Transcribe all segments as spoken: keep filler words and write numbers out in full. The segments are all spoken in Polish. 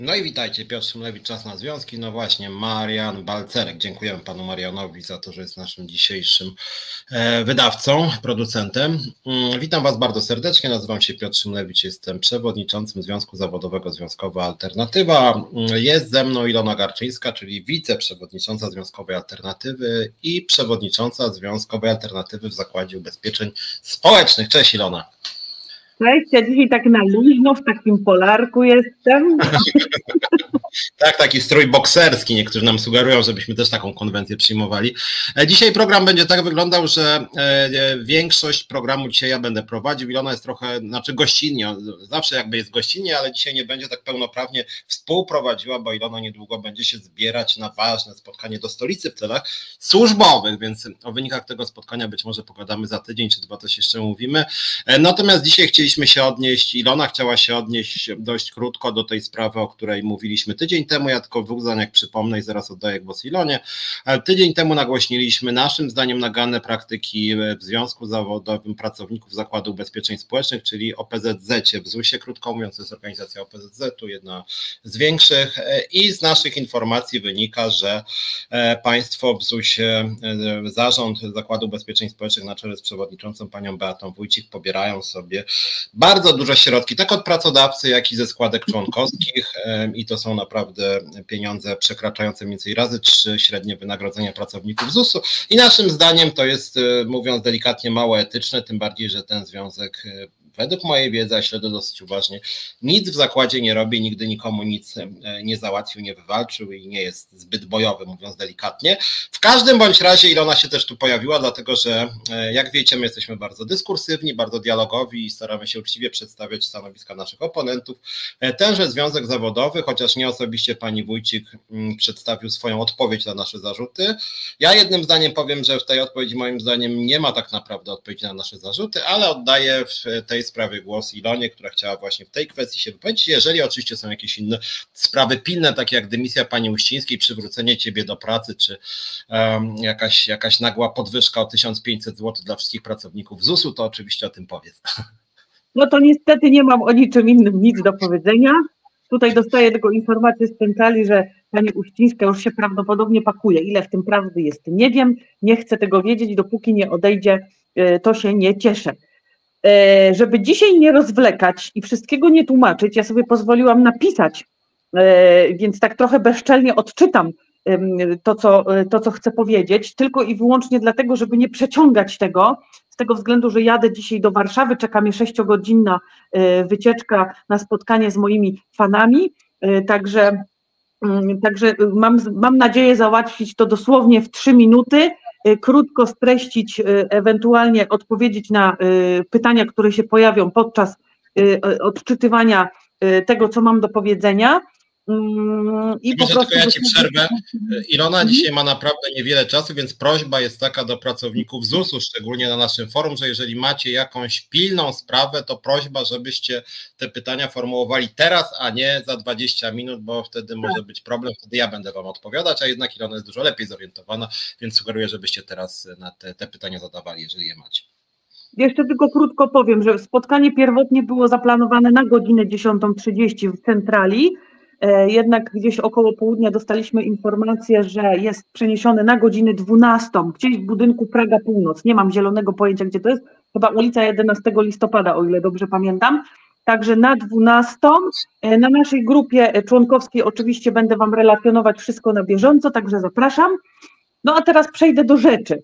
No i witajcie, Piotr Szymlewicz, Czas na Związki. No właśnie, Marian Balcerek. Dziękujemy panu Marianowi za to, że jest naszym dzisiejszym wydawcą, producentem. Witam was bardzo serdecznie, nazywam się Piotr Szymlewicz, jestem przewodniczącym Związku Zawodowego Związkowa Alternatywa. Jest ze mną Ilona Garczyńska, czyli wiceprzewodnicząca Związkowej Alternatywy i przewodnicząca Związkowej Alternatywy w Zakładzie Ubezpieczeń Społecznych. Cześć Ilona. Cześć, ja dzisiaj tak na luźno, w takim polarku jestem. Tak, taki strój bokserski, niektórzy nam sugerują, żebyśmy też taką konwencję przyjmowali. Dzisiaj program będzie tak wyglądał, że większość programu dzisiaj ja będę prowadził. Ilona jest trochę, znaczy gościnnie, zawsze jakby jest gościnnie, ale dzisiaj nie będzie tak pełnoprawnie współprowadziła, bo Ilona niedługo będzie się zbierać na ważne spotkanie do stolicy w celach służbowych, więc o wynikach tego spotkania być może pogadamy za tydzień, czy dwa coś jeszcze mówimy. Natomiast dzisiaj chcieliśmy się odnieść, Ilona chciała się odnieść dość krótko do tej sprawy, o której mówiliśmy tydzień temu, ja tylko w dwóch zdaniach przypomnę i zaraz oddaję głos Ilonie, ale tydzień temu nagłośniliśmy naszym zdaniem naganne praktyki w Związku Zawodowym Pracowników Zakładu Ubezpieczeń Społecznych, czyli O P Z Z-cie w zusie, krótko mówiąc, to jest organizacja O P Z Z-u, jedna z większych, i z naszych informacji wynika, że państwo w zusie, zarząd Zakładu Ubezpieczeń Społecznych na czele z przewodniczącą panią Beatą Wójcik pobierają sobie bardzo duże środki, tak od pracodawcy, jak i ze składek członkowskich, i to są naprawdę pieniądze przekraczające mniej więcej razy trzy średnie wynagrodzenia pracowników Z U S-u i naszym zdaniem to jest, mówiąc delikatnie, mało etyczne, tym bardziej, że ten związek według mojej wiedzy, a śledzę dosyć uważnie, nic w zakładzie nie robi, nigdy nikomu nic nie załatwił, nie wywalczył i nie jest zbyt bojowy, mówiąc delikatnie. W każdym bądź razie Ilona się też tu pojawiła, dlatego że jak wiecie, my jesteśmy bardzo dyskursywni, bardzo dialogowi i staramy się uczciwie przedstawiać stanowiska naszych oponentów. Tenże związek zawodowy, chociaż nie osobiście pani Wójcik przedstawił swoją odpowiedź na nasze zarzuty. Ja jednym zdaniem powiem, że w tej odpowiedzi moim zdaniem nie ma tak naprawdę odpowiedzi na nasze zarzuty, ale oddaję w tej sprawie głos Ilonie, która chciała właśnie w tej kwestii się wypowiedzieć. Jeżeli oczywiście są jakieś inne sprawy pilne, takie jak dymisja pani Uścińskiej, przywrócenie ciebie do pracy, czy um, jakaś, jakaś nagła podwyżka o tysiąc pięćset złotych dla wszystkich pracowników Z U S-u, to oczywiście o tym powiedz. No to niestety nie mam o niczym innym nic do powiedzenia. Tutaj dostaję tylko informację z centrali, że pani Uścińska już się prawdopodobnie pakuje. Ile w tym prawdy jest, nie wiem, nie chcę tego wiedzieć, dopóki nie odejdzie, to się nie cieszę. Żeby dzisiaj nie rozwlekać i wszystkiego nie tłumaczyć, ja sobie pozwoliłam napisać, więc tak trochę bezczelnie odczytam to, co, to, co chcę powiedzieć, tylko i wyłącznie dlatego, żeby nie przeciągać tego, z tego względu, że jadę dzisiaj do Warszawy, czeka mnie sześciogodzinna wycieczka na spotkanie z moimi fanami, także, także mam, mam nadzieję załatwić to dosłownie w trzy minuty, krótko streścić, ewentualnie odpowiedzieć na pytania, które się pojawią podczas odczytywania tego, co mam do powiedzenia. I po prostu tylko ja ci przerwę. Ilona dzisiaj ma naprawdę niewiele czasu, więc prośba jest taka do pracowników Z U S-u, szczególnie na naszym forum, że jeżeli macie jakąś pilną sprawę, to prośba, żebyście te pytania formułowali teraz, a nie za dwadzieścia minut, bo wtedy może być problem, wtedy ja będę wam odpowiadać, a jednak Ilona jest dużo lepiej zorientowana, więc sugeruję, żebyście teraz na te, te pytania zadawali, jeżeli je macie. Jeszcze tylko krótko powiem, że spotkanie pierwotnie było zaplanowane na godzinę dziesiątą trzydzieści w centrali, jednak gdzieś około południa dostaliśmy informację, że jest przeniesiony na godzinę dwunastą, gdzieś w budynku Praga Północ, nie mam zielonego pojęcia, gdzie to jest, chyba ulica jedenastego listopada, o ile dobrze pamiętam, także na dwunastą, na naszej grupie członkowskiej oczywiście będę wam relacjonować wszystko na bieżąco, także zapraszam. No a teraz przejdę do rzeczy.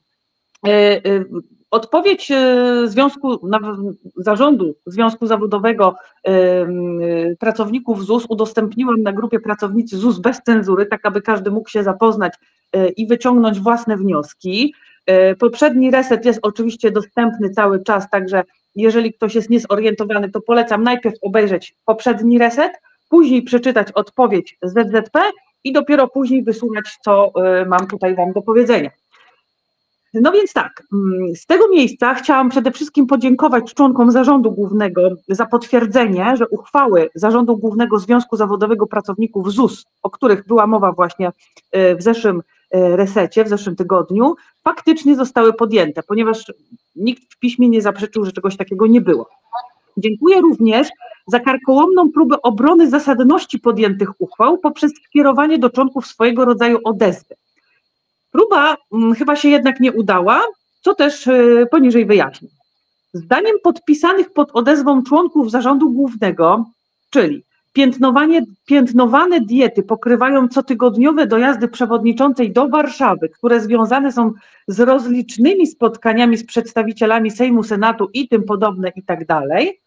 Odpowiedź Związku, Zarządu Związku Zawodowego Pracowników Z U S udostępniłam na grupie Pracownicy Z U S bez cenzury, tak aby każdy mógł się zapoznać i wyciągnąć własne wnioski. Poprzedni reset jest oczywiście dostępny cały czas, także jeżeli ktoś jest niezorientowany, to polecam najpierw obejrzeć poprzedni reset, później przeczytać odpowiedź Z Z P i dopiero później wysłuchać, co mam tutaj wam do powiedzenia. No więc tak, z tego miejsca chciałam przede wszystkim podziękować członkom Zarządu Głównego za potwierdzenie, że uchwały Zarządu Głównego Związku Zawodowego Pracowników Z U S, o których była mowa właśnie w zeszłym resecie, w zeszłym tygodniu, faktycznie zostały podjęte, ponieważ nikt w piśmie nie zaprzeczył, że czegoś takiego nie było. Dziękuję również za karkołomną próbę obrony zasadności podjętych uchwał poprzez skierowanie do członków swojego rodzaju odezwy. Próba hmm, chyba się jednak nie udała, co też yy, poniżej wyjaśnię. Zdaniem podpisanych pod odezwą członków zarządu głównego, czyli piętnowanie, piętnowane diety pokrywają cotygodniowe dojazdy przewodniczącej do Warszawy, które związane są z rozlicznymi spotkaniami z przedstawicielami Sejmu, Senatu i tym podobne i tak dalej.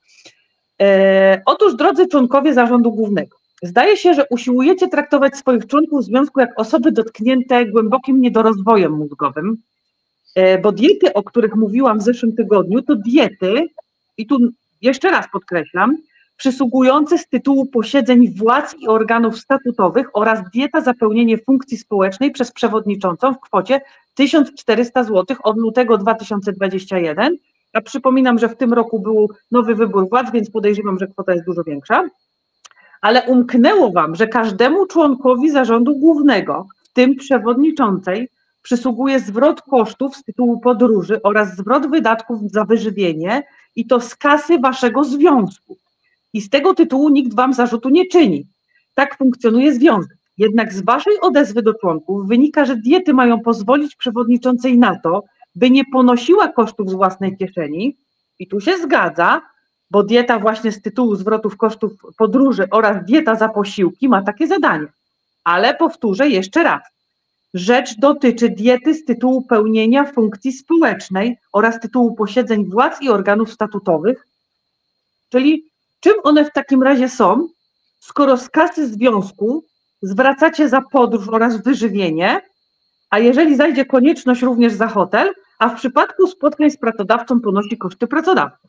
E, otóż, drodzy członkowie zarządu głównego, zdaje się, że usiłujecie traktować swoich członków związku jak osoby dotknięte głębokim niedorozwojem mózgowym, e, bo diety, o których mówiłam w zeszłym tygodniu, to diety, i tu jeszcze raz podkreślam, przysługujące z tytułu posiedzeń władz i organów statutowych oraz dieta za pełnienie funkcji społecznej przez przewodniczącą w kwocie tysiąc czterysta złotych od lutego dwa tysiące dwudziestego pierwszego, a przypominam, że w tym roku był nowy wybór władz, więc podejrzewam, że kwota jest dużo większa, ale umknęło Wam, że każdemu członkowi zarządu głównego, w tym przewodniczącej, przysługuje zwrot kosztów z tytułu podróży oraz zwrot wydatków za wyżywienie i to z kasy Waszego związku. I z tego tytułu nikt Wam zarzutu nie czyni. Tak funkcjonuje związek. Jednak z Waszej odezwy do członków wynika, że diety mają pozwolić przewodniczącej na to, by nie ponosiła kosztów z własnej kieszeni. I tu się zgadza, bo dieta właśnie z tytułu zwrotów kosztów podróży oraz dieta za posiłki ma takie zadanie. Ale powtórzę jeszcze raz. Rzecz dotyczy diety z tytułu pełnienia funkcji społecznej oraz tytułu posiedzeń władz i organów statutowych, czyli czym one w takim razie są, skoro z kasy związku zwracacie za podróż oraz wyżywienie, a jeżeli zajdzie konieczność również za hotel, a w przypadku spotkań z pracodawcą ponosi koszty pracodawca.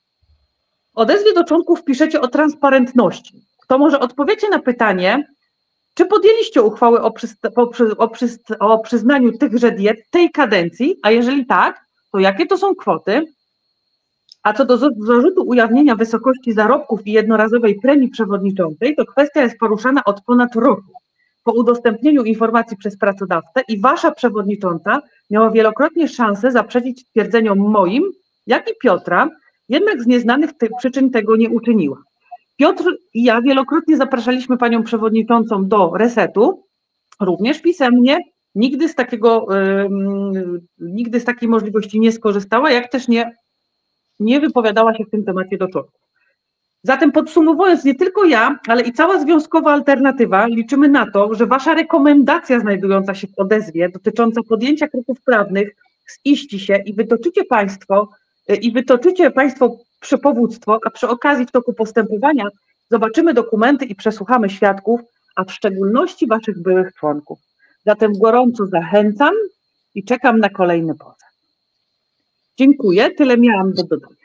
W odezwie do członków piszecie o transparentności. To może odpowiecie na pytanie, czy podjęliście uchwałę o, przysta- o, przy- o, przyst- o przyznaniu tychże diet tej kadencji, a jeżeli tak, to jakie to są kwoty? A co do zarzutu ujawnienia wysokości zarobków i jednorazowej premii przewodniczącej, to kwestia jest poruszana od ponad roku. Po udostępnieniu informacji przez pracodawcę i Wasza przewodnicząca miała wielokrotnie szansę zaprzeczyć twierdzeniom moim, jak i Piotra, jednak z nieznanych ty- przyczyn tego nie uczyniła. Piotr i ja wielokrotnie zapraszaliśmy Panią Przewodniczącą do resetu, również pisemnie, nigdy z takiego, yy, nigdy z takiej możliwości nie skorzystała, jak też nie nie wypowiadała się w tym temacie do członków. Zatem podsumowując, nie tylko ja, ale i cała związkowa alternatywa liczymy na to, że Wasza rekomendacja znajdująca się w odezwie dotycząca podjęcia kroków prawnych ziści się i wytoczycie Państwo i wytoczycie Państwo przepowództwo, a przy okazji w toku postępowania zobaczymy dokumenty i przesłuchamy świadków, a w szczególności Waszych byłych członków. Zatem gorąco zachęcam i czekam na kolejny pozew. Dziękuję, tyle miałam do dodania.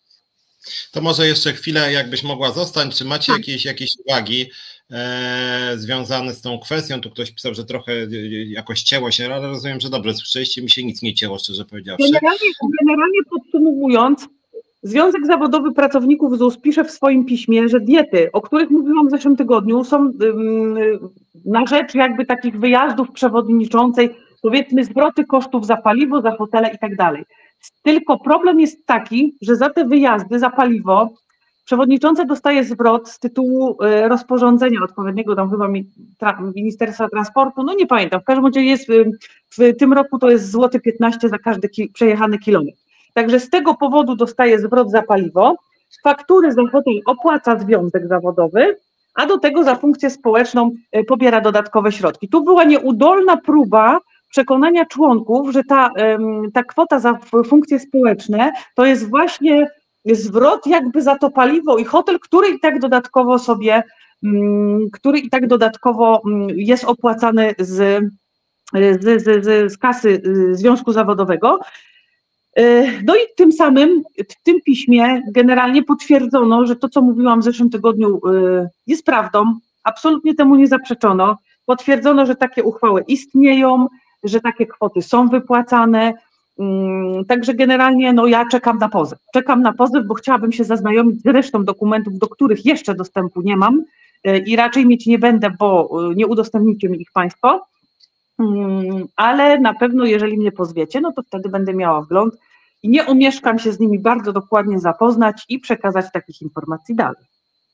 To może jeszcze chwilę, jakbyś mogła zostać. Czy macie jakieś, jakieś uwagi e, związane z tą kwestią? Tu ktoś pisał, że trochę e, jakoś cięło się, ale rozumiem, że dobrze słyszeliście, mi się nic nie cięło, szczerze powiedziawszy. Generalnie, generalnie podsumowując, Związek Zawodowy Pracowników Z U S pisze w swoim piśmie, że diety, o których mówiłam w zeszłym tygodniu, są ym, na rzecz jakby takich wyjazdów przewodniczącej, powiedzmy zwroty kosztów za paliwo, za hotele i tak dalej. Tylko problem jest taki, że za te wyjazdy, za paliwo, przewodnicząca dostaje zwrot z tytułu rozporządzenia odpowiedniego, tam chyba Ministerstwa Transportu, no nie pamiętam, w każdym razie jest, w tym roku to jest złoty piętnaście za każdy ki- przejechany kilometr. Także z tego powodu dostaje zwrot za paliwo, faktury za hotel opłaca Związek Zawodowy, a do tego za funkcję społeczną pobiera dodatkowe środki. Tu była nieudolna próba przekonania członków, że ta, ta kwota za funkcje społeczne to jest właśnie zwrot jakby za to paliwo i hotel, który i tak dodatkowo sobie, który i tak dodatkowo jest opłacany z, z, z, z kasy Związku Zawodowego. No i tym samym w tym piśmie generalnie potwierdzono, że to, co mówiłam w zeszłym tygodniu, jest prawdą, absolutnie temu nie zaprzeczono. Potwierdzono, że takie uchwały istnieją, że takie kwoty są wypłacane, także generalnie no ja czekam na pozew. Czekam na pozew, bo chciałabym się zaznajomić z resztą dokumentów, do których jeszcze dostępu nie mam i raczej mieć nie będę, bo nie udostępnicie mi ich Państwo, ale na pewno jeżeli mnie pozwiecie, no to wtedy będę miała wgląd i nie omieszkam się z nimi bardzo dokładnie zapoznać i przekazać takich informacji dalej.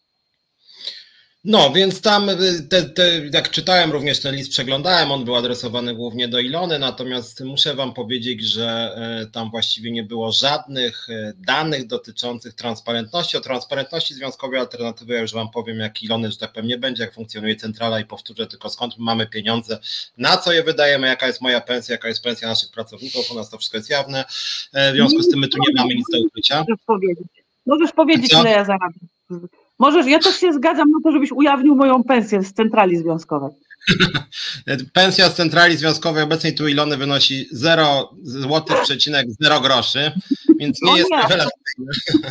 No, więc tam, te, te, jak czytałem również ten list, przeglądałem, on był adresowany głównie do Ilony, natomiast muszę wam powiedzieć, że tam właściwie nie było żadnych danych dotyczących transparentności. O transparentności Związkowej Alternatywy ja już wam powiem, jak Ilony, że tak powiem, nie będzie, jak funkcjonuje centrala i powtórzę tylko skąd my mamy pieniądze, na co je wydajemy, jaka jest moja pensja, jaka jest pensja naszych pracowników, u nas to wszystko jest jawne, w związku z tym my tu nie mamy nic do ukrycia. Możesz powiedzieć, Możesz powiedzieć ile ja zarabiam. Możesz, ja też się zgadzam na to, żebyś ujawnił moją pensję z centrali związkowej. Pensja z centrali związkowej obecnej tu Ilony wynosi zero złotych przecinek zero groszy, więc nie no jest rewelacyjny.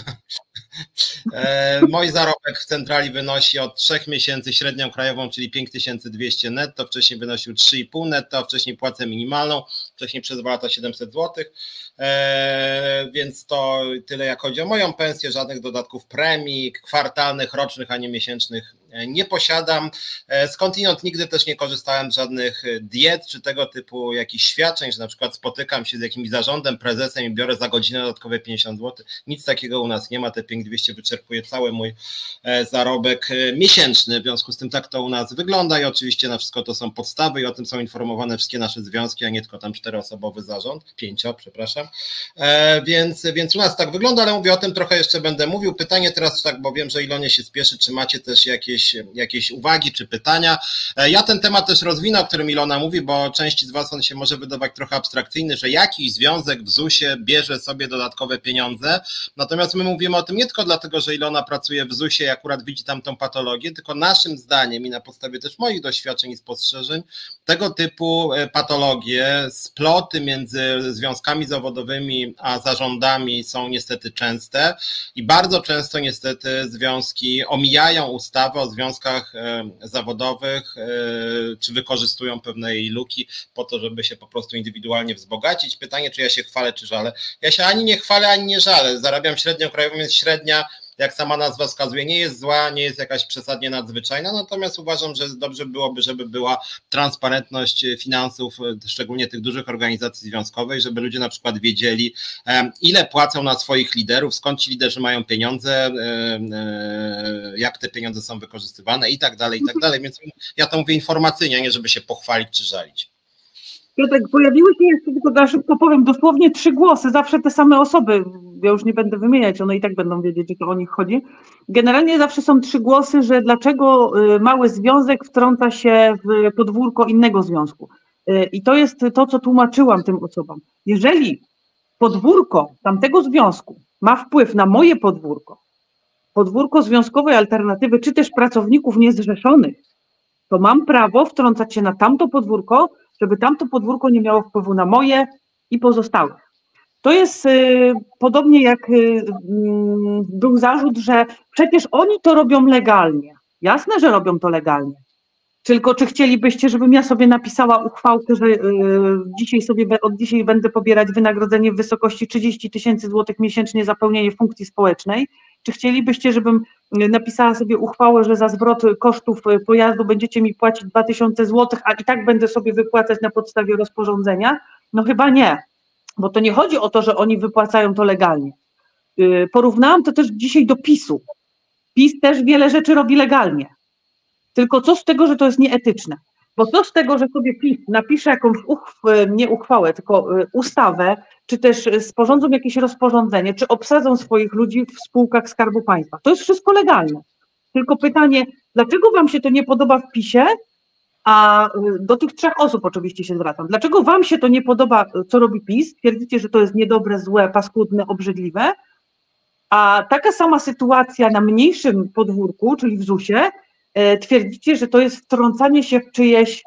Mój zarobek w centrali wynosi od trzech miesięcy średnią krajową, czyli pięć tysięcy dwieście netto, wcześniej wynosił trzy i pół netto, wcześniej płacę minimalną, wcześniej przez dwa lata siedemset złotych, więc to tyle jak chodzi o moją pensję, żadnych dodatków premii kwartalnych, rocznych ani miesięcznych nie posiadam. Skądinąd nigdy też nie korzystałem z żadnych diet czy tego typu jakichś świadczeń, że na przykład spotykam się z jakimś zarządem, prezesem i biorę za godzinę dodatkowe pięćdziesiąt złotych. Nic takiego u nas nie ma, te pięć tysięcy dwieście wyczerpuje cały mój zarobek miesięczny, w związku z tym tak to u nas wygląda i oczywiście na wszystko to są podstawy i o tym są informowane wszystkie nasze związki, a nie tylko tam czteroosobowy zarząd, pięcio, przepraszam, więc, więc u nas tak wygląda, ale mówię o tym trochę jeszcze będę mówił. Pytanie teraz tak, bo wiem, że Ilonie się spieszy, czy macie też jakieś, jakieś uwagi czy pytania? Ja ten temat też rozwinę, o którym Ilona mówi, bo części z was on się może wydawać trochę abstrakcyjny, że jakiś związek w zusie bierze sobie dodatkowe pieniądze, natomiast my mówimy o tym nie tylko dlatego, że Ilona pracuje w zusie i akurat widzi tam tą patologię, tylko naszym zdaniem i na podstawie też moich doświadczeń i spostrzeżeń, tego typu patologie, sploty między związkami zawodowymi a zarządami są niestety częste i bardzo często niestety związki omijają ustawę o związkach zawodowych czy wykorzystują pewne jej luki po to, żeby się po prostu indywidualnie wzbogacić. Pytanie, czy ja się chwalę, czy żalę? Ja się ani nie chwalę, ani nie żalę. Zarabiam średnią krajową, więc średnia, jak sama nazwa wskazuje, nie jest zła, nie jest jakaś przesadnie nadzwyczajna, natomiast uważam, że dobrze byłoby, żeby była transparentność finansów, szczególnie tych dużych organizacji związkowych, żeby ludzie na przykład wiedzieli, ile płacą na swoich liderów, skąd ci liderzy mają pieniądze, jak te pieniądze są wykorzystywane i tak dalej, i tak dalej, więc ja to mówię informacyjnie, nie żeby się pochwalić czy żalić. Piotrek, pojawiły się jeszcze, tylko na szybko powiem, dosłownie trzy głosy, zawsze te same osoby, ja już nie będę wymieniać, one i tak będą wiedzieć, że to o nich chodzi. Generalnie zawsze są trzy głosy, że dlaczego mały związek wtrąca się w podwórko innego związku. I to jest to, co tłumaczyłam tym osobom. Jeżeli podwórko tamtego związku ma wpływ na moje podwórko, podwórko Związkowej Alternatywy, czy też pracowników niezrzeszonych, to mam prawo wtrącać się na tamto podwórko, żeby tamto podwórko nie miało wpływu na moje i pozostałych. To jest y, podobnie jak y, y, był zarzut, że przecież oni to robią legalnie. Jasne, że robią to legalnie. Tylko czy chcielibyście, żebym ja sobie napisała uchwałkę, że y, dzisiaj sobie, od dzisiaj będę pobierać wynagrodzenie w wysokości trzydzieści tysięcy złotych miesięcznie za pełnienie funkcji społecznej? Czy chcielibyście, żebym napisała sobie uchwałę, że za zwrot kosztów pojazdu będziecie mi płacić dwa tysiące złotych, a i tak będę sobie wypłacać na podstawie rozporządzenia? No chyba nie, bo to nie chodzi o to, że oni wypłacają to legalnie. Porównałam to też dzisiaj do PiSu. PiS też wiele rzeczy robi legalnie. Tylko co z tego, że to jest nieetyczne? Bo co z tego, że sobie PiS napisze jakąś uchwałę, nie uchwałę, tylko ustawę, czy też sporządzą jakieś rozporządzenie, czy obsadzą swoich ludzi w spółkach Skarbu Państwa. To jest wszystko legalne. Tylko pytanie, dlaczego wam się to nie podoba w PiSie, a do tych trzech osób oczywiście się zwracam. Dlaczego wam się to nie podoba, co robi PiS? Twierdzicie, że to jest niedobre, złe, paskudne, obrzydliwe, a taka sama sytuacja na mniejszym podwórku, czyli w zusie, twierdzicie, że to jest wtrącanie się w czyjeś,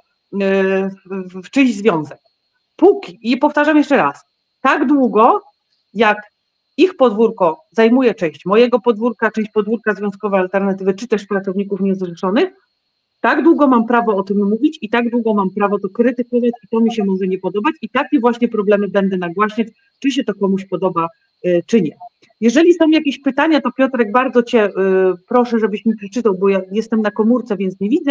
w czyjś związek. Póki, i powtarzam jeszcze raz, tak długo, jak ich podwórko zajmuje część mojego podwórka, część podwórka Związkowej Alternatywy, czy też pracowników niezrzeszonych, tak długo mam prawo o tym mówić i tak długo mam prawo to krytykować i to mi się może nie podobać i takie właśnie problemy będę nagłaśniać, czy się to komuś podoba, czy nie. Jeżeli są jakieś pytania, to Piotrek, bardzo Cię y, proszę, żebyś mi przeczytał, bo ja jestem na komórce, więc nie widzę.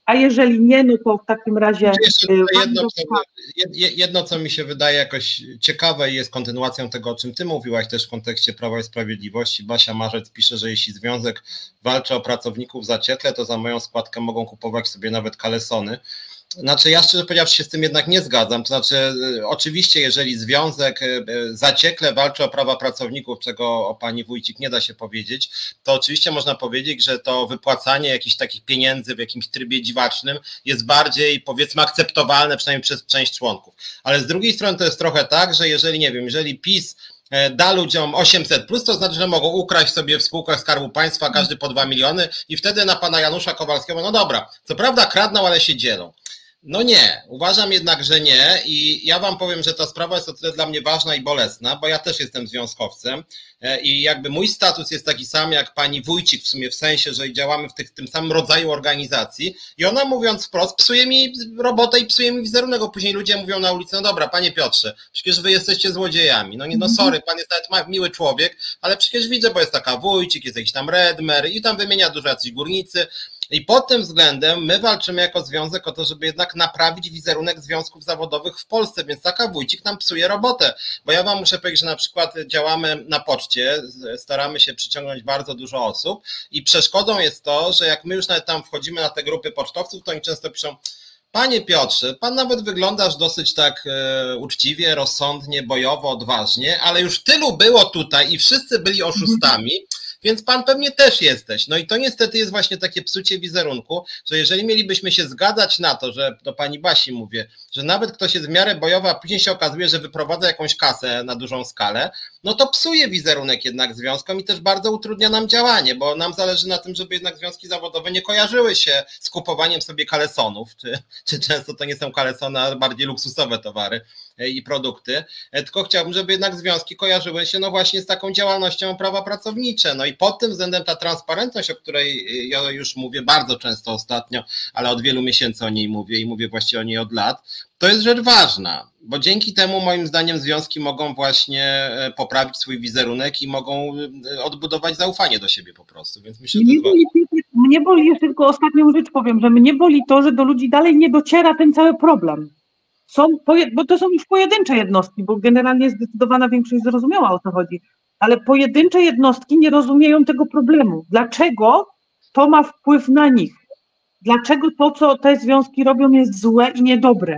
a jeżeli nie, no to w takim razie... Jedno co, jedno, co mi się wydaje jakoś ciekawe i jest kontynuacją tego, o czym ty mówiłaś też w kontekście Prawa i Sprawiedliwości. Basia Marzec pisze, że jeśli związek walczy o pracowników zaciekle, to za moją składkę mogą kupować sobie nawet kalesony. Znaczy ja szczerze powiedziawszy się z tym jednak nie zgadzam, to znaczy oczywiście jeżeli związek zaciekle walczy o prawa pracowników, czego o pani Wójcik nie da się powiedzieć, to oczywiście można powiedzieć, że to wypłacanie jakichś takich pieniędzy w jakimś trybie dziwacznym jest bardziej powiedzmy akceptowalne przynajmniej przez część członków, ale z drugiej strony to jest trochę tak, że jeżeli nie wiem, jeżeli PiS da ludziom osiemset plus, to znaczy, że mogą ukraść sobie w spółkach Skarbu Państwa każdy po dwa miliony i wtedy na pana Janusza Kowalskiego, no dobra, co prawda kradną, ale się dzielą. No nie, uważam jednak, że nie i ja wam powiem, że ta sprawa jest o tyle dla mnie ważna i bolesna, bo ja też jestem związkowcem i jakby mój status jest taki sam jak pani Wójcik w sumie w sensie, że działamy w tych, tym samym rodzaju organizacji i ona mówiąc wprost psuje mi robotę i psuje mi wizerunek, bo później ludzie mówią na ulicy, no dobra panie Piotrze, przecież wy jesteście złodziejami, no nie, no sorry, pan jest nawet miły człowiek, ale przecież widzę, bo jest taka Wójcik, jest jakiś tam Redmer i tam wymienia dużo jacyś górnicy. I pod tym względem my walczymy jako związek o to, żeby jednak naprawić wizerunek związków zawodowych w Polsce, więc taka Wójcik nam psuje robotę, bo ja wam muszę powiedzieć, że na przykład działamy na poczcie, staramy się przyciągnąć bardzo dużo osób i przeszkodą jest to, że jak my już nawet tam wchodzimy na te grupy pocztowców, to oni często piszą: panie Piotrze, pan nawet wyglądasz dosyć tak e, uczciwie, rozsądnie, bojowo, odważnie, ale już tylu było tutaj i wszyscy byli oszustami, więc pan pewnie też jesteś. No i to niestety jest właśnie takie psucie wizerunku, że jeżeli mielibyśmy się zgadzać na to, że do pani Basi mówię, że nawet ktoś jest w miarę bojowy, a później się okazuje, że wyprowadza jakąś kasę na dużą skalę, no to psuje wizerunek jednak związkom i też bardzo utrudnia nam działanie, bo nam zależy na tym, żeby jednak związki zawodowe nie kojarzyły się z kupowaniem sobie kalesonów, czy, czy często to nie są kalesony, a bardziej luksusowe towary i produkty, tylko chciałbym, żeby jednak związki kojarzyły się no właśnie z taką działalnością prawa pracownicze. No i pod tym względem ta transparentność, o której ja już mówię bardzo często ostatnio, ale od wielu miesięcy o niej mówię i mówię właściwie o niej od lat, to jest rzecz ważna, bo dzięki temu moim zdaniem związki mogą właśnie poprawić swój wizerunek i mogą odbudować zaufanie do siebie po prostu, więc myślę, że to jest ważne. Mnie boli, jeszcze tylko ostatnią rzecz powiem, że mnie boli to, że do ludzi dalej nie dociera ten cały problem. Są, bo to są już pojedyncze jednostki, bo generalnie zdecydowana większość zrozumiała, o co chodzi, ale pojedyncze jednostki nie rozumieją tego problemu. Dlaczego to ma wpływ na nich? Dlaczego to, co te związki robią, jest złe i niedobre?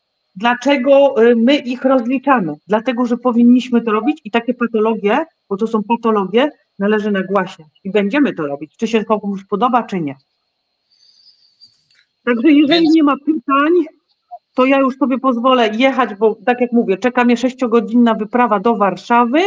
Dlaczego my ich rozliczamy? Dlatego, że powinniśmy to robić i takie patologie, bo to są patologie, należy nagłaśniać i będziemy to robić, czy się komuś podoba, czy nie. Także jeżeli nie ma pytań, to ja już sobie pozwolę jechać, bo tak jak mówię, czeka mnie sześciogodzinna wyprawa do Warszawy.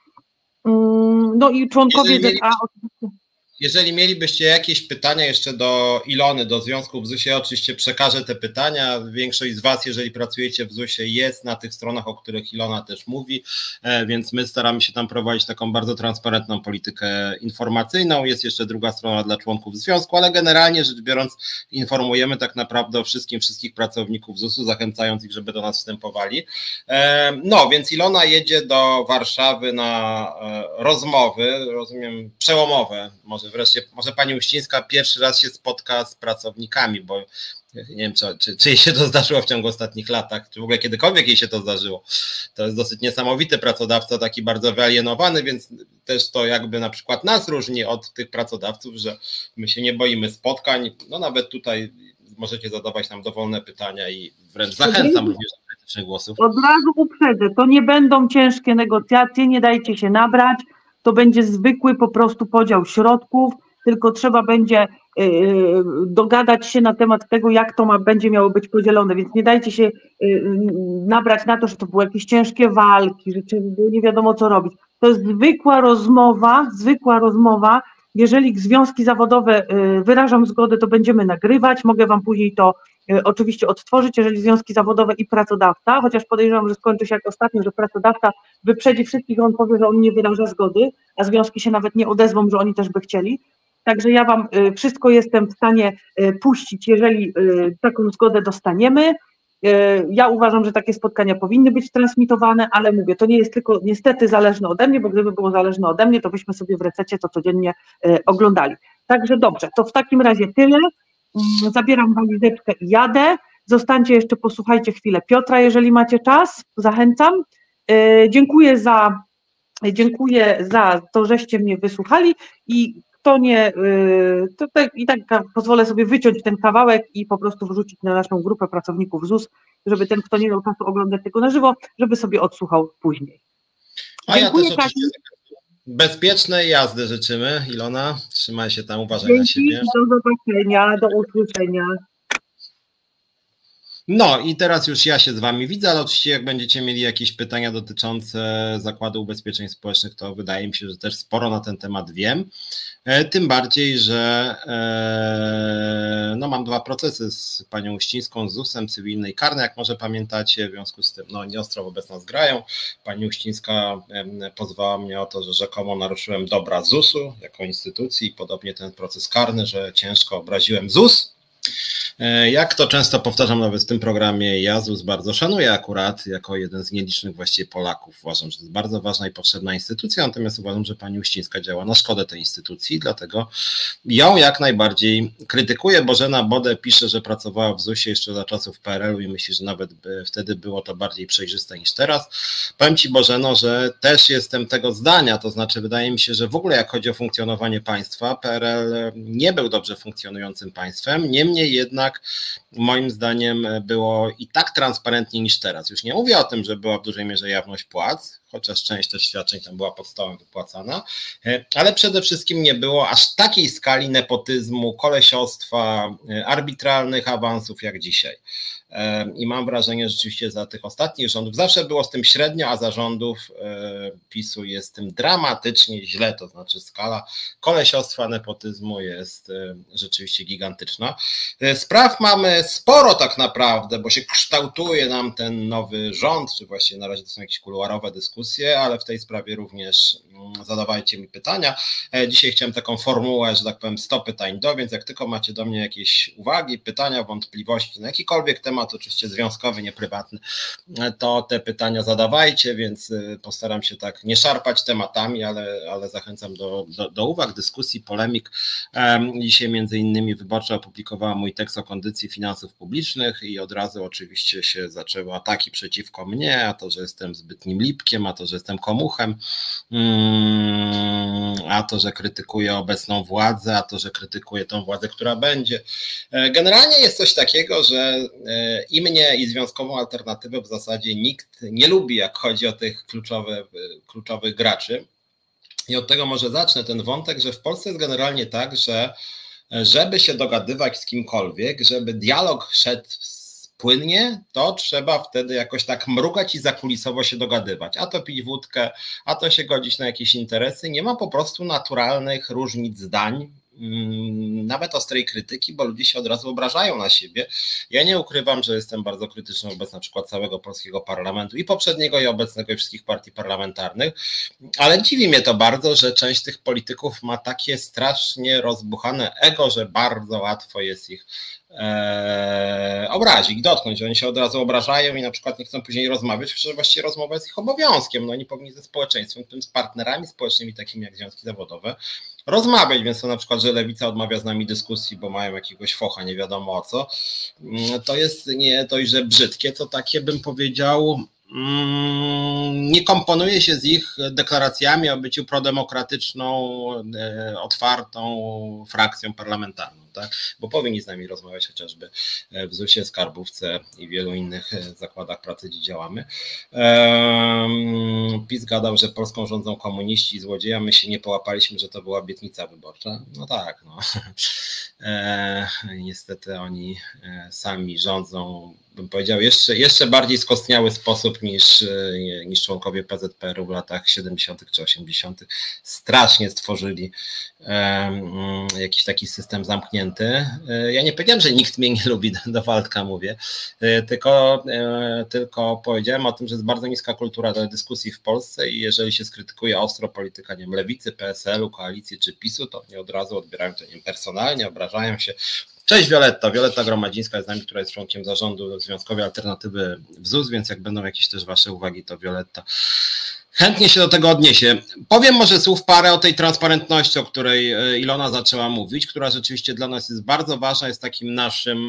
No i członkowie Z A oczywiście. Jeżeli mielibyście jakieś pytania jeszcze do Ilony, do związków w zusie, oczywiście przekażę te pytania. Większość z was, jeżeli pracujecie w zusie, jest na tych stronach, o których Ilona też mówi, więc my staramy się tam prowadzić taką bardzo transparentną politykę informacyjną. Jest jeszcze druga strona dla członków związku, ale generalnie rzecz biorąc informujemy tak naprawdę o wszystkim, wszystkich pracowników zusu, zachęcając ich, żeby do nas wstępowali. No, więc Ilona jedzie do Warszawy na rozmowy, rozumiem, przełomowe, może wreszcie, może pani Uścińska pierwszy raz się spotka z pracownikami, bo nie wiem, czy, czy, czy jej się to zdarzyło w ciągu ostatnich latach, czy w ogóle kiedykolwiek jej się to zdarzyło. To jest dosyć niesamowity pracodawca, taki bardzo wyalienowany, więc też to jakby na przykład nas różni od tych pracodawców, że my się nie boimy spotkań, no nawet tutaj możecie zadawać nam dowolne pytania i wręcz zachęcam również do krytycznych głosów. Od razu uprzedzę, to nie będą ciężkie negocjacje, nie dajcie się nabrać. To będzie zwykły po prostu podział środków, tylko trzeba będzie yy, dogadać się na temat tego, jak to ma, będzie miało być podzielone, więc nie dajcie się yy, nabrać na to, że to były jakieś ciężkie walki, że nie wiadomo co robić. To jest zwykła rozmowa, zwykła rozmowa. Jeżeli związki zawodowe yy, wyrażą zgodę, to będziemy nagrywać, mogę wam później to yy, oczywiście odtworzyć, jeżeli związki zawodowe i pracodawca, chociaż podejrzewam, że skończy się jak ostatnio, że pracodawca wyprzedzi wszystkich, on powie, że on nie wyraża zgody, a związki się nawet nie odezwą, że oni też by chcieli. Także ja wam yy, wszystko jestem w stanie yy, puścić, jeżeli yy, taką zgodę dostaniemy. Ja uważam, że takie spotkania powinny być transmitowane, ale mówię, to nie jest tylko niestety zależne ode mnie, bo gdyby było zależne ode mnie, to byśmy sobie w resecie to codziennie oglądali. Także dobrze, to w takim razie tyle. zabieram walizeczkę i jadę. Zostańcie jeszcze, posłuchajcie chwilę Piotra, jeżeli macie czas, zachęcam. Dziękuję za, dziękuję za to, żeście mnie wysłuchali i kto nie, to tak, i tak pozwolę sobie wyciąć ten kawałek i po prostu wrzucić na naszą grupę pracowników Z U S, żeby ten, kto nie miał czasu oglądać tego na żywo, żeby sobie odsłuchał później. A ja też oczywiście bezpiecznej jazdy życzymy. Ilona, trzymaj się tam, uważaj Dzięki, na siebie. Do zobaczenia, do usłyszenia. No i teraz już ja się z Wami widzę, ale oczywiście jak będziecie mieli jakieś pytania dotyczące Zakładu Ubezpieczeń Społecznych, to wydaje mi się, że też sporo na ten temat wiem. Tym bardziej, że no mam dwa procesy z panią Uścińską, z Z U S-em, cywilny i karny, jak może pamiętacie, w związku z tym no nieostro wobec nas grają. Pani Uścińska pozwała mnie o to, że rzekomo naruszyłem dobra Z U S-u jako instytucji, podobnie ten proces karny, że ciężko obraziłem Z U S. Jak to często powtarzam nawet w tym programie, ja Z U S bardzo szanuję akurat jako jeden z nielicznych właściwie Polaków. Uważam, że to jest bardzo ważna i potrzebna instytucja, natomiast uważam, że pani Uścińska działa na szkodę tej instytucji, dlatego ją jak najbardziej krytykuję. Bożena Bodę pisze, że pracowała w Z U S-ie jeszcze za czasów P R L-u i myśli, że nawet wtedy było to bardziej przejrzyste niż teraz. Powiem Ci, Bożeno, że też jestem tego zdania, to znaczy wydaje mi się, że w ogóle jak chodzi o funkcjonowanie państwa, P R L nie był dobrze funkcjonującym państwem, niemniej jednak moim zdaniem było i tak transparentniej niż teraz. Już nie mówię o tym, że była w dużej mierze jawność płac, chociaż część też świadczeń tam była pod stołem wypłacana, ale przede wszystkim nie było aż takiej skali nepotyzmu, kolesiostwa, arbitralnych awansów jak dzisiaj. I mam wrażenie, że rzeczywiście za tych ostatnich rządów zawsze było z tym średnio, a za rządów PiS-u jest z tym dramatycznie źle, to znaczy skala kolesiostwa, nepotyzmu jest rzeczywiście gigantyczna. Spraw mamy sporo tak naprawdę, bo się kształtuje nam ten nowy rząd, czy właściwie na razie to są jakieś kuluarowe dyskusje, ale w tej sprawie również zadawajcie mi pytania. Dzisiaj chciałem taką formułę, że tak powiem sto pytań do, więc jak tylko macie do mnie jakieś uwagi, pytania, wątpliwości na jakikolwiek temat, oczywiście związkowy, nie prywatny, to te pytania zadawajcie, więc postaram się tak nie szarpać tematami, ale, ale zachęcam do, do, do uwag, dyskusji, polemik. Dzisiaj między innymi Wyborcza opublikowała mój tekst o kondycji finansów publicznych i od razu oczywiście się zaczęły ataki przeciwko mnie, a to, że jestem zbytnim lipkiem, a to, że jestem komuchem, a to, że krytykuję obecną władzę, a to, że krytykuję tą władzę, która będzie. Generalnie jest coś takiego, że i mnie, i związkową alternatywę w zasadzie nikt nie lubi, jak chodzi o tych kluczowe, kluczowych graczy. I od tego może zacznę ten wątek, że w Polsce jest generalnie tak, że żeby się dogadywać z kimkolwiek, żeby dialog szedł płynnie, to trzeba wtedy jakoś tak mrugać i zakulisowo się dogadywać. A to pić wódkę, a to się godzić na jakieś interesy. Nie ma po prostu naturalnych różnic zdań, nawet ostrej krytyki, bo ludzie się od razu obrażają na siebie. Ja nie ukrywam, że jestem bardzo krytyczny wobec na przykład całego polskiego parlamentu i poprzedniego, i obecnego, i wszystkich partii parlamentarnych, ale dziwi mnie to bardzo, że część tych polityków ma takie strasznie rozbuchane ego, że bardzo łatwo jest ich e, obrazić, dotknąć, że oni się od razu obrażają i na przykład nie chcą później rozmawiać, że właściwie rozmowa jest ich obowiązkiem. No oni powinni ze społeczeństwem, tym z partnerami społecznymi takimi jak związki zawodowe, rozmawiać, więc to na przykład, że Lewica odmawia z nami dyskusji, bo mają jakiegoś focha, nie wiadomo o co, to jest nie dość, że brzydkie, to takie bym powiedział, nie komponuje się z ich deklaracjami o byciu prodemokratyczną, otwartą frakcją parlamentarną, tak? Bo powinni z nami rozmawiać chociażby w Z U S-ie, Skarbówce i wielu innych zakładach pracy, gdzie działamy. PiS gadał, że Polską rządzą komuniści i złodzieje, a my się nie połapaliśmy, że to była obietnica wyborcza. No tak, no. Niestety oni sami rządzą, bym powiedział, jeszcze, jeszcze bardziej skostniały sposób niż, niż członkowie P Z P R-u w latach siedemdziesiątych czy osiemdziesiątych. Strasznie stworzyli um, jakiś taki system zamknięty. Ja nie powiedziałem, że nikt mnie nie lubi, do Waldka mówię, tylko, tylko powiedziałem o tym, że jest bardzo niska kultura do dyskusji w Polsce i jeżeli się skrytykuje ostro polityka, nie wiem, Lewicy, P S L-u, Koalicji czy PiS-u, to nie od razu odbierają to nie wiem, personalnie, obrażają się. Cześć Wioletta, Wioletta Gromadzińska jest z nami, która jest członkiem zarządu Związkowej Alternatywy w Z U S, więc jak będą jakieś też wasze uwagi, to Wioletta Chętnie się do tego odniesie. Powiem może słów parę o tej transparentności, o której Ilona zaczęła mówić, która rzeczywiście dla nas jest bardzo ważna, jest takim naszym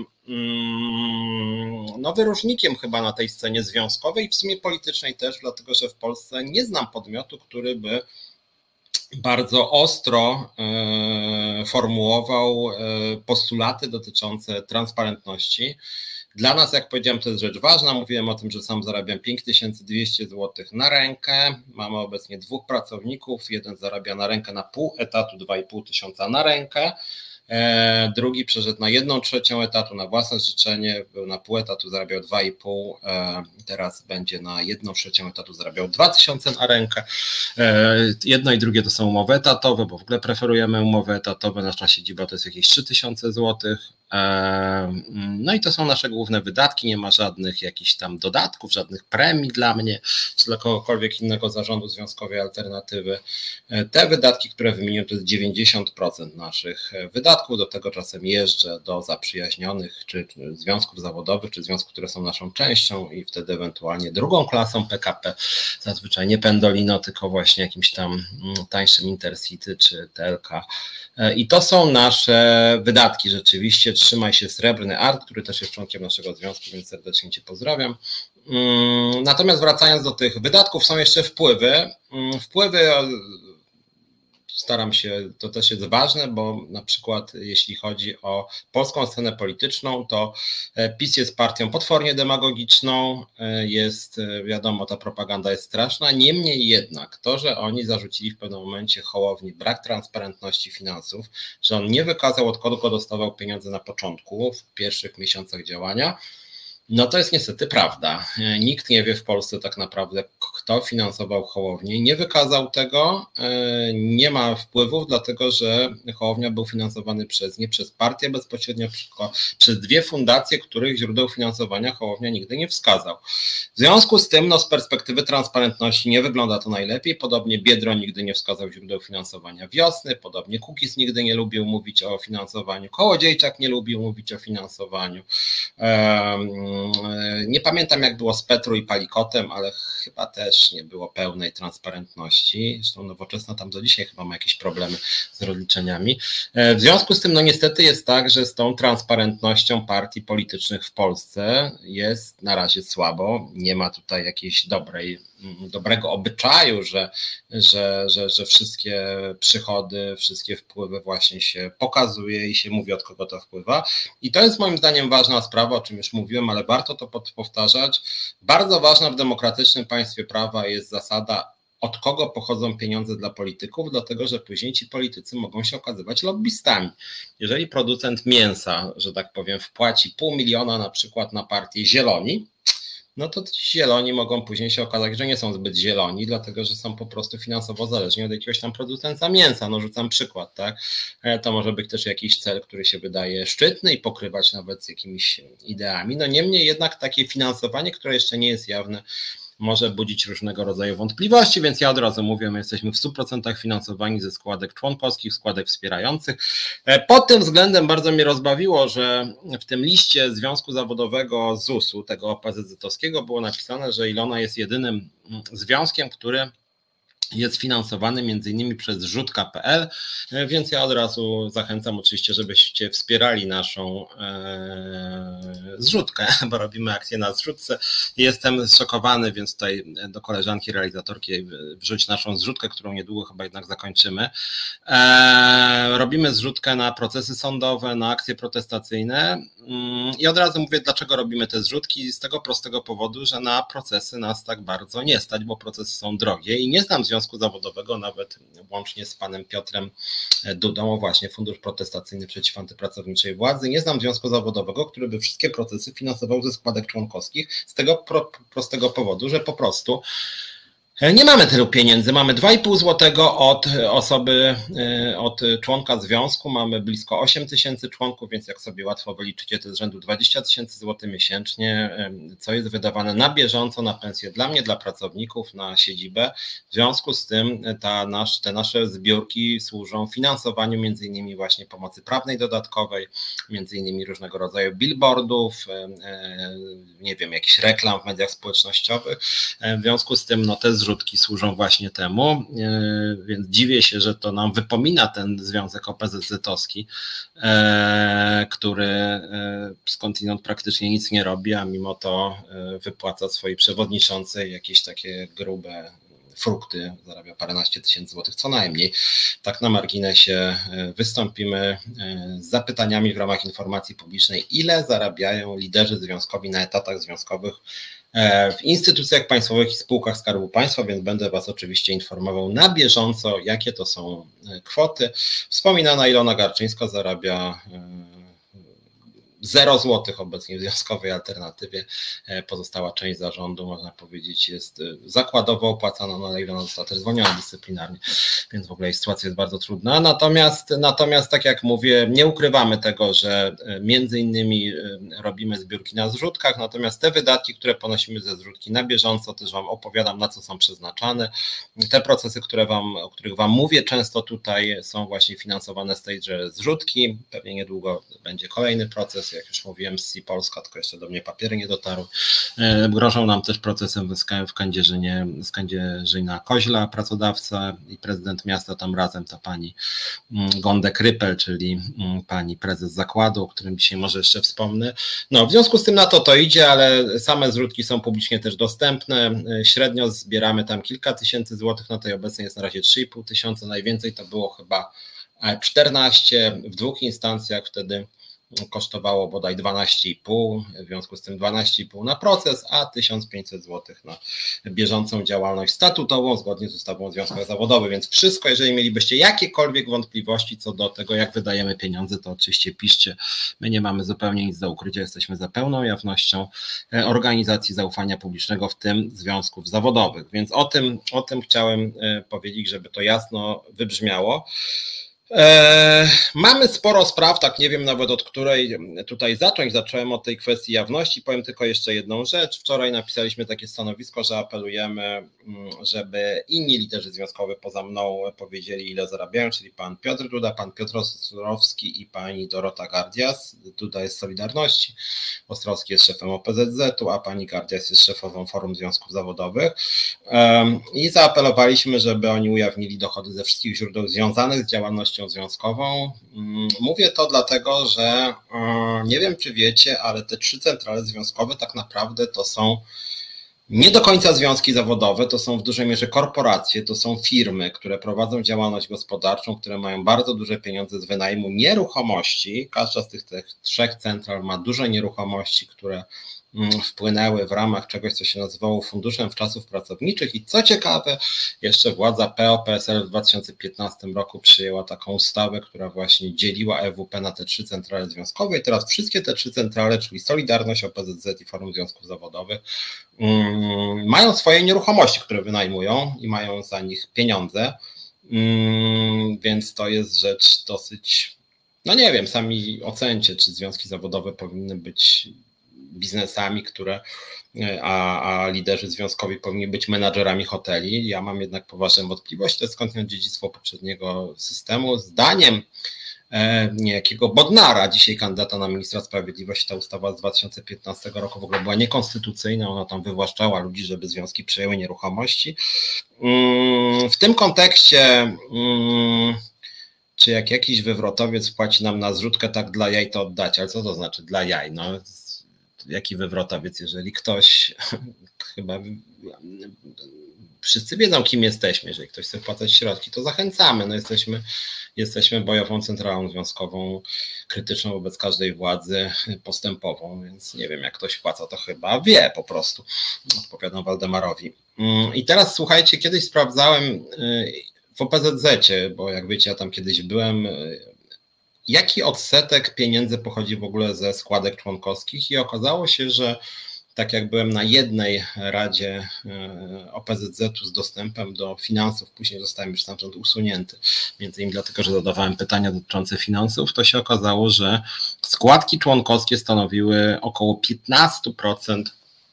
no, wyróżnikiem chyba na tej scenie związkowej i w sumie politycznej też, dlatego że w Polsce nie znam podmiotu, który by bardzo ostro formułował postulaty dotyczące transparentności. Dla nas, jak powiedziałem, to jest rzecz ważna. Mówiłem o tym, że sam zarabiam pięć tysięcy dwieście złotych na rękę. Mamy obecnie dwóch pracowników. Jeden zarabia na rękę na pół etatu, dwa i pół tysiąca na rękę. Drugi przeszedł na jedną trzecią etatu na własne życzenie, był na pół etatu, zarabiał dwa i pół, teraz będzie na jedną trzecią etatu, zarabiał dwa tysiące na rękę. Jedno i drugie to są umowy etatowe, bo w ogóle preferujemy umowy etatowe, nasza siedziba to jest jakieś trzy tysiące złotych. No i to są nasze główne wydatki, nie ma żadnych jakichś tam dodatków, żadnych premii dla mnie, czy dla kogokolwiek innego zarządu związkowej Alternatywy. Te wydatki, które wymieniłem, to jest dziewięćdziesiąt procent naszych wydatków, do tego czasem jeżdżę do zaprzyjaźnionych, czy związków zawodowych, czy związków, które są naszą częścią i wtedy ewentualnie drugą klasą P K P, zazwyczaj nie Pendolino, tylko właśnie jakimś tam tańszym Intercity, czy T L K. I to są nasze wydatki rzeczywiście. Trzymaj się Srebrny Art, który też jest członkiem naszego związku, więc serdecznie Cię pozdrawiam. Natomiast wracając do tych wydatków, są jeszcze wpływy. Wpływy staram się, to też jest ważne, bo na przykład jeśli chodzi o polską scenę polityczną, to PiS jest partią potwornie demagogiczną, jest, wiadomo, ta propaganda jest straszna, niemniej jednak to, że oni zarzucili w pewnym momencie Hołowni brak transparentności finansów, że on nie wykazał, od kogo dostawał pieniądze na początku, w pierwszych miesiącach działania, no to jest niestety prawda. Nikt nie wie w Polsce tak naprawdę, kto finansował Hołownię. Nie wykazał tego, nie ma wpływów, dlatego że Hołownia był finansowany przez, nie przez partię bezpośrednio, tylko przez dwie fundacje, których źródeł finansowania Hołownia nigdy nie wskazał. W związku z tym, no z perspektywy transparentności nie wygląda to najlepiej. Podobnie Biedroń nigdy nie wskazał źródeł finansowania Wiosny, podobnie Kukiz nigdy nie lubił mówić o finansowaniu, Kołodziejczak nie lubił mówić o finansowaniu. Um, Nie pamiętam, jak było z Petru i Palikotem, ale chyba też nie było pełnej transparentności. Zresztą Nowoczesna tam do dzisiaj chyba ma jakieś problemy z rozliczeniami. W związku z tym, no niestety jest tak, że z tą transparentnością partii politycznych w Polsce jest na razie słabo. Nie ma tutaj jakiejś dobrej, dobrego obyczaju, że, że, że, że wszystkie przychody, wszystkie wpływy właśnie się pokazuje i się mówi, od kogo to wpływa. I to jest moim zdaniem ważna sprawa, o czym już mówiłem, ale warto to powtarzać. Bardzo ważna w demokratycznym państwie prawa jest zasada, od kogo pochodzą pieniądze dla polityków, dlatego że później ci politycy mogą się okazywać lobbystami. Jeżeli producent mięsa, że tak powiem, wpłaci pół miliona na przykład na partię Zieloni, no to ci zieloni mogą później się okazać, że nie są zbyt zieloni, dlatego że są po prostu finansowo zależni od jakiegoś tam producenta mięsa. No rzucam przykład, tak? To może być też jakiś cel, który się wydaje szczytny i pokrywać nawet z jakimiś ideami. No niemniej jednak takie finansowanie, które jeszcze nie jest jawne, może budzić różnego rodzaju wątpliwości, więc ja od razu mówię, my jesteśmy w stu procentach finansowani ze składek członkowskich, składek wspierających. Pod tym względem bardzo mnie rozbawiło, że w tym liście Związku Zawodowego Z U S-u, tego O P Z Z-owskiego, było napisane, że Ilona jest jedynym związkiem, który jest finansowany między innymi przez zrzutka kropka p l, więc ja od razu zachęcam oczywiście, żebyście wspierali naszą e, zrzutkę, bo robimy akcję na zrzutce. Jestem zszokowany, więc tutaj do koleżanki realizatorki wrzuć naszą zrzutkę, którą niedługo chyba jednak zakończymy. E, robimy zrzutkę na procesy sądowe, na akcje protestacyjne i od razu mówię, dlaczego robimy te zrzutki. Z tego prostego powodu, że na procesy nas tak bardzo nie stać, bo procesy są drogie i nie znam Związku Zawodowego, nawet łącznie z panem Piotrem Dudą, o właśnie Fundusz Protestacyjny Przeciw Antypracowniczej Władzy. Nie znam Związku Zawodowego, który by wszystkie procesy finansował ze składek członkowskich z tego pro, prostego powodu, że po prostu nie mamy tylu pieniędzy, mamy dwa i pół złotego od osoby, od członka związku, mamy blisko osiem tysięcy członków, więc jak sobie łatwo wyliczycie, to jest rzędu dwadzieścia tysięcy złotych miesięcznie, co jest wydawane na bieżąco na pensję dla mnie, dla pracowników, na siedzibę. W związku z tym ta nasz, te nasze zbiórki służą finansowaniu między innymi właśnie pomocy prawnej dodatkowej, między innymi różnego rodzaju billboardów, nie wiem, jakichś reklam w mediach społecznościowych. W związku z tym no, te zrzutki służą właśnie temu, więc dziwię się, że to nam wypomina ten związek O P Z Z-owski, który skądinąd praktycznie nic nie robi, a mimo to wypłaca swojej przewodniczącej jakieś takie grube frukty, zarabia paręnaście tysięcy złotych co najmniej. Tak na marginesie wystąpimy z zapytaniami w ramach informacji publicznej, ile zarabiają liderzy związkowi na etatach związkowych w instytucjach państwowych i spółkach Skarbu Państwa, więc będę Was oczywiście informował na bieżąco, jakie to są kwoty. Wspominana Ilona Garczyńska zarabia zero złotych obecnie w związkowej alternatywie. Pozostała część zarządu, można powiedzieć, jest zakładowo opłacana, no ale Ilona została też zwolniona dyscyplinarnie, więc w ogóle jej sytuacja jest bardzo trudna. Natomiast, natomiast tak jak mówię, nie ukrywamy tego, że między innymi robimy zbiórki na zrzutkach, natomiast te wydatki, które ponosimy ze zrzutki na bieżąco, też Wam opowiadam, na co są przeznaczane. Te procesy, które wam, o których Wam mówię często tutaj, są właśnie finansowane z tejże zrzutki. Pewnie niedługo będzie kolejny proces, jak już mówiłem, z C Polska, tylko jeszcze do mnie papiery nie dotarły. Grożą nam też procesem w Kędzierzynie, z Kędzierzyna Koźla, pracodawca i prezydent miasta, tam razem ta pani Gondek Rypel, czyli pani prezes zakładu, o którym dzisiaj może jeszcze wspomnę. No, w związku z tym na to to idzie, ale same zrzutki są publicznie też dostępne. Średnio zbieramy tam kilka tysięcy złotych, na tej obecnej jest na razie trzy i pół tysiąca, najwięcej to było chyba czternaście w dwóch instancjach, wtedy kosztowało bodaj dwanaście i pół, w związku z tym dwanaście i pół na proces, a tysiąc pięćset złotych na bieżącą działalność statutową zgodnie z ustawą o związkach zawodowych, więc wszystko, jeżeli mielibyście jakiekolwiek wątpliwości co do tego, jak wydajemy pieniądze, to oczywiście piszcie, my nie mamy zupełnie nic do ukrycia, jesteśmy za pełną jawnością organizacji zaufania publicznego, w tym związków zawodowych, więc o tym, o tym chciałem powiedzieć, żeby to jasno wybrzmiało. E, mamy sporo spraw, tak nie wiem nawet od której tutaj zacząć, zacząłem od tej kwestii jawności, powiem tylko jeszcze jedną rzecz, wczoraj napisaliśmy takie stanowisko, że apelujemy, żeby inni liderzy związkowi poza mną powiedzieli, ile zarabiają, czyli pan Piotr Duda, pan Piotr Ostrowski i pani Dorota Gardias. Duda jest z Solidarności, Ostrowski jest szefem O P Z Z-u, a pani Gardias jest szefową Forum Związków Zawodowych e, i zaapelowaliśmy, żeby oni ujawnili dochody ze wszystkich źródeł związanych z działalnością związkową. Mówię to dlatego, że nie wiem, czy wiecie, ale te trzy centrale związkowe tak naprawdę to są nie do końca związki zawodowe, to są w dużej mierze korporacje, to są firmy, które prowadzą działalność gospodarczą, które mają bardzo duże pieniądze z wynajmu nieruchomości. Każda z tych, tych trzech central ma duże nieruchomości, które wpłynęły w ramach czegoś, co się nazywało Funduszem Wczasów Pracowniczych i co ciekawe, jeszcze władza P O P S L w dwa tysiące piętnastym roku przyjęła taką ustawę, która właśnie dzieliła E W P na te trzy centrale związkowe i teraz wszystkie te trzy centrale, czyli Solidarność, O P Z Z i Forum Związków Zawodowych um, mają swoje nieruchomości, które wynajmują i mają za nich pieniądze, um, więc to jest rzecz dosyć, no nie wiem, sami ocencie, czy związki zawodowe powinny być biznesami, które, a, a liderzy związkowi powinni być menadżerami hoteli. Ja mam jednak poważne wątpliwości, to jest skądinąd dziedzictwo poprzedniego systemu. Zdaniem e, niejakiego Bodnara, dzisiaj kandydata na ministra sprawiedliwości, ta ustawa z dwa tysiące piętnastego roku w ogóle była niekonstytucyjna, ona tam wywłaszczała ludzi, żeby związki przejęły nieruchomości. Mm, w tym kontekście mm, czy jak jakiś wywrotowiec wpłaci nam na zrzutkę tak dla jaj, to oddać, ale co to znaczy dla jaj? No, jaki wywrotowiec, jeżeli ktoś, chyba wszyscy wiedzą, kim jesteśmy, jeżeli ktoś chce wpłacać środki, to zachęcamy, no jesteśmy, jesteśmy bojową centralą związkową, krytyczną wobec każdej władzy, postępową, więc nie wiem, jak ktoś wpłaca, to chyba wie po prostu, odpowiadam Waldemarowi. I teraz słuchajcie, kiedyś sprawdzałem w O P Z Z-cie, bo jak wiecie, ja tam kiedyś byłem, jaki odsetek pieniędzy pochodzi w ogóle ze składek członkowskich i okazało się, że tak jak byłem na jednej radzie O P Z Z-u z dostępem do finansów, później zostałem już stamtąd usunięty, między innymi dlatego, że zadawałem pytania dotyczące finansów, to się okazało, że składki członkowskie stanowiły około piętnaście procent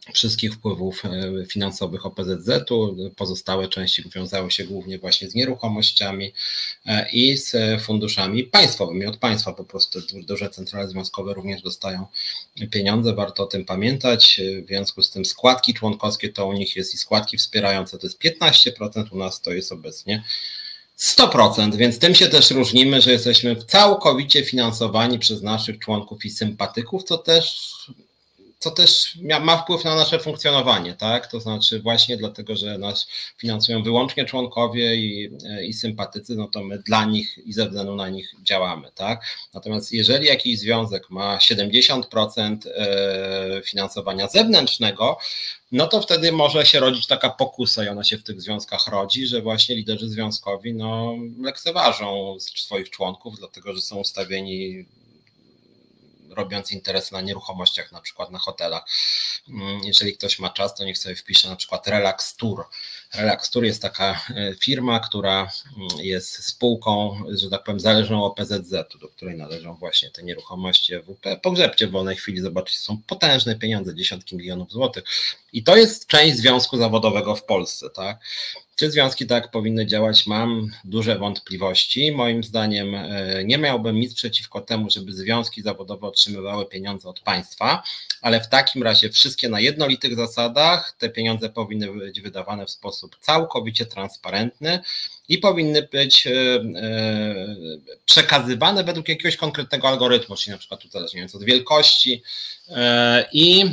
wszystkich wpływów finansowych O P Z Z-u. Pozostałe części wiązały się głównie właśnie z nieruchomościami i z funduszami państwowymi. Od państwa po prostu duże centrale związkowe również dostają pieniądze, warto o tym pamiętać. W związku z tym składki członkowskie to u nich jest i składki wspierające to jest piętnaście procent, u nas to jest obecnie sto procent, więc tym się też różnimy, że jesteśmy całkowicie finansowani przez naszych członków i sympatyków, co też co też ma wpływ na nasze funkcjonowanie, tak? To znaczy właśnie dlatego, że nas finansują wyłącznie członkowie i, i sympatycy, no to my dla nich i ze względu na nich działamy, tak? Natomiast jeżeli jakiś związek ma siedemdziesiąt procent finansowania zewnętrznego, no to wtedy może się rodzić taka pokusa i ona się w tych związkach rodzi, że właśnie liderzy związkowi no, lekceważą swoich członków, dlatego że są ustawieni robiąc interes na nieruchomościach, na przykład na hotelach. Jeżeli ktoś ma czas, to niech sobie wpisze na przykład Relax Tour. Relax Tour jest taka firma, która jest spółką, że tak powiem, zależną O P Z Z-u, do której należą właśnie te nieruchomości E W P. Pogrzebcie w wolnej chwili, zobaczcie, są potężne pieniądze, dziesiątki milionów złotych. I to jest część związku zawodowego w Polsce, tak? Czy związki tak powinny działać? Mam duże wątpliwości. Moim zdaniem nie miałbym nic przeciwko temu, żeby związki zawodowe otrzymywały pieniądze od państwa, ale w takim razie wszystkie na jednolitych zasadach, te pieniądze powinny być wydawane w sposób całkowicie transparentny i powinny być przekazywane według jakiegoś konkretnego algorytmu, czyli na przykład uzależniając od wielkości. I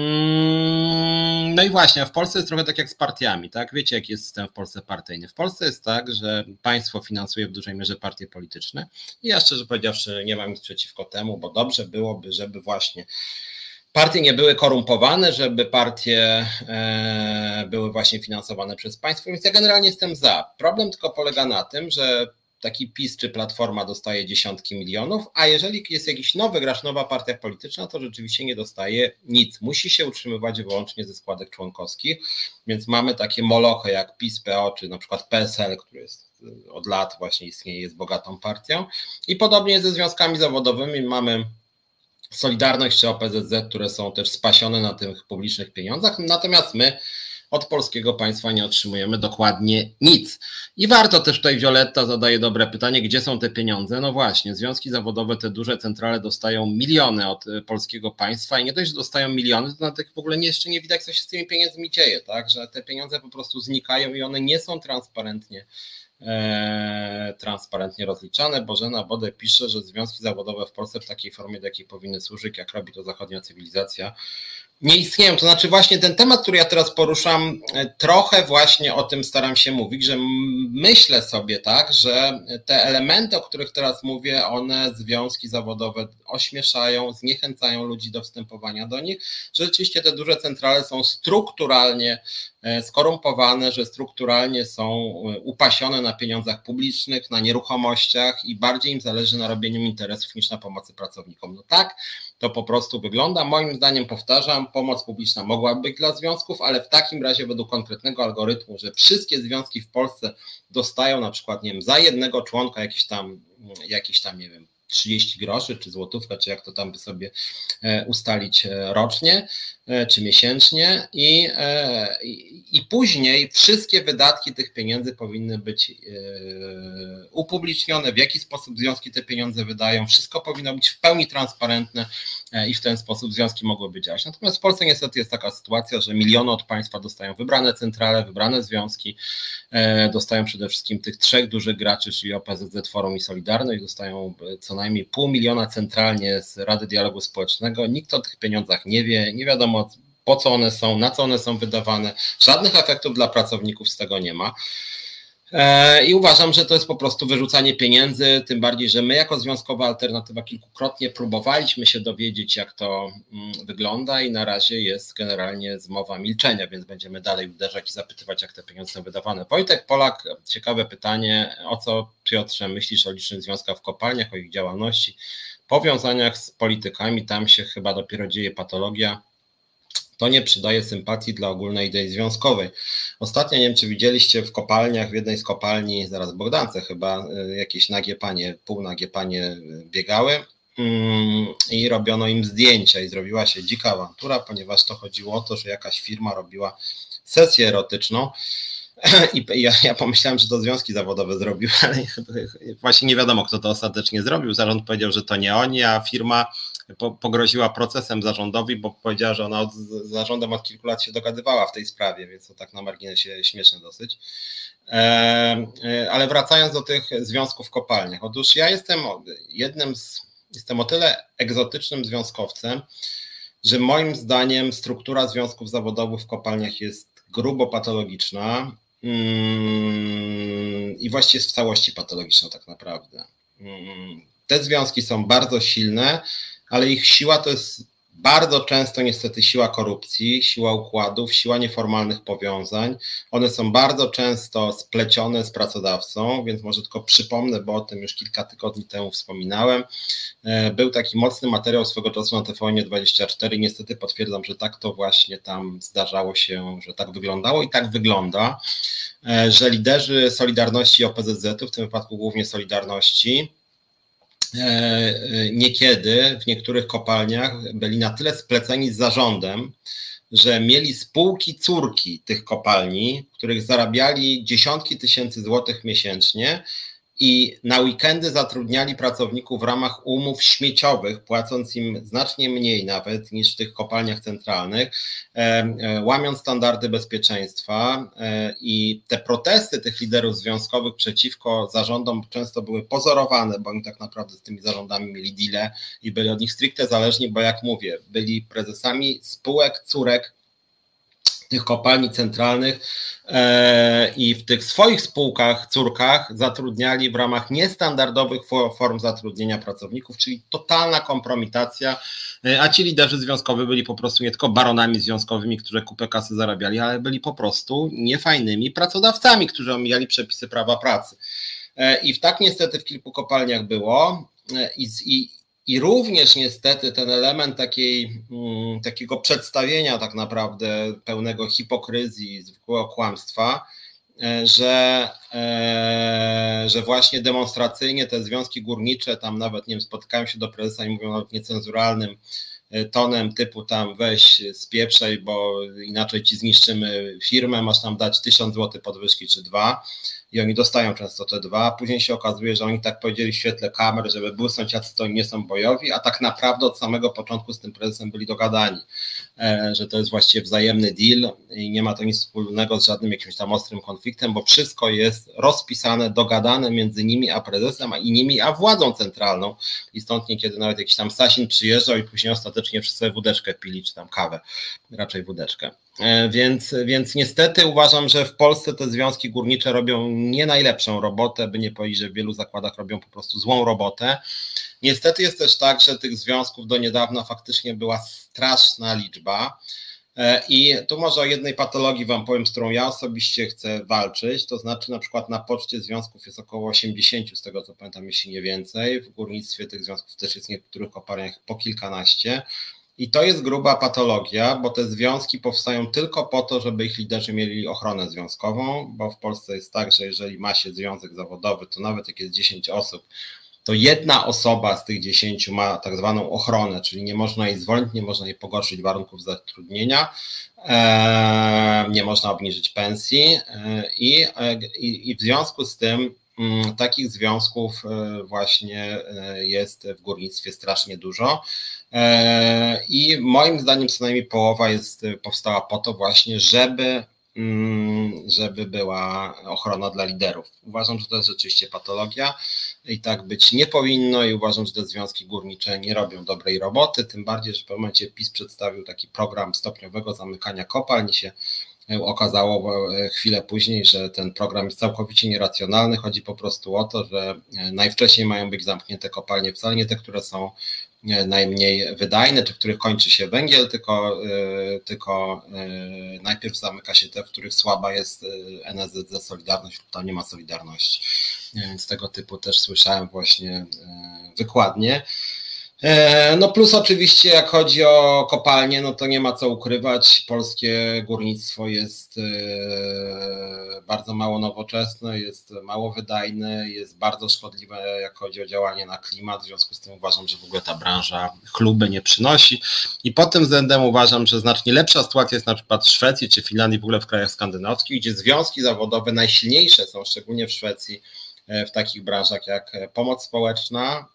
no i właśnie, w Polsce jest trochę tak jak z partiami, tak? Wiecie, jaki jest system w Polsce partyjny? W Polsce jest tak, że państwo finansuje w dużej mierze partie polityczne i ja szczerze powiedziawszy nie mam nic przeciwko temu, bo dobrze byłoby, żeby właśnie partie nie były korumpowane, żeby partie były właśnie finansowane przez państwo, więc ja generalnie jestem za. Problem tylko polega na tym, że taki PiS czy Platforma dostaje dziesiątki milionów, a jeżeli jest jakiś nowy gracz, nowa partia polityczna, to rzeczywiście nie dostaje nic. Musi się utrzymywać wyłącznie ze składek członkowskich, więc mamy takie molochy jak PiS, P O czy na przykład P S L, który jest od lat właśnie istnieje, jest bogatą partią i podobnie ze związkami zawodowymi mamy Solidarność czy O P Z Z, które są też spasione na tych publicznych pieniądzach, natomiast my od polskiego państwa nie otrzymujemy dokładnie nic. I warto też tutaj, Violetta zadaje dobre pytanie, gdzie są te pieniądze? No właśnie, związki zawodowe, te duże centrale dostają miliony od polskiego państwa i nie dość, że dostają miliony, to na tych w ogóle nie, jeszcze nie widać, co się z tymi pieniędzmi dzieje, tak? Że te pieniądze po prostu znikają i one nie są transparentnie E, transparentnie rozliczane. Bożena Bodek pisze, że związki zawodowe w Polsce w takiej formie, do jakiej powinny służyć, jak robi to zachodnia cywilizacja, nie istnieją. To znaczy właśnie ten temat, który ja teraz poruszam, trochę właśnie o tym staram się mówić, że myślę sobie tak, że te elementy, o których teraz mówię, one związki zawodowe ośmieszają, zniechęcają ludzi do wstępowania do nich, że rzeczywiście te duże centrale są strukturalnie skorumpowane, że strukturalnie są upasione na pieniądzach publicznych, na nieruchomościach i bardziej im zależy na robieniu interesów niż na pomocy pracownikom. No tak, to po prostu wygląda. Moim zdaniem, powtarzam, pomoc publiczna mogłaby być dla związków, ale w takim razie według konkretnego algorytmu, że wszystkie związki w Polsce dostają na przykład, nie wiem, za jednego członka jakiś tam, jakiś tam, nie wiem, trzydzieści groszy, czy złotówka, czy jak to tam by sobie ustalić rocznie, czy miesięcznie i, i, i później wszystkie wydatki tych pieniędzy powinny być upublicznione, w jaki sposób związki te pieniądze wydają, wszystko powinno być w pełni transparentne i w ten sposób związki mogłyby działać. Natomiast w Polsce niestety jest taka sytuacja, że miliony od państwa dostają wybrane centrale, wybrane związki, dostają przede wszystkim tych trzech dużych graczy, czyli O P Z Z, Forum i Solidarność, dostają co najmniej pół miliona centralnie z Rady Dialogu Społecznego. Nikt o tych pieniądzach nie wie, nie wiadomo po co one są, na co one są wydawane. Żadnych efektów dla pracowników z tego nie ma. I uważam, że to jest po prostu wyrzucanie pieniędzy, tym bardziej, że my jako Związkowa Alternatywa kilkukrotnie próbowaliśmy się dowiedzieć, jak to wygląda i na razie jest generalnie zmowa milczenia, więc będziemy dalej uderzać i zapytywać, jak te pieniądze są wydawane. Wojtek Polak, ciekawe pytanie, o co, Piotrze, myślisz o licznych związkach w kopalniach, o ich działalności, powiązaniach z politykami, tam się chyba dopiero dzieje patologia. To nie przydaje sympatii dla ogólnej idei związkowej. Ostatnio, nie wiem, czy widzieliście w kopalniach, w jednej z kopalni, zaraz w Bogdance chyba, jakieś nagie panie, półnagie panie biegały i robiono im zdjęcia i zrobiła się dzika awantura, ponieważ to chodziło o to, że jakaś firma robiła sesję erotyczną i ja, ja pomyślałem, że to związki zawodowe zrobiły, ale właśnie nie wiadomo, kto to ostatecznie zrobił. Zarząd powiedział, że to nie oni, a firma pogroziła procesem zarządowi, bo powiedziała, że ona od, z zarządem od kilku lat się dogadywała w tej sprawie, więc to tak na marginesie śmieszne dosyć. Ale wracając do tych związków w kopalniach. Otóż ja jestem jednym z, jestem o tyle egzotycznym związkowcem, że moim zdaniem struktura związków zawodowych w kopalniach jest grubo patologiczna i właściwie jest w całości patologiczna tak naprawdę. Te związki są bardzo silne, ale ich siła to jest bardzo często niestety siła korupcji, siła układów, siła nieformalnych powiązań. One są bardzo często splecione z pracodawcą, więc może tylko przypomnę, bo o tym już kilka tygodni temu wspominałem. Był taki mocny materiał swego czasu na T V N dwadzieścia cztery. Niestety potwierdzam, że tak to właśnie tam zdarzało się, że tak wyglądało i tak wygląda, że liderzy Solidarności i O P Z Z-u, w tym wypadku głównie Solidarności, niekiedy w niektórych kopalniach byli na tyle spleceni z zarządem, że mieli spółki córki tych kopalni, w których zarabiali dziesiątki tysięcy złotych miesięcznie i na weekendy zatrudniali pracowników w ramach umów śmieciowych, płacąc im znacznie mniej nawet niż w tych kopalniach centralnych, łamiąc standardy bezpieczeństwa, i te protesty tych liderów związkowych przeciwko zarządom często były pozorowane, bo oni tak naprawdę z tymi zarządami mieli deale i byli od nich stricte zależni, bo jak mówię, byli prezesami spółek córek tych kopalni centralnych i w tych swoich spółkach, córkach zatrudniali w ramach niestandardowych form zatrudnienia pracowników, czyli totalna kompromitacja, a ci liderzy związkowi byli po prostu nie tylko baronami związkowymi, którzy kupę kasy zarabiali, ale byli po prostu niefajnymi pracodawcami, którzy omijali przepisy prawa pracy. I w tak niestety w kilku kopalniach było i, i I również niestety ten element takiej, takiego przedstawienia tak naprawdę pełnego hipokryzji, zwykłego kłamstwa, że, że właśnie demonstracyjnie te związki górnicze tam nawet, nie wiem, spotykają się do prezesa i mówią nawet niecenzuralnym tonem typu tam weź spieprzej, bo inaczej ci zniszczymy firmę, masz nam dać tysiąc złotych podwyżki czy dwa. I oni dostają często te dwa, później się okazuje, że oni tak powiedzieli w świetle kamer, żeby były sąsiadcy, to oni nie są bojowi, a tak naprawdę od samego początku z tym prezesem byli dogadani, że to jest właściwie wzajemny deal i nie ma to nic wspólnego z żadnym jakimś tam ostrym konfliktem, bo wszystko jest rozpisane, dogadane między nimi a prezesem, a i nimi, a władzą centralną i stąd niekiedy nawet jakiś tam Sasin przyjeżdżał i później ostatecznie wszyscy wódeczkę pili, czy tam kawę, raczej wódeczkę. Więc, więc niestety uważam, że w Polsce te związki górnicze robią nie najlepszą robotę, by nie powiedzieć, że w wielu zakładach robią po prostu złą robotę. Niestety jest też tak, że tych związków do niedawna faktycznie była straszna liczba i tu może o jednej patologii wam powiem, z którą ja osobiście chcę walczyć, to znaczy na przykład na poczcie związków jest około osiemdziesiąt, z tego co pamiętam, jeśli nie więcej, w górnictwie tych związków też jest w niektórych kopalniach po kilkanaście. I to jest gruba patologia, bo te związki powstają tylko po to, żeby ich liderzy mieli ochronę związkową, bo w Polsce jest tak, że jeżeli ma się związek zawodowy, to nawet jak jest dziesięć osób, to jedna osoba z tych dziesięciu ma tak zwaną ochronę, czyli nie można jej zwolnić, nie można jej pogorszyć warunków zatrudnienia, nie można obniżyć pensji i, i, i w związku z tym takich związków właśnie jest w górnictwie strasznie dużo. I moim zdaniem co najmniej połowa jest, powstała po to właśnie, żeby, żeby była ochrona dla liderów. Uważam, że to jest rzeczywiście patologia i tak być nie powinno i uważam, że te związki górnicze nie robią dobrej roboty, tym bardziej, że w pewnym momencie PiS przedstawił taki program stopniowego zamykania kopalń i się okazało chwilę później, że ten program jest całkowicie nieracjonalny. Chodzi po prostu o to, że najwcześniej mają być zamknięte kopalnie, wcale nie te, które są najmniej wydajne, czy w których kończy się węgiel, tylko, tylko najpierw zamyka się te, w których słaba jest N S Z Z, Solidarność, lub tam nie ma Solidarności. Więc tego typu też słyszałem właśnie wykładnie. No plus oczywiście jak chodzi o kopalnie, no to nie ma co ukrywać, polskie górnictwo jest bardzo mało nowoczesne, jest mało wydajne, jest bardzo szkodliwe jak chodzi o działanie na klimat, w związku z tym uważam, że w ogóle ta branża chluby nie przynosi i pod tym względem uważam, że znacznie lepsza sytuacja jest na przykład w Szwecji czy Finlandii, w ogóle w krajach skandynawskich, gdzie związki zawodowe najsilniejsze są, szczególnie w Szwecji, w takich branżach jak pomoc społeczna,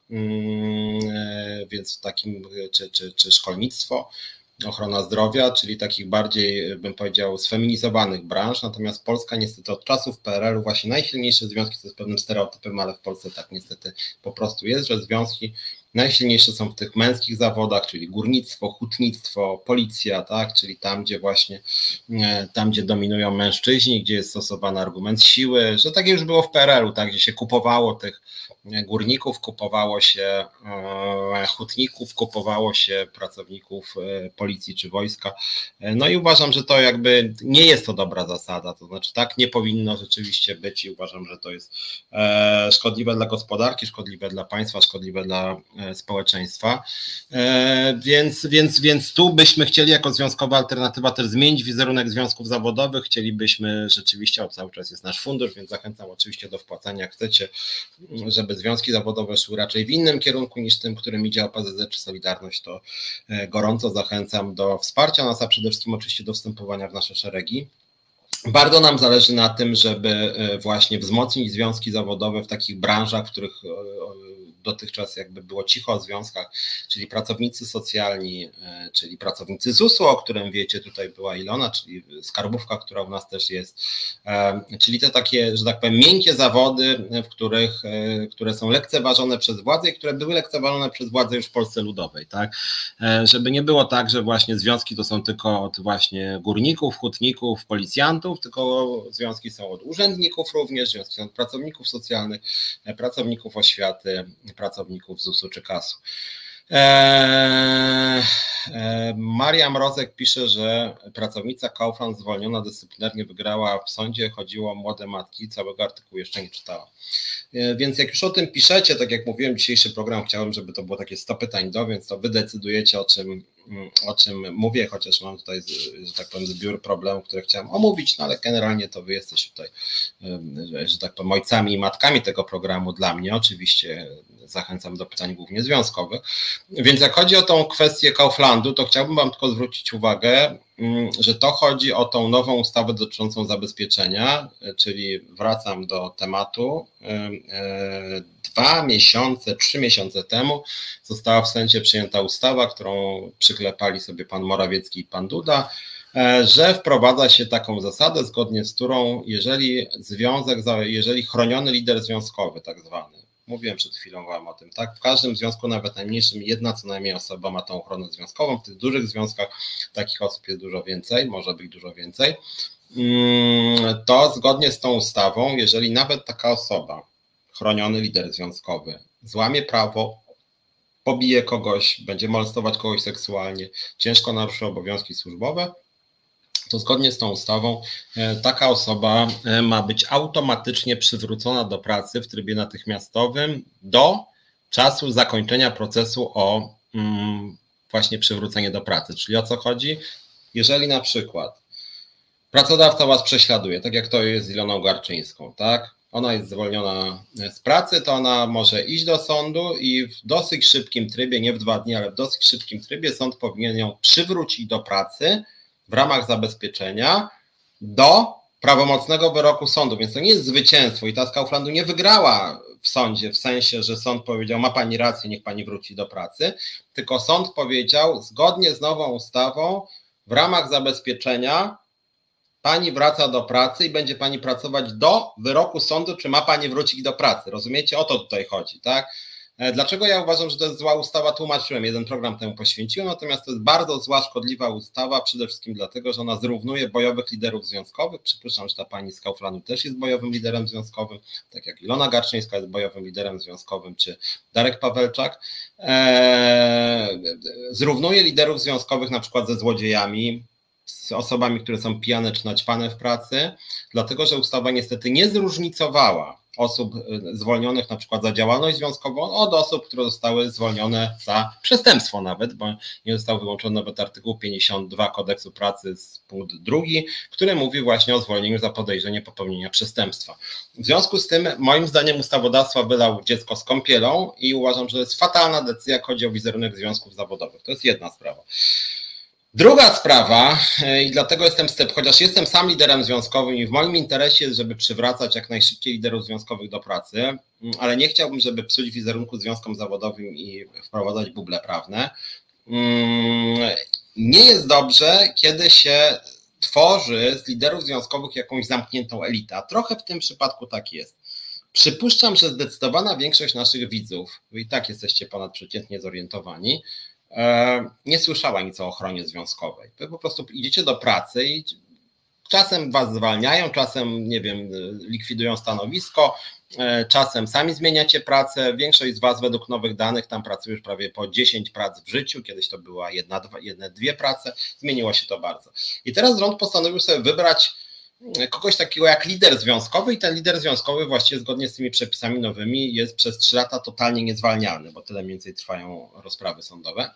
więc w takim, czy, czy, czy szkolnictwo, ochrona zdrowia, czyli takich bardziej, bym powiedział, sfeminizowanych branż, natomiast Polska niestety od czasów P R L-u właśnie najsilniejsze związki, to jest pewnym stereotypem, ale w Polsce tak niestety po prostu jest, że związki najsilniejsze są w tych męskich zawodach, czyli górnictwo, hutnictwo, policja, tak, czyli tam, gdzie właśnie, tam, gdzie dominują mężczyźni, gdzie jest stosowany argument siły, że tak już było w P R L-u, tak, gdzie się kupowało tych górników, kupowało się hutników, kupowało się pracowników policji czy wojska. No i uważam, że to jakby nie jest to dobra zasada, to znaczy tak nie powinno rzeczywiście być i uważam, że to jest szkodliwe dla gospodarki, szkodliwe dla państwa, szkodliwe dla społeczeństwa, więc, więc, więc tu byśmy chcieli jako związkowa alternatywa też zmienić wizerunek związków zawodowych, chcielibyśmy rzeczywiście, o cały czas jest nasz fundusz, więc zachęcam oczywiście do wpłacania, jak chcecie, żeby związki zawodowe szły raczej w innym kierunku niż tym, którym idzie O P Z Z czy Solidarność, to gorąco zachęcam do wsparcia nas, a przede wszystkim oczywiście do wstępowania w nasze szeregi. Bardzo nam zależy na tym, żeby właśnie wzmocnić związki zawodowe w takich branżach, w których dotychczas jakby było cicho o związkach, czyli pracownicy socjalni, czyli pracownicy Z U S u, o którym wiecie, tutaj była Ilona, czyli skarbówka, która u nas też jest, czyli te takie, że tak powiem, miękkie zawody, w których, które są lekceważone przez władzę i które były lekceważone przez władzę już w Polsce Ludowej, tak, żeby nie było tak, że właśnie związki to są tylko od właśnie górników, hutników, policjantów, tylko związki są od urzędników również, związki są od pracowników socjalnych, pracowników oświaty, pracowników Z U S u czy K A S u. Eee, e, Maria Mrozek pisze, że pracownica Kaufland zwolniona dyscyplinarnie wygrała w sądzie, chodziło o młode matki, całego artykułu jeszcze nie czytałam. E, więc jak już o tym piszecie, tak jak mówiłem, dzisiejszy program chciałem, żeby to było takie sto pytań do, więc to wy decydujecie o czym, o czym mówię, chociaż mam tutaj, że tak powiem, zbiór problemów, które chciałem omówić, no ale generalnie to wy jesteście tutaj, że tak powiem, ojcami i matkami tego programu dla mnie, oczywiście zachęcam do pytań głównie związkowych, więc jak chodzi o tą kwestię Kauflandu, to chciałbym wam tylko zwrócić uwagę, że to chodzi o tą nową ustawę dotyczącą zabezpieczenia, czyli wracam do tematu, dwa miesiące, trzy miesiące temu została w Sejmie przyjęta ustawa, którą przyklepali sobie pan Morawiecki i pan Duda, że wprowadza się taką zasadę, zgodnie z którą jeżeli związek, jeżeli chroniony lider związkowy tak zwany, mówiłem przed chwilą wam o tym, tak? W każdym związku, nawet najmniejszym, jedna co najmniej osoba ma tą ochronę związkową. W tych dużych związkach takich osób jest dużo więcej, może być dużo więcej. To zgodnie z tą ustawą, jeżeli nawet taka osoba, chroniony lider związkowy, złamie prawo, pobije kogoś, będzie molestować kogoś seksualnie, ciężko naruszy obowiązki służbowe, to zgodnie z tą ustawą taka osoba ma być automatycznie przywrócona do pracy w trybie natychmiastowym do czasu zakończenia procesu o mm, właśnie przywrócenie do pracy. Czyli o co chodzi? Jeżeli na przykład pracodawca was prześladuje, tak jak to jest z Iloną Garczyńską, tak? Ona jest zwolniona z pracy, to ona może iść do sądu i w dosyć szybkim trybie, nie w dwa dni, ale w dosyć szybkim trybie sąd powinien ją przywrócić do pracy w ramach zabezpieczenia do prawomocnego wyroku sądu, więc to nie jest zwycięstwo i ta z Kauflandu nie wygrała w sądzie, w sensie, że sąd powiedział, ma pani rację, niech pani wróci do pracy, tylko sąd powiedział, zgodnie z nową ustawą, w ramach zabezpieczenia pani wraca do pracy i będzie pani pracować do wyroku sądu, czy ma pani wrócić do pracy, rozumiecie? O to tutaj chodzi, tak? Dlaczego ja uważam, że to jest zła ustawa? Tłumaczyłem, jeden program temu poświęciłem, natomiast to jest bardzo zła, szkodliwa ustawa, przede wszystkim dlatego, że ona zrównuje bojowych liderów związkowych. Przypuszczam, że ta pani z Kauflandu też jest bojowym liderem związkowym, tak jak Ilona Garczyńska jest bojowym liderem związkowym, czy Darek Pawelczak. Eee, zrównuje liderów związkowych na przykład ze złodziejami, z osobami, które są pijane czy naćpane w pracy, dlatego że ustawa niestety nie zróżnicowała osób zwolnionych na przykład za działalność związkową od osób, które zostały zwolnione za przestępstwo nawet, bo nie został wyłączony nawet artykuł pięćdziesiąt dwa Kodeksu Pracy z punkt drugi, który mówi właśnie o zwolnieniu za podejrzenie popełnienia przestępstwa. W związku z tym moim zdaniem ustawodawstwa wylał dziecko z kąpielą i uważam, że to jest fatalna decyzja, jak chodzi o wizerunek związków zawodowych. To jest jedna sprawa. Druga sprawa, i dlatego jestem step, chociaż jestem sam liderem związkowym i w moim interesie jest, żeby przywracać jak najszybciej liderów związkowych do pracy, ale nie chciałbym, żeby psuć wizerunku związkom zawodowym i wprowadzać buble prawne. Nie jest dobrze, kiedy się tworzy z liderów związkowych jakąś zamkniętą elitę, a trochę w tym przypadku tak jest. Przypuszczam, że zdecydowana większość naszych widzów, wy i tak jesteście ponadprzeciętnie zorientowani, nie słyszała nic o ochronie związkowej. Wy po prostu idziecie do pracy i czasem was zwalniają, czasem, nie wiem, likwidują stanowisko, czasem sami zmieniacie pracę. Większość z was według nowych danych tam pracuje już prawie po dziesięć prac w życiu, kiedyś to była jedna, dwa, jedne, dwie prace, zmieniło się to bardzo. I teraz rząd postanowił sobie wybrać kogoś takiego jak lider związkowy i ten lider związkowy właściwie zgodnie z tymi przepisami nowymi jest przez trzy lata totalnie niezwalnialny, bo tyle mniej więcej trwają rozprawy sądowe.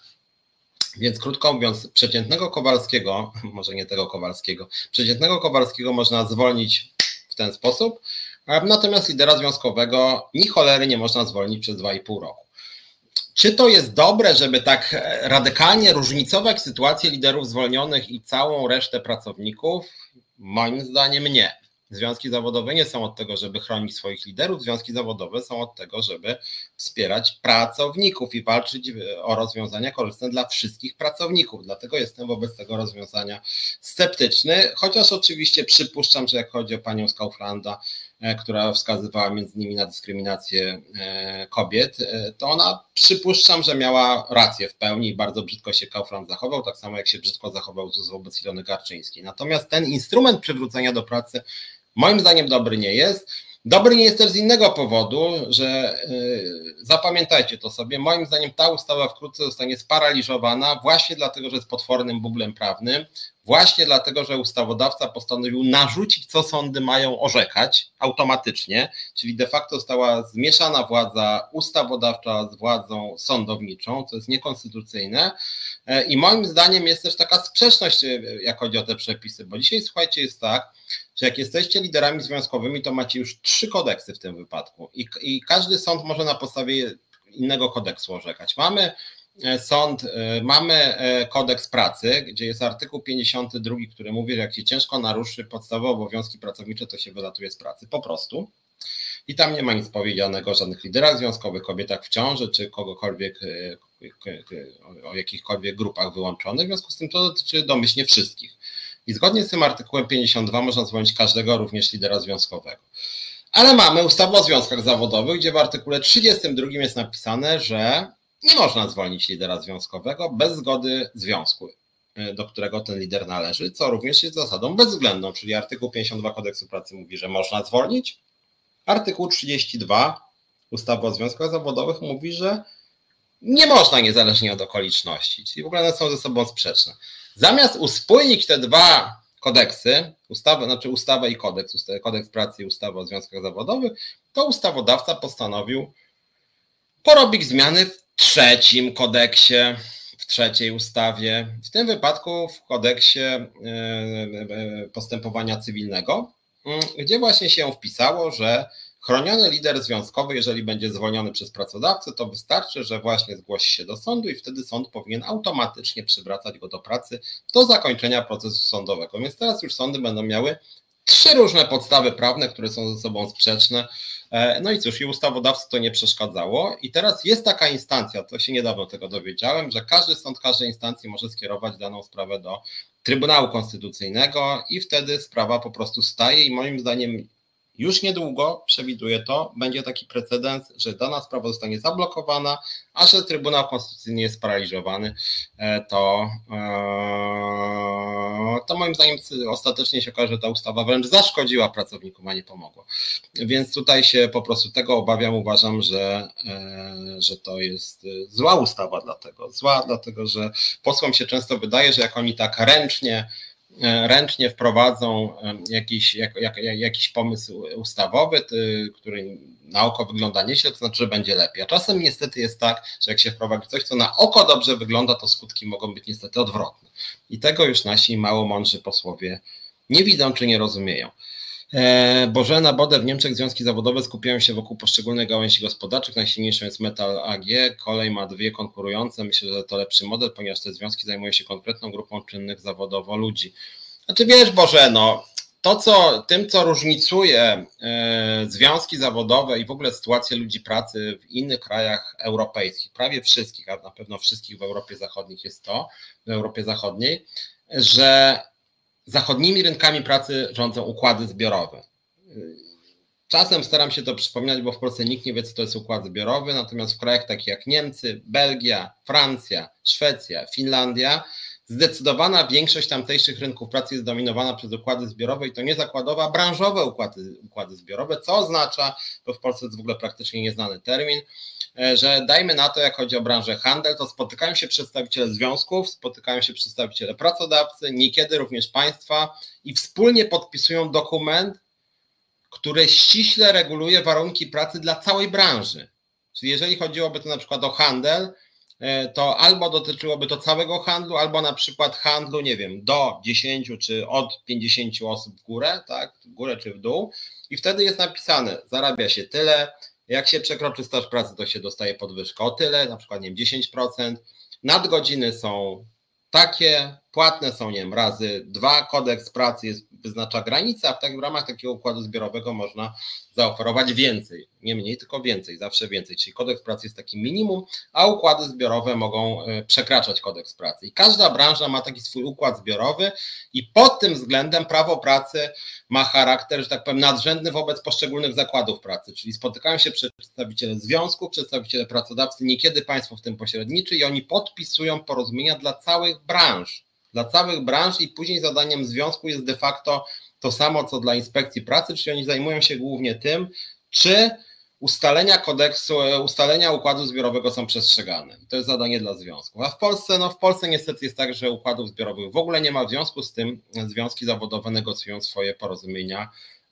Więc krótko mówiąc, przeciętnego Kowalskiego, może nie tego Kowalskiego, przeciętnego Kowalskiego można zwolnić w ten sposób, natomiast lidera związkowego ni cholery nie można zwolnić przez dwa i pół roku. Czy to jest dobre, żeby tak radykalnie różnicować sytuację liderów zwolnionych i całą resztę pracowników? Moim zdaniem nie. Związki zawodowe nie są od tego, żeby chronić swoich liderów, związki zawodowe są od tego, żeby wspierać pracowników i walczyć o rozwiązania korzystne dla wszystkich pracowników. Dlatego jestem wobec tego rozwiązania sceptyczny, chociaż oczywiście przypuszczam, że jak chodzi o panią z Kauflanda, która wskazywała między innymi na dyskryminację kobiet, to ona przypuszczam, że miała rację w pełni i bardzo brzydko się Kaufland zachował, tak samo jak się brzydko zachował wobec Ilony Garczyńskiej. Natomiast ten instrument przywrócenia do pracy moim zdaniem dobry nie jest. Dobry nie jest też z innego powodu, że yy, zapamiętajcie to sobie, moim zdaniem ta ustawa wkrótce zostanie sparaliżowana właśnie dlatego, że jest potwornym bublem prawnym, właśnie dlatego, że ustawodawca postanowił narzucić, co sądy mają orzekać automatycznie, czyli de facto została zmieszana władza ustawodawcza z władzą sądowniczą, co jest niekonstytucyjne i moim zdaniem jest też taka sprzeczność, jak chodzi o te przepisy, bo dzisiaj słuchajcie, jest tak, że jak jesteście liderami związkowymi, to macie już trzy kodeksy w tym wypadku i, i każdy sąd może na podstawie innego kodeksu orzekać. Mamy sąd, mamy kodeks pracy, gdzie jest artykuł pięćdziesiąty drugi, który mówi, że jak się ciężko naruszy podstawowe obowiązki pracownicze, to się wylatuje z pracy, po prostu. I tam nie ma nic powiedzianego o żadnych liderach związkowych, kobietach w ciąży, czy kogokolwiek, o jakichkolwiek grupach wyłączonych, w związku z tym to dotyczy domyślnie wszystkich. I zgodnie z tym artykułem pięćdziesiątym drugim można zwolnić każdego, również lidera związkowego. Ale mamy ustawę o związkach zawodowych, gdzie w artykule trzydziestym drugim jest napisane, że nie można zwolnić lidera związkowego bez zgody związku, do którego ten lider należy, co również jest zasadą bezwzględną, czyli artykuł pięćdziesiąty drugi Kodeksu Pracy mówi, że można zwolnić. Artykuł trzydziesty drugi ustawy o związkach zawodowych mówi, że nie można niezależnie od okoliczności, czyli w ogóle one są ze sobą sprzeczne. Zamiast uspójnić te dwa kodeksy, ustawę, znaczy ustawę i kodeks, kodeks pracy i ustawę o związkach zawodowych, to ustawodawca postanowił porobić zmiany w trzecim kodeksie, w trzeciej ustawie, w tym wypadku w kodeksie postępowania cywilnego, gdzie właśnie się wpisało, że chroniony lider związkowy, jeżeli będzie zwolniony przez pracodawcę, to wystarczy, że właśnie zgłosi się do sądu i wtedy sąd powinien automatycznie przywracać go do pracy do zakończenia procesu sądowego. Więc teraz już sądy będą miały trzy różne podstawy prawne, które są ze sobą sprzeczne. No i cóż, i ustawodawcy to nie przeszkadzało. I teraz jest taka instancja, to się niedawno tego dowiedziałem, że każdy sąd każdej instancji może skierować daną sprawę do Trybunału Konstytucyjnego i wtedy sprawa po prostu staje i moim zdaniem już niedługo, przewiduję to, będzie taki precedens, że dana sprawa zostanie zablokowana, a że Trybunał Konstytucyjny jest sparaliżowany, to, to moim zdaniem ostatecznie się okaże, że ta ustawa wręcz zaszkodziła pracownikom, a nie pomogła. Więc tutaj się po prostu tego obawiam, uważam, że, że to jest zła ustawa dlatego. Zła dlatego, że posłom się często wydaje, że jak oni tak ręcznie ręcznie wprowadzą jakiś, jak, jak, jakiś pomysł ustawowy, który na oko wygląda nieźle, to znaczy, że będzie lepiej. A czasem niestety jest tak, że jak się wprowadzi coś, co na oko dobrze wygląda, to skutki mogą być niestety odwrotne. I tego już nasi mało mądrzy posłowie nie widzą czy nie rozumieją. Bożena Boder, w Niemczech związki zawodowe skupiają się wokół poszczególnych gałęzi gospodarczych. Najsilniejszą jest Metal A G, kolej ma dwie konkurujące. Myślę, że to lepszy model, ponieważ te związki zajmują się konkretną grupą czynnych zawodowo ludzi. Znaczy wiesz, Bożeno, to co, tym co różnicuje e, związki zawodowe i w ogóle sytuację ludzi pracy w innych krajach europejskich, prawie wszystkich, a na pewno wszystkich w Europie Zachodniej jest to, w Europie Zachodniej, że zachodnimi rynkami pracy rządzą układy zbiorowe. Czasem staram się to przypominać, bo w Polsce nikt nie wie, co to jest układ zbiorowy, natomiast w krajach takich jak Niemcy, Belgia, Francja, Szwecja, Finlandia, zdecydowana większość tamtejszych rynków pracy jest dominowana przez układy zbiorowe i to nie zakładowe, a branżowe układy, układy zbiorowe, co oznacza, to w Polsce jest w ogóle praktycznie nieznany termin, że dajmy na to, jak chodzi o branżę handel, to spotykają się przedstawiciele związków, spotykają się przedstawiciele pracodawcy, niekiedy również państwa i wspólnie podpisują dokument, który ściśle reguluje warunki pracy dla całej branży. Czyli jeżeli chodziłoby to na przykład o handel, to albo dotyczyłoby to całego handlu, albo na przykład handlu, nie wiem, do dziesięciu czy od pięćdziesięciu osób w górę, tak, w górę czy w dół i wtedy jest napisane, zarabia się tyle, jak się przekroczy staż pracy, to się dostaje podwyżkę o tyle, na przykład nie wiem, dziesięć procent, nadgodziny są takie, płatne są, nie wiem, razy dwa, kodeks pracy jest, wyznacza granicę, a w, tak, w ramach takiego układu zbiorowego można zaoferować więcej, nie mniej, tylko więcej, zawsze więcej, czyli kodeks pracy jest takim minimum, a układy zbiorowe mogą przekraczać kodeks pracy i każda branża ma taki swój układ zbiorowy i pod tym względem prawo pracy ma charakter, że tak powiem, nadrzędny wobec poszczególnych zakładów pracy, czyli spotykają się przedstawiciele związków, przedstawiciele pracodawcy, niekiedy państwo w tym pośredniczy i oni podpisują porozumienia dla całych branż, dla całych branż i później zadaniem związku jest de facto to samo, co dla inspekcji pracy, czyli oni zajmują się głównie tym, czy ustalenia kodeksu, ustalenia układu zbiorowego są przestrzegane. To jest zadanie dla związków. A w Polsce, no w Polsce niestety jest tak, że układów zbiorowych w ogóle nie ma, w związku z tym związki zawodowe negocjują swoje porozumienia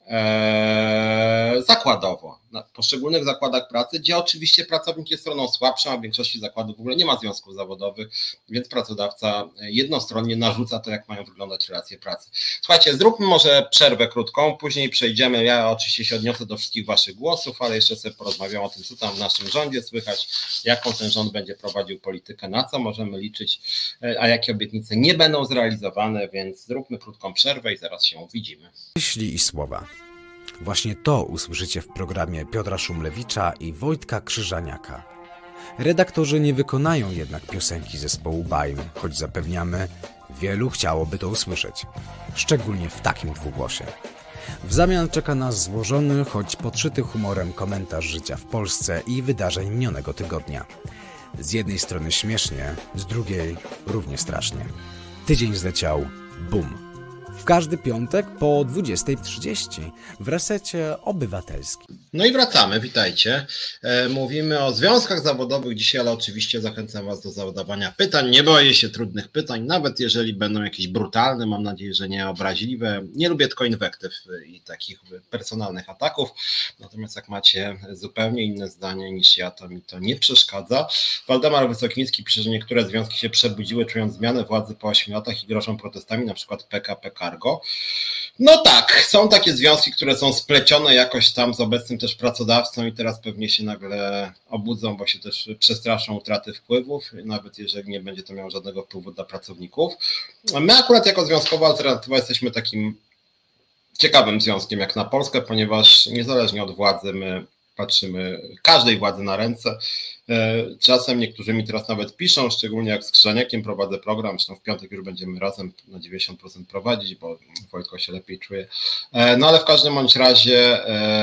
Eee, zakładowo, na poszczególnych zakładach pracy, gdzie oczywiście pracownik jest stroną słabszą, a w większości zakładów w ogóle nie ma związków zawodowych, więc pracodawca jednostronnie narzuca to, jak mają wyglądać relacje pracy. Słuchajcie, zróbmy może przerwę krótką, później przejdziemy, ja oczywiście się odniosę do wszystkich waszych głosów, ale jeszcze sobie porozmawiam o tym, co tam w naszym rządzie słychać, jaką ten rząd będzie prowadził politykę, na co możemy liczyć, a jakie obietnice nie będą zrealizowane, więc zróbmy krótką przerwę i zaraz się widzimy. Myśli i słowa. Właśnie to usłyszycie w programie Piotra Szumlewicza i Wojtka Krzyżaniaka. Redaktorzy nie wykonają jednak piosenki zespołu Baim, choć zapewniamy, wielu chciałoby to usłyszeć. Szczególnie w takim dwugłosie. W zamian czeka nas złożony, choć podszyty humorem komentarz życia w Polsce i wydarzeń minionego tygodnia. Z jednej strony śmiesznie, z drugiej równie strasznie. Tydzień zleciał, bum. W każdy piątek po dwudziestej trzydzieści w Resecie Obywatelskim. No i wracamy, witajcie. Mówimy o związkach zawodowych dzisiaj, ale oczywiście zachęcam was do zadawania pytań. Nie boję się trudnych pytań, nawet jeżeli będą jakieś brutalne, mam nadzieję, że nie obraźliwe. Nie lubię tylko inwektyw i takich personalnych ataków, natomiast jak macie zupełnie inne zdanie niż ja, to mi to nie przeszkadza. Waldemar Wysokiński pisze, że niektóre związki się przebudziły, czując zmianę władzy po ośmiu latach i grożą protestami, na przykład P K P Cargo. No tak, są takie związki, które są splecione jakoś tam z obecnym też pracodawcą i teraz pewnie się nagle obudzą, bo się też przestraszą utraty wpływów, nawet jeżeli nie będzie to miało żadnego wpływu dla pracowników. My akurat jako związkowa alternatywa jesteśmy takim ciekawym związkiem jak na Polskę, ponieważ niezależnie od władzy my patrzymy każdej władzy na ręce. Czasem niektórzy mi teraz nawet piszą, szczególnie jak z Krzyżaniakiem prowadzę program, zresztą w piątek już będziemy razem na dziewięćdziesiąt procent prowadzić, bo Wojtko się lepiej czuje. No ale w każdym bądź razie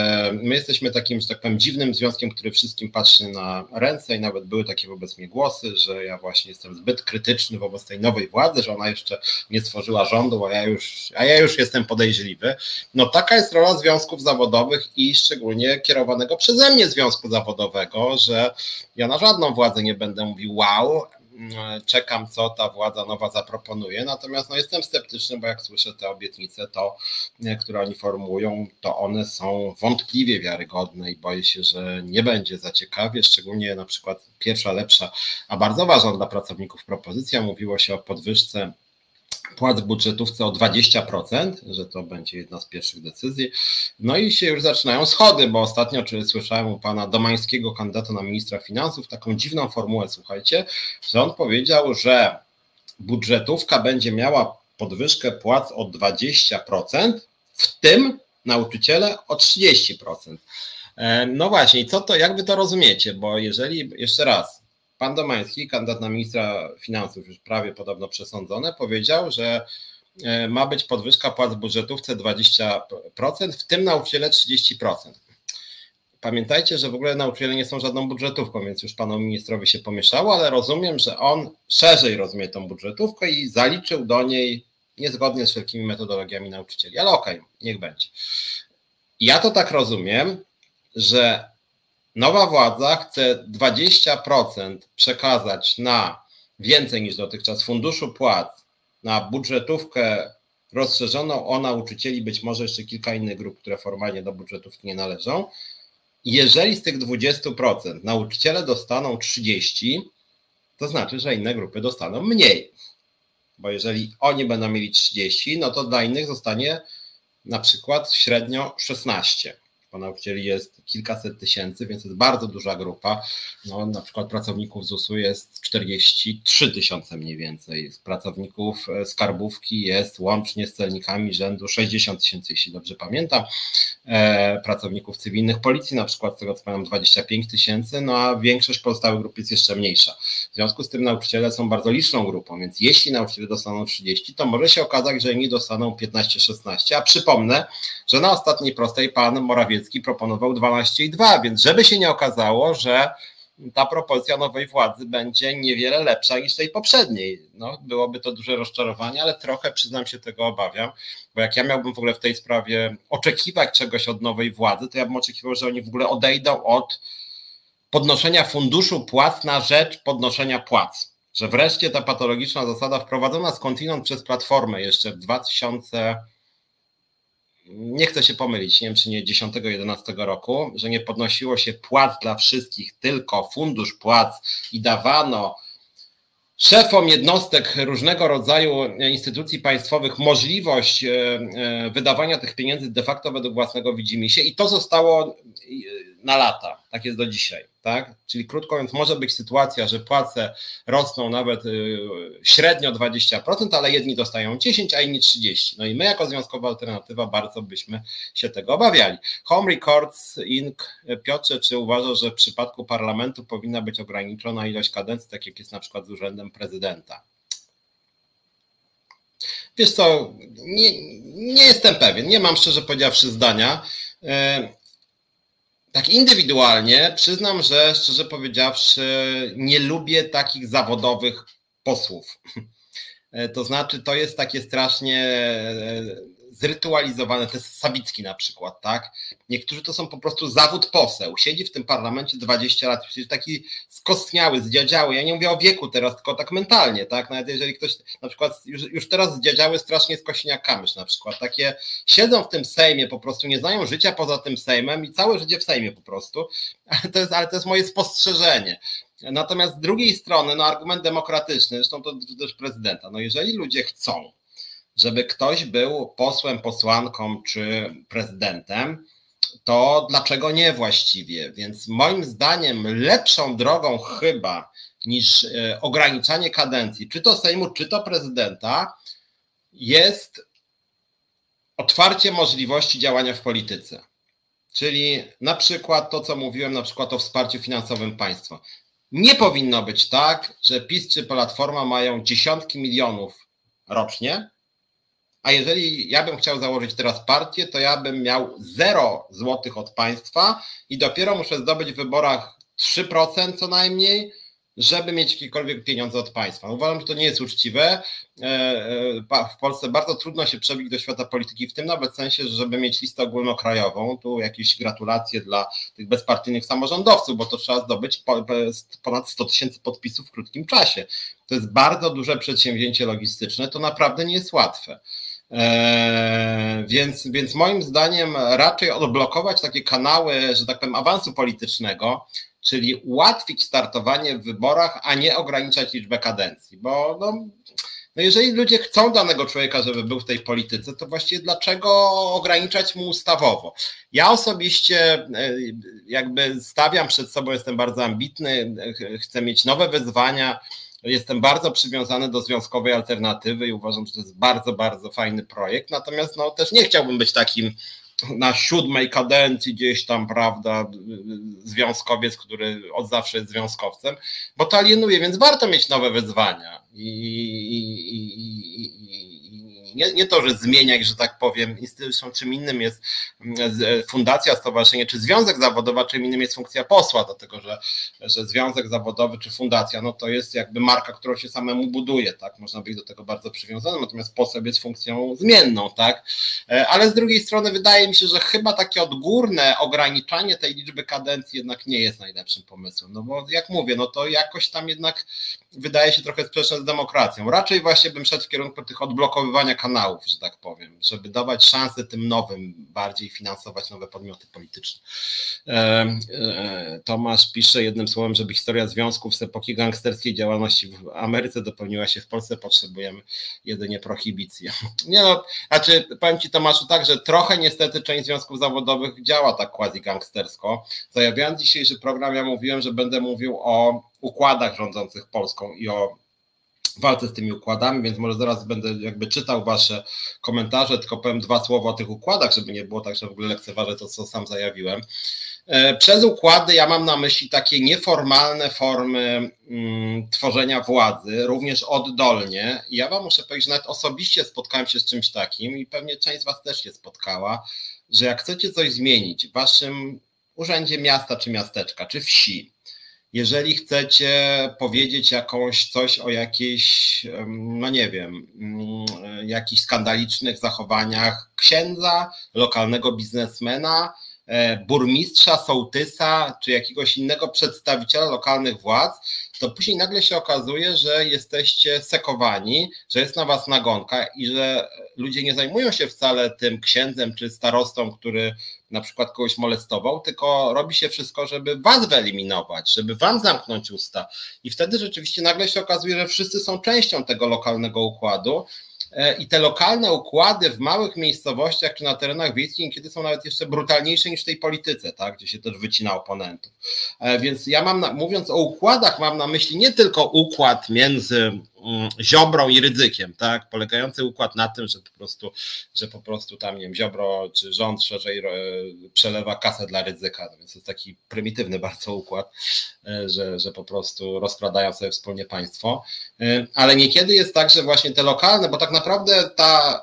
my jesteśmy takim, że tak powiem, dziwnym związkiem, który wszystkim patrzy na ręce i nawet były takie wobec mnie głosy, że ja właśnie jestem zbyt krytyczny wobec tej nowej władzy, że ona jeszcze nie stworzyła rządu, a ja już, a ja już jestem podejrzliwy. No taka jest rola związków zawodowych i szczególnie kierowanego przeze mnie związku zawodowego, że ja na żadną władzę nie będę mówił wow, czekam, co ta władza nowa zaproponuje, natomiast no, jestem sceptyczny, bo jak słyszę te obietnice, to, które oni formułują, to one są wątpliwie wiarygodne i boję się, że nie będzie za ciekawie, szczególnie na przykład pierwsza, lepsza, a bardzo ważna dla pracowników propozycja, mówiło się o podwyżce płac w budżetówce o dwadzieścia procent, że to będzie jedna z pierwszych decyzji. No i się już zaczynają schody, bo ostatnio czy słyszałem u pana Domańskiego, kandydata na ministra finansów, taką dziwną formułę, słuchajcie, że on powiedział, że budżetówka będzie miała podwyżkę płac o dwadzieścia procent, w tym nauczyciele o trzydzieści procent. No właśnie, co to, jak wy to rozumiecie? Bo jeżeli, jeszcze raz, pan Domański, kandydat na ministra finansów, już prawie podobno przesądzone, powiedział, że ma być podwyżka płac w budżetówce dwadzieścia procent, w tym nauczyciele trzydzieści procent. Pamiętajcie, że w ogóle nauczyciele nie są żadną budżetówką, więc już panu ministrowi się pomieszało, ale rozumiem, że on szerzej rozumie tą budżetówkę i zaliczył do niej niezgodnie z wszelkimi metodologiami nauczycieli. Ale okej, okay, niech będzie. Ja to tak rozumiem, że nowa władza chce dwadzieścia procent przekazać na więcej niż dotychczas funduszu płac, na budżetówkę rozszerzoną o nauczycieli, być może jeszcze kilka innych grup, które formalnie do budżetówki nie należą. Jeżeli z tych dwudziestu procent nauczyciele dostaną trzydzieści procent, to znaczy, że inne grupy dostaną mniej. Bo jeżeli oni będą mieli trzydzieści procent, no to dla innych zostanie na przykład średnio szesnaście procent. Bo nauczycieli jest kilkaset tysięcy, więc jest bardzo duża grupa. No, na przykład pracowników Z U S-u jest czterdzieści trzy tysiące mniej więcej. Z pracowników skarbówki jest łącznie z celnikami rzędu sześćdziesiąt tysięcy, jeśli dobrze pamiętam. E, pracowników cywilnych policji na przykład, z tego co pamiętam, dwadzieścia pięć tysięcy, no a większość pozostałych grup jest jeszcze mniejsza. W związku z tym nauczyciele są bardzo liczną grupą, więc jeśli nauczyciele dostaną trzydzieści, to może się okazać, że inni dostaną piętnaście szesnaście, a przypomnę, że na ostatniej prostej pan Morawiecki proponował dwanaście i dwa, więc żeby się nie okazało, że ta propozycja nowej władzy będzie niewiele lepsza niż tej poprzedniej. No, byłoby to duże rozczarowanie, ale trochę, przyznam się, tego obawiam, bo jak ja miałbym w ogóle w tej sprawie oczekiwać czegoś od nowej władzy, to ja bym oczekiwał, że oni w ogóle odejdą od podnoszenia funduszu płac na rzecz podnoszenia płac. Że wreszcie ta patologiczna zasada wprowadzona skądinąd przez Platformę jeszcze w dwa tysiące, nie chcę się pomylić, nie wiem czy nie dziesiątego jedenastego roku, że nie podnosiło się płac dla wszystkich, tylko fundusz płac i dawano szefom jednostek różnego rodzaju instytucji państwowych możliwość wydawania tych pieniędzy de facto według własnego widzimisię i to zostało na lata, tak jest do dzisiaj, tak? Czyli krótko mówiąc, może być sytuacja, że płace rosną nawet średnio dwadzieścia procent, ale jedni dostają dziesięć, a inni trzydzieści. No i my jako Związkowa Alternatywa bardzo byśmy się tego obawiali. Home Records Incorporated. Piotrze, czy uważasz, że w przypadku parlamentu powinna być ograniczona ilość kadencji, tak jak jest na przykład z urzędem prezydenta? Wiesz co, nie, nie jestem pewien, nie mam szczerze powiedziawszy zdania. Tak indywidualnie przyznam, że szczerze powiedziawszy nie lubię takich zawodowych posłów. To znaczy to jest takie strasznie zrytualizowane, to jest Sawicki na przykład, tak? Niektórzy to są po prostu zawód poseł, siedzi w tym parlamencie dwadzieścia lat, taki skostniały, zdziadziały, ja nie mówię o wieku teraz, tylko tak mentalnie, tak? Nawet jeżeli ktoś na przykład już, już teraz zdziadziały strasznie z Kosiniak-Kamysz na przykład, takie siedzą w tym Sejmie, po prostu nie znają życia poza tym Sejmem i całe życie w Sejmie po prostu, ale to jest, ale to jest moje spostrzeżenie. Natomiast z drugiej strony, no argument demokratyczny, zresztą to też prezydenta, no jeżeli ludzie chcą, żeby ktoś był posłem, posłanką czy prezydentem, to dlaczego nie właściwie? Więc moim zdaniem lepszą drogą chyba niż ograniczanie kadencji, czy to Sejmu, czy to prezydenta, jest otwarcie możliwości działania w polityce. Czyli na przykład to, co mówiłem, na przykład o wsparciu finansowym państwa. Nie powinno być tak, że PiS czy Platforma mają dziesiątki milionów rocznie, a jeżeli ja bym chciał założyć teraz partię, to ja bym miał zero złotych od państwa i dopiero muszę zdobyć w wyborach trzy procent co najmniej, żeby mieć jakiekolwiek pieniądze od państwa. Uważam, że to nie jest uczciwe. W Polsce bardzo trudno się przebić do świata polityki, w tym nawet sensie, żeby mieć listę ogólnokrajową. Tu jakieś gratulacje dla tych bezpartyjnych samorządowców, bo to trzeba zdobyć ponad sto tysięcy podpisów w krótkim czasie. To jest bardzo duże przedsięwzięcie logistyczne, to naprawdę nie jest łatwe. Eee, więc, więc moim zdaniem raczej odblokować takie kanały, że tak powiem, awansu politycznego, czyli ułatwić startowanie w wyborach, a nie ograniczać liczbę kadencji, bo no, no jeżeli ludzie chcą danego człowieka, żeby był w tej polityce, to właściwie dlaczego ograniczać mu ustawowo? Ja osobiście jakby stawiam przed sobą, jestem bardzo ambitny, chcę mieć nowe wyzwania. Jestem bardzo przywiązany do związkowej alternatywy i uważam, że to jest bardzo, bardzo fajny projekt, natomiast no, też nie chciałbym być takim na siódmej kadencji gdzieś tam, prawda, związkowiec, który od zawsze jest związkowcem, bo to alienuje, więc warto mieć nowe wyzwania i, i, i, i Nie, nie to, że zmieniać, że tak powiem, instytucją, czym innym jest fundacja, stowarzyszenie, czy związek zawodowy, czym innym jest funkcja posła, dlatego że, że związek zawodowy czy fundacja, no to jest jakby marka, którą się samemu buduje, tak, można być do tego bardzo przywiązany, natomiast poseł jest funkcją zmienną, tak, ale z drugiej strony wydaje mi się, że chyba takie odgórne ograniczanie tej liczby kadencji jednak nie jest najlepszym pomysłem, no bo jak mówię, no to jakoś tam jednak wydaje się trochę sprzeczne z demokracją, raczej właśnie bym szedł w kierunku tych odblokowywania kanałów, że tak powiem, żeby dawać szansę tym nowym, bardziej finansować nowe podmioty polityczne. Tomasz pisze jednym słowem, żeby historia związków z epoki gangsterskiej działalności w Ameryce dopełniła się w Polsce, potrzebujemy jedynie prohibicji. Nie no, znaczy powiem Ci, Tomaszu, tak, że trochę niestety część związków zawodowych działa tak quasi gangstersko. Zajawiając dzisiejszy program, ja mówiłem, że będę mówił o układach rządzących Polską i o walce z tymi układami, więc może zaraz będę jakby czytał wasze komentarze, tylko powiem dwa słowa o tych układach, żeby nie było tak, że w ogóle lekceważę to, co sam zajawiłem. Przez układy ja mam na myśli takie nieformalne formy mm, tworzenia władzy, również oddolnie. I ja wam muszę powiedzieć, że nawet osobiście spotkałem się z czymś takim i pewnie część z was też się spotkała, że jak chcecie coś zmienić w waszym urzędzie miasta czy miasteczka, czy wsi, jeżeli chcecie powiedzieć jakąś coś o jakiejś, no nie wiem, jakichś skandalicznych zachowaniach księdza, lokalnego biznesmena, burmistrza, sołtysa czy jakiegoś innego przedstawiciela lokalnych władz, to później nagle się okazuje, że jesteście sekowani, że jest na was nagonka i że ludzie nie zajmują się wcale tym księdzem czy starostą, który na przykład kogoś molestował, tylko robi się wszystko, żeby was wyeliminować, żeby wam zamknąć usta. I wtedy rzeczywiście nagle się okazuje, że wszyscy są częścią tego lokalnego układu. I te lokalne układy w małych miejscowościach czy na terenach wiejskich niekiedy są nawet jeszcze brutalniejsze niż w tej polityce, tak, gdzie się też wycina oponentów. Więc ja mam, na, mówiąc o układach, mam na myśli nie tylko układ między Ziobrą i Rydzykiem, tak, polegający układ na tym, że po prostu, że po prostu tam, nie wiem, Ziobro czy rząd szerzej przelewa kasę dla Rydzyka, więc to jest taki prymitywny bardzo układ, że, że po prostu rozkradają sobie wspólnie państwo, ale niekiedy jest tak, że właśnie te lokalne, bo tak naprawdę ta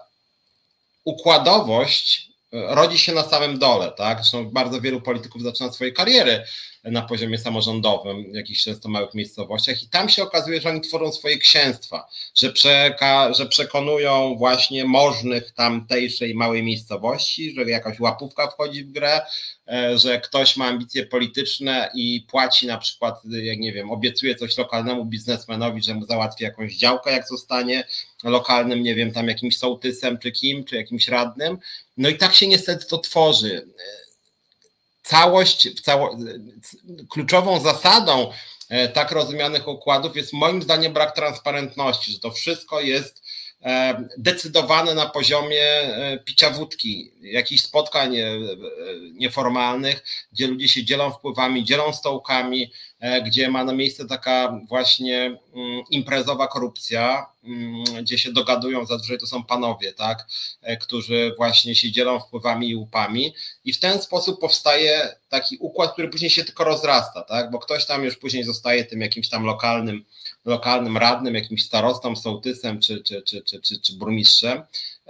układowość rodzi się na samym dole, tak, zresztą bardzo wielu polityków zaczyna swoje kariery na poziomie samorządowym w jakichś często małych miejscowościach i tam się okazuje, że oni tworzą swoje księstwa, że, przeka- że przekonują właśnie możnych tamtejszej małej miejscowości, że jakaś łapówka wchodzi w grę, że ktoś ma ambicje polityczne i płaci na przykład, jak nie wiem, obiecuje coś lokalnemu biznesmenowi, że mu załatwi jakąś działkę, jak zostanie lokalnym, nie wiem, tam jakimś sołtysem czy kim, czy jakimś radnym. No i tak się niestety to tworzy. Całość, cało, kluczową zasadą tak rozumianych układów jest moim zdaniem brak transparentności, że to wszystko jest decydowane na poziomie picia wódki, jakichś spotkań nieformalnych, gdzie ludzie się dzielą wpływami, dzielą stołkami, gdzie ma na miejsce taka właśnie imprezowa korupcja, gdzie się dogadują, zazwyczaj to są panowie, tak, którzy właśnie się dzielą wpływami i łupami i w ten sposób powstaje taki układ, który później się tylko rozrasta, tak, bo ktoś tam już później zostaje tym jakimś tam lokalnym lokalnym radnym, jakimś starostą, sołtysem czy, czy, czy, czy, czy, czy burmistrzem, e,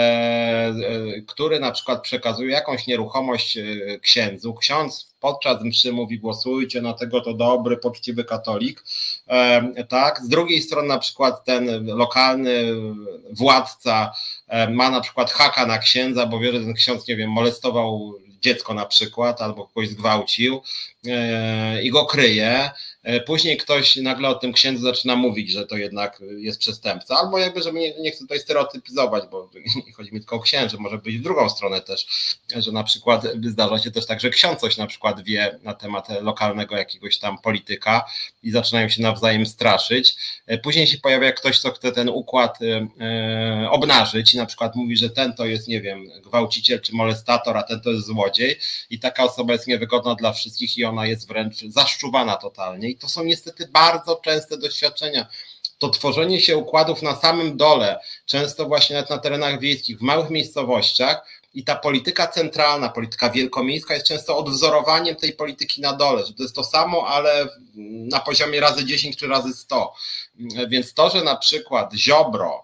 e, który na przykład przekazuje jakąś nieruchomość księdzu. Ksiądz podczas mszy mówi: głosujcie na tego, to dobry, poczciwy katolik. E, tak. Z drugiej strony na przykład ten lokalny władca e, ma na przykład haka na księdza, bo wie, że ten ksiądz, nie wiem, molestował dziecko na przykład, albo kogoś zgwałcił e, i go kryje. Później ktoś nagle o tym księdzu zaczyna mówić, że to jednak jest przestępca, albo jakby, żeby nie, nie chcę tutaj stereotypizować, bo nie chodzi mi tylko o księży, może być w drugą stronę też, że na przykład zdarza się też tak, że ksiądz coś na przykład wie na temat lokalnego jakiegoś tam polityka i zaczynają się nawzajem straszyć. Później się pojawia ktoś, kto chce ten układ e, obnażyć i na przykład mówi, że ten to jest, nie wiem, gwałciciel czy molestator, a ten to jest złodziej i taka osoba jest niewygodna dla wszystkich i ona jest wręcz zaszczuwana totalnie. I to są niestety bardzo częste doświadczenia. To tworzenie się układów na samym dole, często właśnie nawet na terenach wiejskich, w małych miejscowościach, i ta polityka centralna, polityka wielkomiejska jest często odwzorowaniem tej polityki na dole, że to jest to samo, ale na poziomie razy dziesięć czy razy sto. Więc to, że na przykład Ziobro,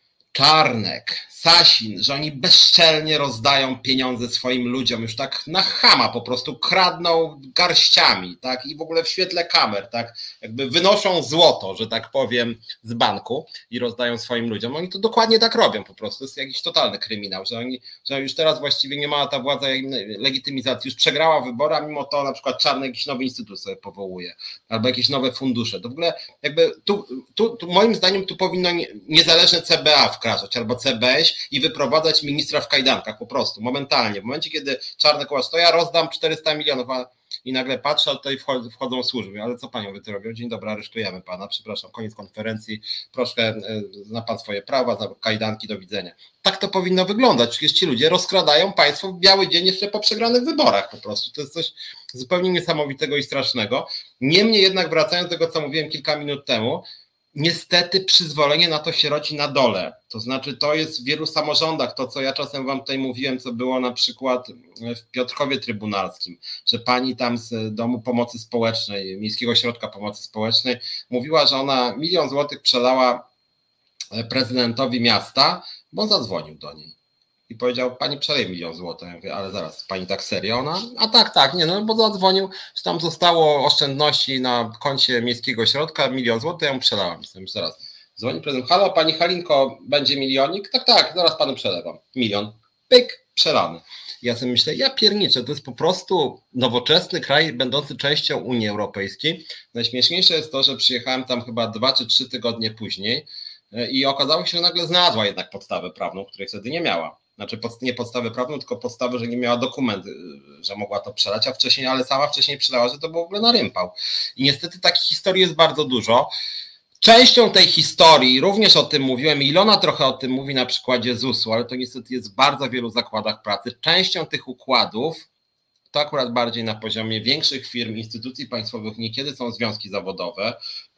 Czarnek, Sasin, że oni bezczelnie rozdają pieniądze swoim ludziom, już tak na chama po prostu kradną garściami, tak, i w ogóle w świetle kamer, tak, jakby wynoszą złoto, że tak powiem, z banku i rozdają swoim ludziom. Oni to dokładnie tak robią po prostu, to jest jakiś totalny kryminał, że oni, że już teraz właściwie nie ma ta władza legitymizacji, już przegrała wybory, a mimo to na przykład Czarnek jakiś nowy instytut sobie powołuje, albo jakieś nowe fundusze. To w ogóle jakby tu, tu, tu moim zdaniem tu powinno niezależne C B A wkraczać, albo C B S i wyprowadzać ministra w kajdankach po prostu, momentalnie. W momencie, kiedy Czarnek uważa, to ja rozdam czterysta milionów, a i nagle patrzę, a tutaj wchodzą, wchodzą służby. Ale co panią wy ty robią? Dzień dobry, aresztujemy pana, przepraszam, koniec konferencji, proszę, zna pan swoje prawa, zna kajdanki, do widzenia. Tak to powinno wyglądać. Przecież ci ludzie rozkradają państwo w biały dzień jeszcze po przegranych wyborach po prostu. To jest coś zupełnie niesamowitego i strasznego. Niemniej jednak, wracając do tego, co mówiłem kilka minut temu, niestety przyzwolenie na to się rodzi na dole. To znaczy to jest w wielu samorządach, to co ja czasem wam tutaj mówiłem, co było na przykład w Piotrkowie Trybunalskim, że pani tam z Domu Pomocy Społecznej, Miejskiego Ośrodka Pomocy Społecznej mówiła, że ona milion złotych przelała prezydentowi miasta, bo zadzwonił do niej. I powiedział, pani przeleje milion złotych. Ja mówię, ale zaraz, pani tak serio? Ona, a tak, tak, nie, no bo zadzwonił, że tam zostało oszczędności na koncie Miejskiego Ośrodka, milion złotych, ja mu przelałam. Jestem zaraz, dzwoni prezydent, halo, pani Halinko, będzie milionik? Tak, tak, zaraz panu przelewam. Milion, pyk, przelany. Ja sobie myślę, ja pierniczę, to jest po prostu nowoczesny kraj będący częścią Unii Europejskiej. Najśmieszniejsze jest to, że przyjechałem tam chyba dwa czy trzy tygodnie później i okazało się, że nagle znalazła jednak podstawę prawną, której wtedy nie miała. Znaczy nie podstawę prawną, tylko podstawę, że nie miała dokument, że mogła to przelać, a wcześniej, ale sama wcześniej przelała, że to było w ogóle na rympał. I niestety takich historii jest bardzo dużo. Częścią tej historii, również o tym mówiłem, Ilona trochę o tym mówi na przykładzie zusu, ale to niestety jest w bardzo wielu zakładach pracy. Częścią tych układów, to akurat bardziej na poziomie większych firm, instytucji państwowych, niekiedy są związki zawodowe.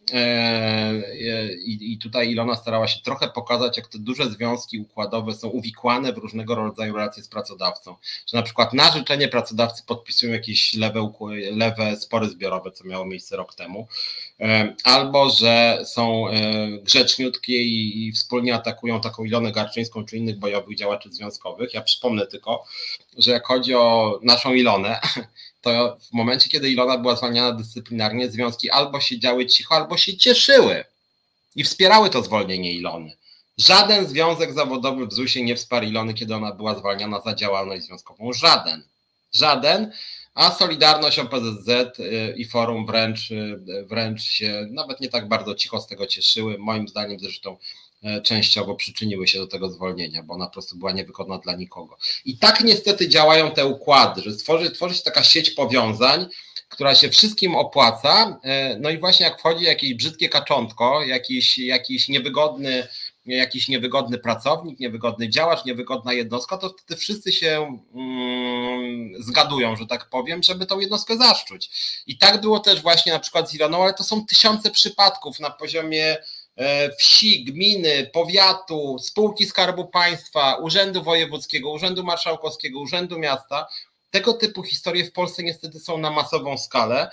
I tutaj Ilona starała się trochę pokazać, jak te duże związki układowe są uwikłane w różnego rodzaju relacje z pracodawcą. Że na przykład na życzenie pracodawcy podpisują jakieś lewe, lewe spory zbiorowe, co miało miejsce rok temu, albo że są grzeczniutkie i, i wspólnie atakują taką Ilonę Garczyńską czy innych bojowych działaczy związkowych. Ja przypomnę tylko, że jak chodzi o naszą Ilonę, to w momencie, kiedy Ilona była zwalniana dyscyplinarnie, związki albo siedziały cicho, albo się cieszyły i wspierały to zwolnienie Ilony. Żaden związek zawodowy w zusie nie wsparł Ilony, kiedy ona była zwalniana za działalność związkową. Żaden. Żaden. A Solidarność, O P Z Z i Forum wręcz, wręcz się nawet nie tak bardzo cicho z tego cieszyły. Moim zdaniem zresztą częściowo przyczyniły się do tego zwolnienia, bo ona po prostu była niewygodna dla nikogo. I tak niestety działają te układy, że stworzy, tworzy się taka sieć powiązań, która się wszystkim opłaca, no i właśnie jak wchodzi jakieś brzydkie kaczątko, jakiś, jakiś niewygodny jakiś niewygodny pracownik, niewygodny działacz, niewygodna jednostka, to wtedy wszyscy się mm, zgadują, że tak powiem, żeby tą jednostkę zaszczuć. I tak było też właśnie na przykład z Iloną, ale to są tysiące przypadków na poziomie wsi, gminy, powiatu, spółki Skarbu Państwa, Urzędu Wojewódzkiego, Urzędu Marszałkowskiego, Urzędu Miasta. Tego typu historie w Polsce niestety są na masową skalę.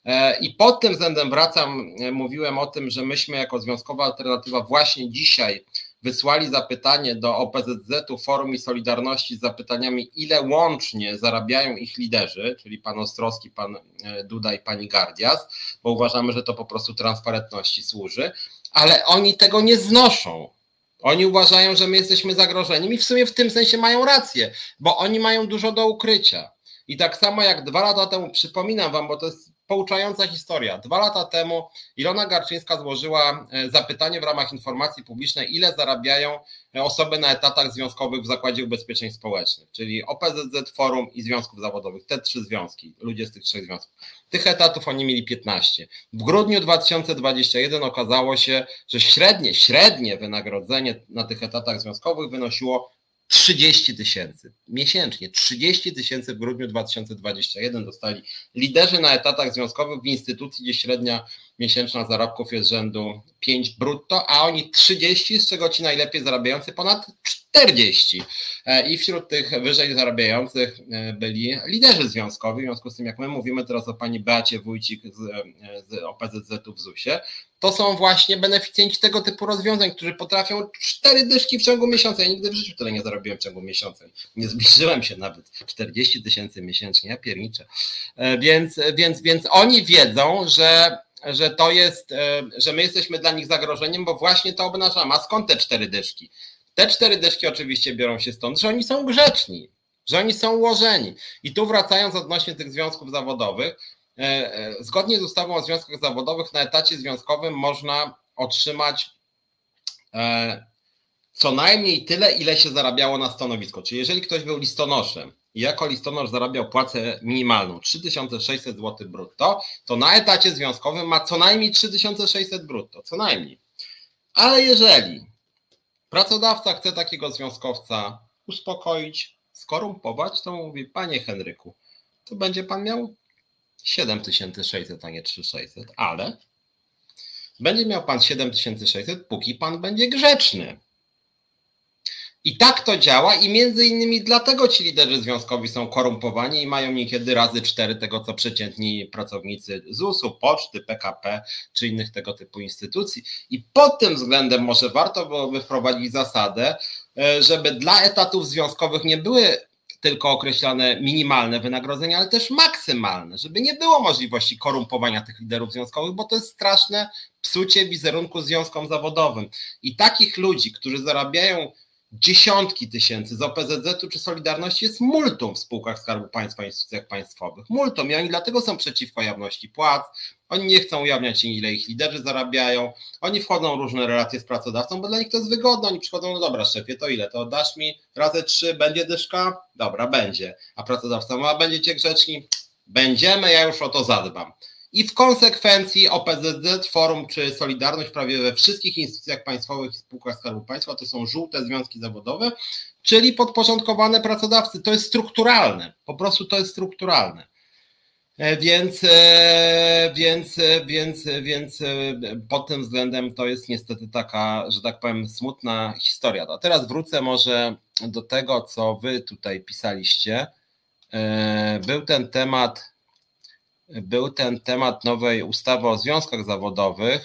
I pod tym względem wracam, mówiłem o tym, że myśmy jako Związkowa Alternatywa właśnie dzisiaj wysłali zapytanie do O P Z Z-u, Forum i Solidarności z zapytaniami, ile łącznie zarabiają ich liderzy, czyli pan Ostrowski, pan Duda i pani Gardias, bo uważamy, że to po prostu transparentności służy, ale oni tego nie znoszą. Oni uważają, że my jesteśmy zagrożeniem i w sumie w tym sensie mają rację, bo oni mają dużo do ukrycia. I tak samo jak dwa lata temu, przypominam wam, bo to jest pouczająca historia. Dwa lata temu Ilona Garczyńska złożyła zapytanie w ramach informacji publicznej, ile zarabiają osoby na etatach związkowych w Zakładzie Ubezpieczeń Społecznych, czyli O P Z Z, Forum i Związków Zawodowych, te trzy związki, ludzie z tych trzech związków. Tych etatów oni mieli piętnaście. W grudniu dwa tysiące dwudziestym pierwszym okazało się, że średnie, średnie wynagrodzenie na tych etatach związkowych wynosiło trzydzieści tysięcy miesięcznie. trzydzieści tysięcy w grudniu dwa tysiące dwudziestym pierwszym dostali liderzy na etatach związkowych w instytucji, gdzie średnia miesięczna zarobków jest rzędu pięć brutto, a oni trzydzieści, z czego ci najlepiej zarabiający ponad czterdzieści. I wśród tych wyżej zarabiających byli liderzy związkowi. W związku z tym, jak my mówimy teraz o pani Beacie Wójcik z, z O P Z Z-u w zusie, to są właśnie beneficjenci tego typu rozwiązań, którzy potrafią cztery dyszki w ciągu miesiąca. Ja nigdy w życiu tyle nie zarobiłem w ciągu miesiąca. Nie zbliżyłem się nawet. czterdzieści tysięcy miesięcznie, ja pierniczę. Więc, więc, więc oni wiedzą, że że to jest, że my jesteśmy dla nich zagrożeniem, bo właśnie to obnażamy. A skąd te cztery dyszki? Te cztery dyszki oczywiście biorą się stąd, że oni są grzeczni, że oni są ułożeni. I tu wracając odnośnie tych związków zawodowych, zgodnie z ustawą o związkach zawodowych na etacie związkowym można otrzymać co najmniej tyle, ile się zarabiało na stanowisko. Czyli jeżeli ktoś był listonoszem i jako listonosz zarabiał płacę minimalną trzy tysiące sześćset złotych brutto, to na etacie związkowym ma co najmniej trzy tysiące sześćset brutto, co najmniej. Ale jeżeli pracodawca chce takiego związkowca uspokoić, skorumpować, to mówi: panie Henryku, to będzie pan miał siedem tysięcy sześćset, a nie trzy tysiące sześćset, ale będzie miał pan siedem tysięcy sześćset, póki pan będzie grzeczny. I tak to działa i między innymi dlatego ci liderzy związkowi są korumpowani i mają niekiedy razy cztery tego, co przeciętni pracownicy Z U S-u, poczty, P K P czy innych tego typu instytucji. I pod tym względem może warto byłoby wprowadzić zasadę, żeby dla etatów związkowych nie były tylko określane minimalne wynagrodzenia, ale też maksymalne, żeby nie było możliwości korumpowania tych liderów związkowych, bo to jest straszne psucie wizerunku związkom zawodowym. I takich ludzi, którzy zarabiają dziesiątki tysięcy z O P Z Z-u czy Solidarności jest multum w spółkach Skarbu Państwa i instytucjach państwowych. Multum i oni dlatego są przeciwko jawności płac, oni nie chcą ujawniać, ile ich liderzy zarabiają, oni wchodzą w różne relacje z pracodawcą, bo dla nich to jest wygodne, oni przychodzą: no dobra szefie, to ile, to dasz mi razy trzy, będzie dyszka? Dobra, będzie. A pracodawca: no a będziecie grzeczni? Będziemy, ja już o to zadbam. I w konsekwencji O P Z Z, Forum czy Solidarność prawie we wszystkich instytucjach państwowych i spółkach Skarbu Państwa to są żółte związki zawodowe, czyli podporządkowane pracodawcy. To jest strukturalne, po prostu to jest strukturalne. Więc, więc, więc, więc pod tym względem to jest niestety taka, że tak powiem, smutna historia. A teraz wrócę może do tego, co wy tutaj pisaliście. Był ten temat Był ten temat nowej ustawy o związkach zawodowych.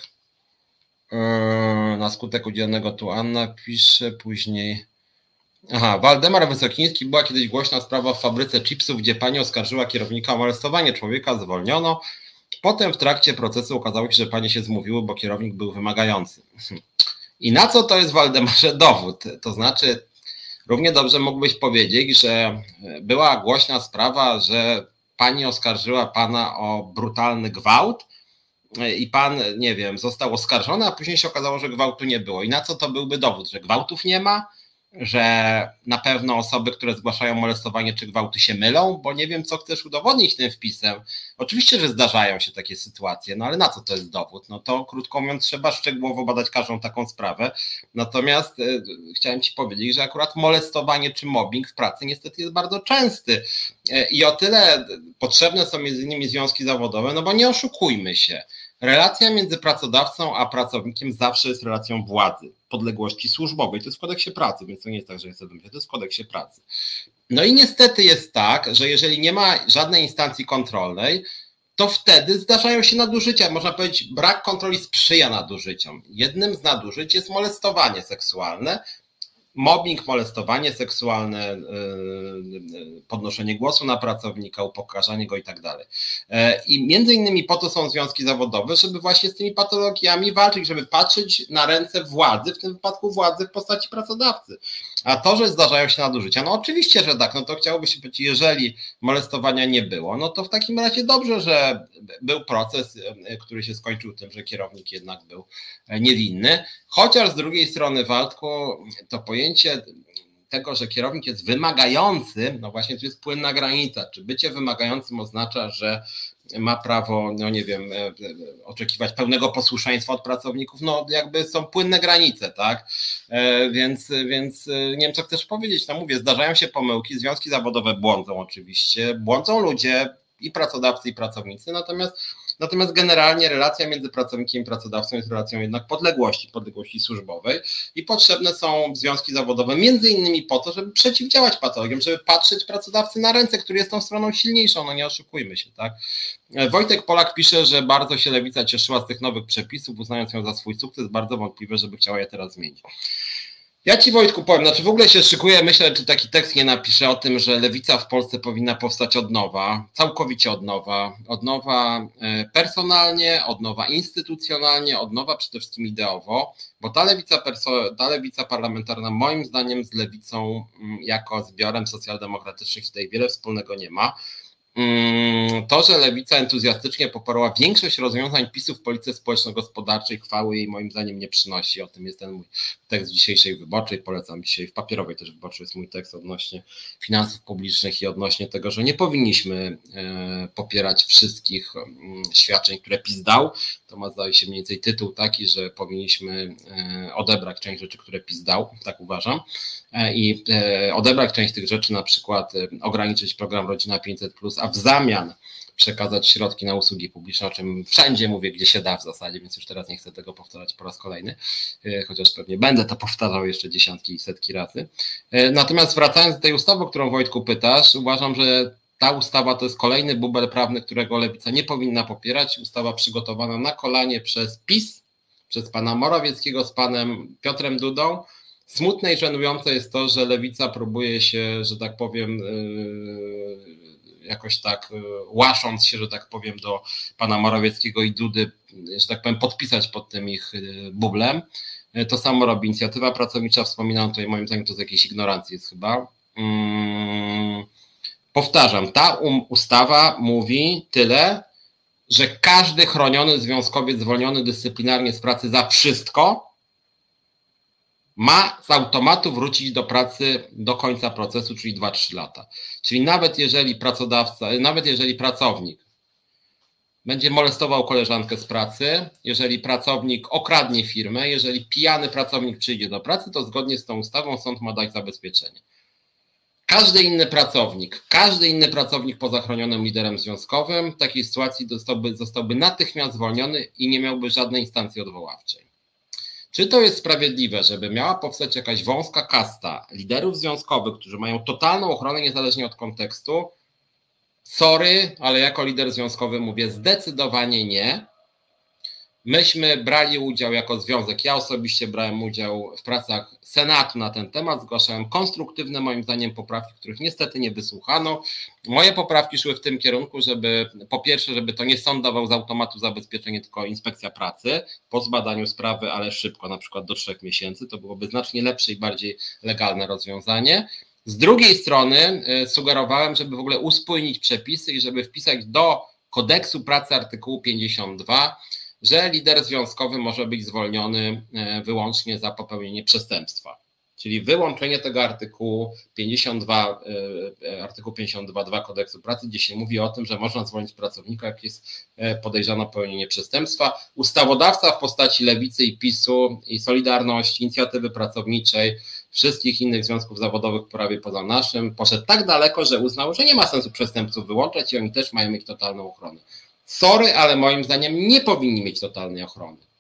Na skutek udzielonego tu Anna pisze, później... Aha, Waldemar Wysokiński. Była kiedyś głośna sprawa w fabryce chipsów, gdzie pani oskarżyła kierownika o molestowanie człowieka, zwolniono. Potem w trakcie procesu okazało się, że panie się zmówiły, bo kierownik był wymagający. I na co to jest, Waldemarze, dowód? To znaczy, równie dobrze mógłbyś powiedzieć, że była głośna sprawa, że pani oskarżyła pana o brutalny gwałt i pan, nie wiem, został oskarżony, a później się okazało, że gwałtu nie było. I na co to byłby dowód? Że gwałtów nie ma? Że na pewno osoby, które zgłaszają molestowanie czy gwałty, się mylą? Bo nie wiem, co chcesz udowodnić tym wpisem. Oczywiście, że zdarzają się takie sytuacje, no ale na co to jest dowód? No to krótko mówiąc, trzeba szczegółowo badać każdą taką sprawę. Natomiast y, chciałem ci powiedzieć, że akurat molestowanie czy mobbing w pracy niestety jest bardzo częsty. Y, I o tyle potrzebne są między innymi związki zawodowe, no bo nie oszukujmy się. Relacja między pracodawcą a pracownikiem zawsze jest relacją władzy, podległości służbowej. To jest w kodeksie pracy, więc to nie jest tak, że jest to jest w kodeksie pracy. No i niestety jest tak, że jeżeli nie ma żadnej instancji kontrolnej, to wtedy zdarzają się nadużycia. Można powiedzieć, brak kontroli sprzyja nadużyciom. Jednym z nadużyć jest molestowanie seksualne, mobbing, molestowanie seksualne, podnoszenie głosu na pracownika, upokarzanie go i tak dalej. I między innymi po to są związki zawodowe, żeby właśnie z tymi patologiami walczyć, żeby patrzeć na ręce władzy, w tym wypadku władzy w postaci pracodawcy. A to, że zdarzają się nadużycia, no oczywiście, że tak, no to chciałoby się powiedzieć, jeżeli molestowania nie było, no to w takim razie dobrze, że był proces, który się skończył tym, że kierownik jednak był niewinny, chociaż z drugiej strony, Waldku, to pojęcie tego, że kierownik jest wymagający, no właśnie tu jest płynna granica, czy bycie wymagającym oznacza, że ma prawo, no nie wiem, oczekiwać pełnego posłuszeństwa od pracowników, no jakby są płynne granice, tak, więc, więc nie wiem, co chcesz powiedzieć, no mówię, zdarzają się pomyłki, związki zawodowe błądzą oczywiście, błądzą ludzie, i pracodawcy, i pracownicy, natomiast Natomiast generalnie relacja między pracownikiem i pracodawcą jest relacją jednak podległości, podległości służbowej i potrzebne są związki zawodowe między innymi po to, żeby przeciwdziałać patologiom, żeby patrzeć pracodawcy na ręce, który jest tą stroną silniejszą, no nie oszukujmy się, tak. Wojtek Polak pisze, że bardzo się Lewica cieszyła z tych nowych przepisów, uznając ją za swój sukces, bardzo wątpliwe, żeby chciała je teraz zmienić. Ja ci, Wojtku, powiem, znaczy w ogóle się szykuję, myślę, czy taki tekst nie napiszę o tym, że Lewica w Polsce powinna powstać od nowa, całkowicie od nowa, od nowa personalnie, od nowa instytucjonalnie, od nowa przede wszystkim ideowo, bo ta lewica, perso- ta lewica parlamentarna moim zdaniem z lewicą jako zbiorem socjaldemokratycznych tutaj wiele wspólnego nie ma. To, że lewica entuzjastycznie poparła większość rozwiązań PiSu w polityce społeczno-gospodarczej, chwały jej moim zdaniem nie przynosi. O tym jest ten mój tekst w dzisiejszej Wyborczej. Polecam dzisiaj w papierowej też Wyborczej jest mój tekst odnośnie finansów publicznych i odnośnie tego, że nie powinniśmy popierać wszystkich świadczeń, które PiS dał. To ma, zdaje się, mniej więcej tytuł taki, że powinniśmy odebrać część rzeczy, które PiS dał, tak uważam, i odebrać część tych rzeczy, na przykład ograniczyć program Rodzina pięćset plus, a w zamian przekazać środki na usługi publiczne, o czym wszędzie mówię, gdzie się da w zasadzie, więc już teraz nie chcę tego powtarzać po raz kolejny, chociaż pewnie będę to powtarzał jeszcze dziesiątki i setki razy. Natomiast wracając do tej ustawy, o którą, Wojtku, pytasz, uważam, że ta ustawa to jest kolejny bubel prawny, którego lewica nie powinna popierać. Ustawa przygotowana na kolanie przez PiS, przez pana Morawieckiego z panem Piotrem Dudą. Smutne i żenujące jest to, że lewica próbuje się, że tak powiem, jakoś tak łasząc się, że tak powiem, do pana Morawieckiego i Dudy, że tak powiem, podpisać pod tym ich bublem. To samo robi Inicjatywa Pracownicza, wspominam tutaj, moim zdaniem to z jakiejś ignorancji jest chyba. Hmm. Powtarzam, ta um, ustawa mówi tyle, że każdy chroniony związkowiec zwolniony dyscyplinarnie z pracy za wszystko ma z automatu wrócić do pracy do końca procesu, czyli dwa trzy lata. Czyli nawet jeżeli pracodawca, nawet jeżeli pracownik będzie molestował koleżankę z pracy, jeżeli pracownik okradnie firmę, jeżeli pijany pracownik przyjdzie do pracy, to zgodnie z tą ustawą sąd ma dać zabezpieczenie. Każdy inny pracownik, każdy inny pracownik poza chronionym liderem związkowym w takiej sytuacji zostałby, zostałby natychmiast zwolniony i nie miałby żadnej instancji odwoławczej. Czy to jest sprawiedliwe, żeby miała powstać jakaś wąska kasta liderów związkowych, którzy mają totalną ochronę niezależnie od kontekstu? Sorry, ale jako lider związkowy mówię zdecydowanie nie. Myśmy brali udział jako związek, ja osobiście brałem udział w pracach Senatu na ten temat, zgłaszałem konstruktywne moim zdaniem poprawki, których niestety nie wysłuchano. Moje poprawki szły w tym kierunku, żeby po pierwsze, żeby to nie sąd dawał z automatu zabezpieczenie, tylko Inspekcja Pracy po zbadaniu sprawy, ale szybko, na przykład do trzech miesięcy, to byłoby znacznie lepsze i bardziej legalne rozwiązanie. Z drugiej strony sugerowałem, żeby w ogóle uspójnić przepisy i żeby wpisać do kodeksu pracy artykułu pięćdziesiąt dwa, że lider związkowy może być zwolniony wyłącznie za popełnienie przestępstwa. Czyli wyłączenie tego artykułu pięćdziesiąt dwa, artykuł pięćdziesiąt dwa dwa kodeksu pracy, gdzie się mówi o tym, że można zwolnić pracownika, jak jest podejrzano o popełnienie przestępstwa. Ustawodawca w postaci Lewicy i PiSu i Solidarności, Inicjatywy Pracowniczej, wszystkich innych związków zawodowych prawie poza naszym, poszedł tak daleko, że uznał, że nie ma sensu przestępców wyłączać i oni też mają mieć totalną ochronę. Sorry, ale moim zdaniem nie powinni mieć totalnej ochrony.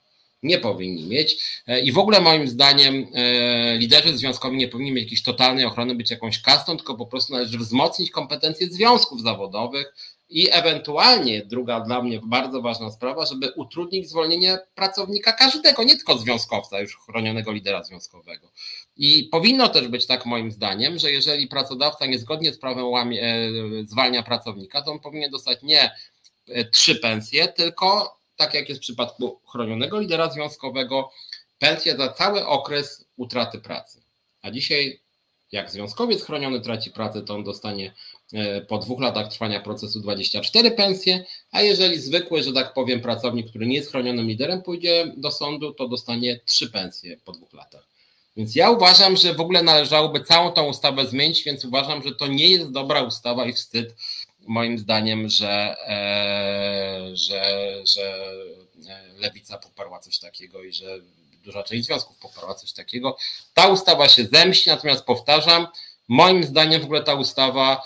nie powinni mieć i w ogóle moim zdaniem liderzy związkowi nie powinni mieć jakiejś totalnej ochrony, być jakąś kastą, tylko po prostu należy wzmocnić kompetencje związków zawodowych i ewentualnie druga dla mnie bardzo ważna sprawa, żeby utrudnić zwolnienie pracownika każdego, nie tylko związkowca, już chronionego lidera związkowego. I powinno też być tak moim zdaniem, że jeżeli pracodawca niezgodnie z prawem łamie, zwalnia pracownika, to on powinien dostać nie trzy pensje, tylko tak jak jest w przypadku chronionego lidera związkowego, pensję za cały okres utraty pracy. A dzisiaj jak związkowiec chroniony traci pracę, to on dostanie po dwóch latach trwania procesu dwadzieścia cztery pensje, a jeżeli zwykły, że tak powiem, pracownik, który nie jest chronionym liderem, pójdzie do sądu, to dostanie trzy pensje po dwóch latach. Więc ja uważam, że w ogóle należałoby całą tą ustawę zmienić, więc uważam, że to nie jest dobra ustawa i wstyd moim zdaniem, że, e, że, że Lewica poparła coś takiego i że duża część związków poparła coś takiego. Ta ustawa się zemści, natomiast powtarzam, moim zdaniem w ogóle ta ustawa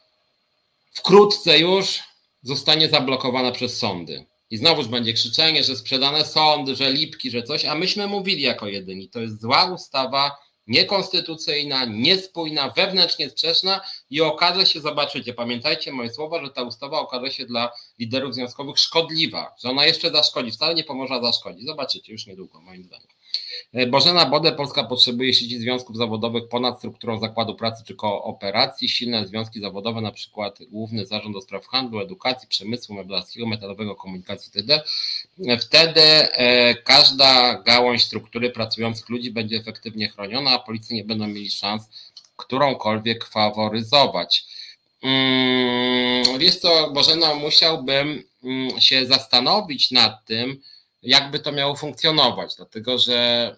wkrótce już zostanie zablokowana przez sądy. I znowuż będzie krzyczenie, że sprzedane sądy, że lipki, że coś, a myśmy mówili jako jedyni, to jest zła ustawa, niekonstytucyjna, niespójna, wewnętrznie sprzeczna i okaże się, zobaczycie, pamiętajcie moje słowa, że ta ustawa okaże się dla liderów związkowych szkodliwa, że ona jeszcze zaszkodzi, wcale nie pomoże, a zaszkodzi. Zobaczycie już niedługo, moim zdaniem. Bożena Bode, Polska potrzebuje sieci związków zawodowych ponad strukturą zakładu pracy czy kooperacji. Silne związki zawodowe, na przykład Główny Zarząd do Spraw Handlu, Edukacji, Przemysłu Meblarskiego, Metalowego, Komunikacji itd. Wtedy e, każda gałąź struktury pracujących ludzi będzie efektywnie chroniona, a policji nie będą mieli szans którąkolwiek faworyzować. Hmm, wiesz co, Bożena, musiałbym hmm, się zastanowić nad tym, jakby to miało funkcjonować, dlatego że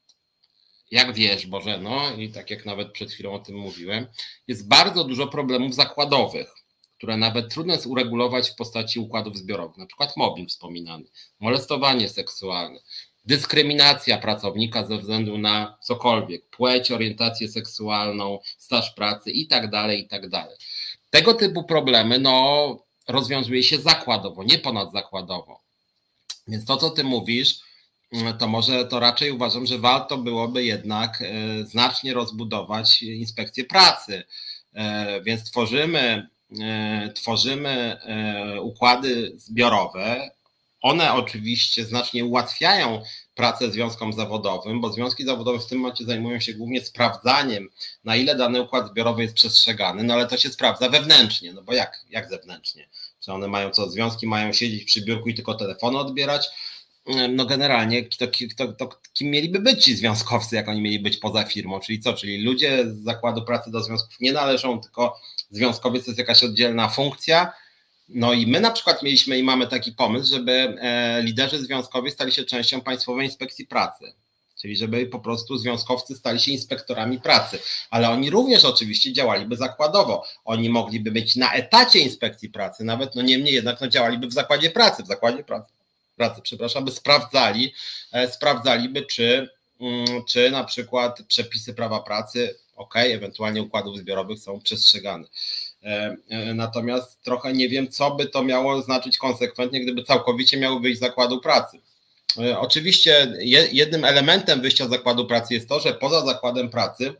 jak wiesz, Bożeno, i tak jak nawet przed chwilą o tym mówiłem, jest bardzo dużo problemów zakładowych, które nawet trudno jest uregulować w postaci układów zbiorowych, na przykład mobbing wspominany, molestowanie seksualne, dyskryminacja pracownika ze względu na cokolwiek, płeć, orientację seksualną, staż pracy i tak dalej, i tak dalej. Tego typu problemy no, rozwiązuje się zakładowo, nie ponadzakładowo. Więc to, co ty mówisz, to może to raczej uważam, że warto byłoby jednak znacznie rozbudować inspekcję pracy. Więc tworzymy, tworzymy układy zbiorowe. One oczywiście znacznie ułatwiają pracę związkom zawodowym, bo związki zawodowe w tym momencie zajmują się głównie sprawdzaniem, na ile dany układ zbiorowy jest przestrzegany, no ale to się sprawdza wewnętrznie, no bo jak, jak zewnętrznie? Czy one mają co, związki mają siedzieć przy biurku i tylko telefony odbierać? No generalnie to, to, to kim mieliby być ci związkowcy, jak oni mieli być poza firmą, czyli co? Czyli ludzie z zakładu pracy do związków nie należą, tylko związkowiec to jest jakaś oddzielna funkcja. No i my na przykład mieliśmy i mamy taki pomysł, żeby liderzy związkowi stali się częścią Państwowej Inspekcji Pracy, czyli żeby po prostu związkowcy stali się inspektorami pracy, ale oni również oczywiście działaliby zakładowo, oni mogliby być na etacie Inspekcji Pracy, nawet no niemniej jednak no działaliby w zakładzie pracy, w zakładzie pracy, pracy przepraszam, by sprawdzali, sprawdzaliby czy, czy na przykład przepisy prawa pracy, ok, ewentualnie układów zbiorowych są przestrzegane. Natomiast trochę nie wiem, co by to miało znaczyć konsekwentnie, gdyby całkowicie miały wyjść z zakładu pracy. Oczywiście jednym elementem wyjścia z zakładu pracy jest to, że poza zakładem pracy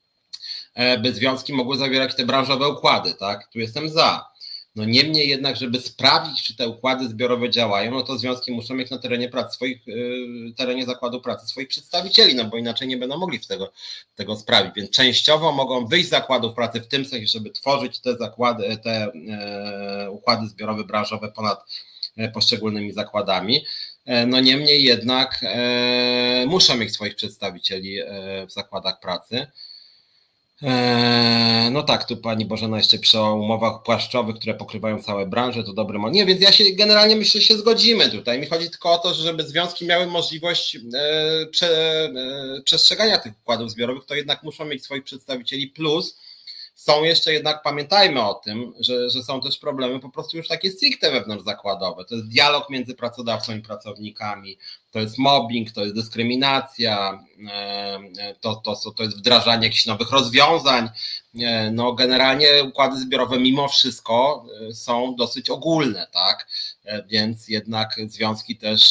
by związki mogły zawierać te branżowe układy, tak? Tu jestem za. No niemniej jednak, żeby sprawdzić, czy te układy zbiorowe działają, no to związki muszą mieć na terenie pracy swoich, terenie zakładu pracy swoich przedstawicieli, no bo inaczej nie będą mogli tego, tego sprawić. Więc częściowo mogą wyjść z zakładów pracy w tym sensie, żeby tworzyć te zakłady, te e, układy zbiorowe, branżowe ponad poszczególnymi zakładami. No niemniej jednak e, muszą mieć swoich przedstawicieli e, w zakładach pracy. No tak, tu pani Bożena jeszcze pisze o umowach płaszczowych, które pokrywają całe branże, to dobry moment. Nie, więc ja się generalnie myślę, że się zgodzimy tutaj. Mi chodzi tylko o to, żeby związki miały możliwość prze, przestrzegania tych układów zbiorowych, to jednak muszą mieć swoich przedstawicieli, plus są jeszcze jednak, pamiętajmy o tym, że, że są też problemy po prostu już takie stricte wewnątrzzakładowe. To jest dialog między pracodawcą i pracownikami, to jest mobbing, to jest dyskryminacja, to, to, to jest wdrażanie jakichś nowych rozwiązań. No generalnie układy zbiorowe mimo wszystko są dosyć ogólne, tak? więc jednak związki też,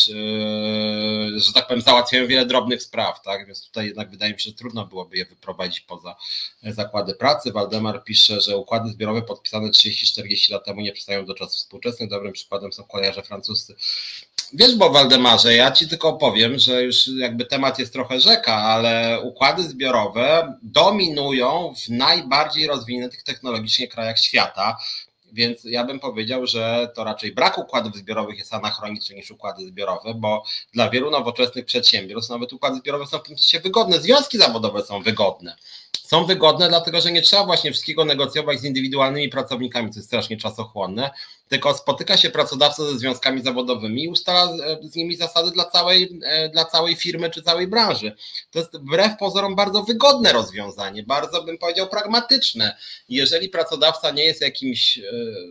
że tak powiem, załatwiają wiele drobnych spraw, tak? Więc tutaj jednak wydaje mi się, że trudno byłoby je wyprowadzić poza zakłady pracy. Waldemar pisze, że układy zbiorowe podpisane trzydzieści czterdzieści lat temu nie przystają do czasów współczesnych. Dobrym przykładem są kolejarze francuscy. Wiesz, bo Waldemarze, ja ci tylko powiem, że już jakby temat jest trochę rzeka, ale układy zbiorowe dominują w najbardziej rozwiniętych technologicznie krajach świata, więc ja bym powiedział, że to raczej brak układów zbiorowych jest anachroniczny niż układy zbiorowe, bo dla wielu nowoczesnych przedsiębiorstw nawet układy zbiorowe są w tym sensie wygodne, związki zawodowe są wygodne. Są wygodne, dlatego że nie trzeba właśnie wszystkiego negocjować z indywidualnymi pracownikami, co jest strasznie czasochłonne, tylko spotyka się pracodawca ze związkami zawodowymi i ustala z nimi zasady dla całej, dla całej firmy czy całej branży. To jest wbrew pozorom bardzo wygodne rozwiązanie, bardzo bym powiedział pragmatyczne. Jeżeli pracodawca nie jest jakimś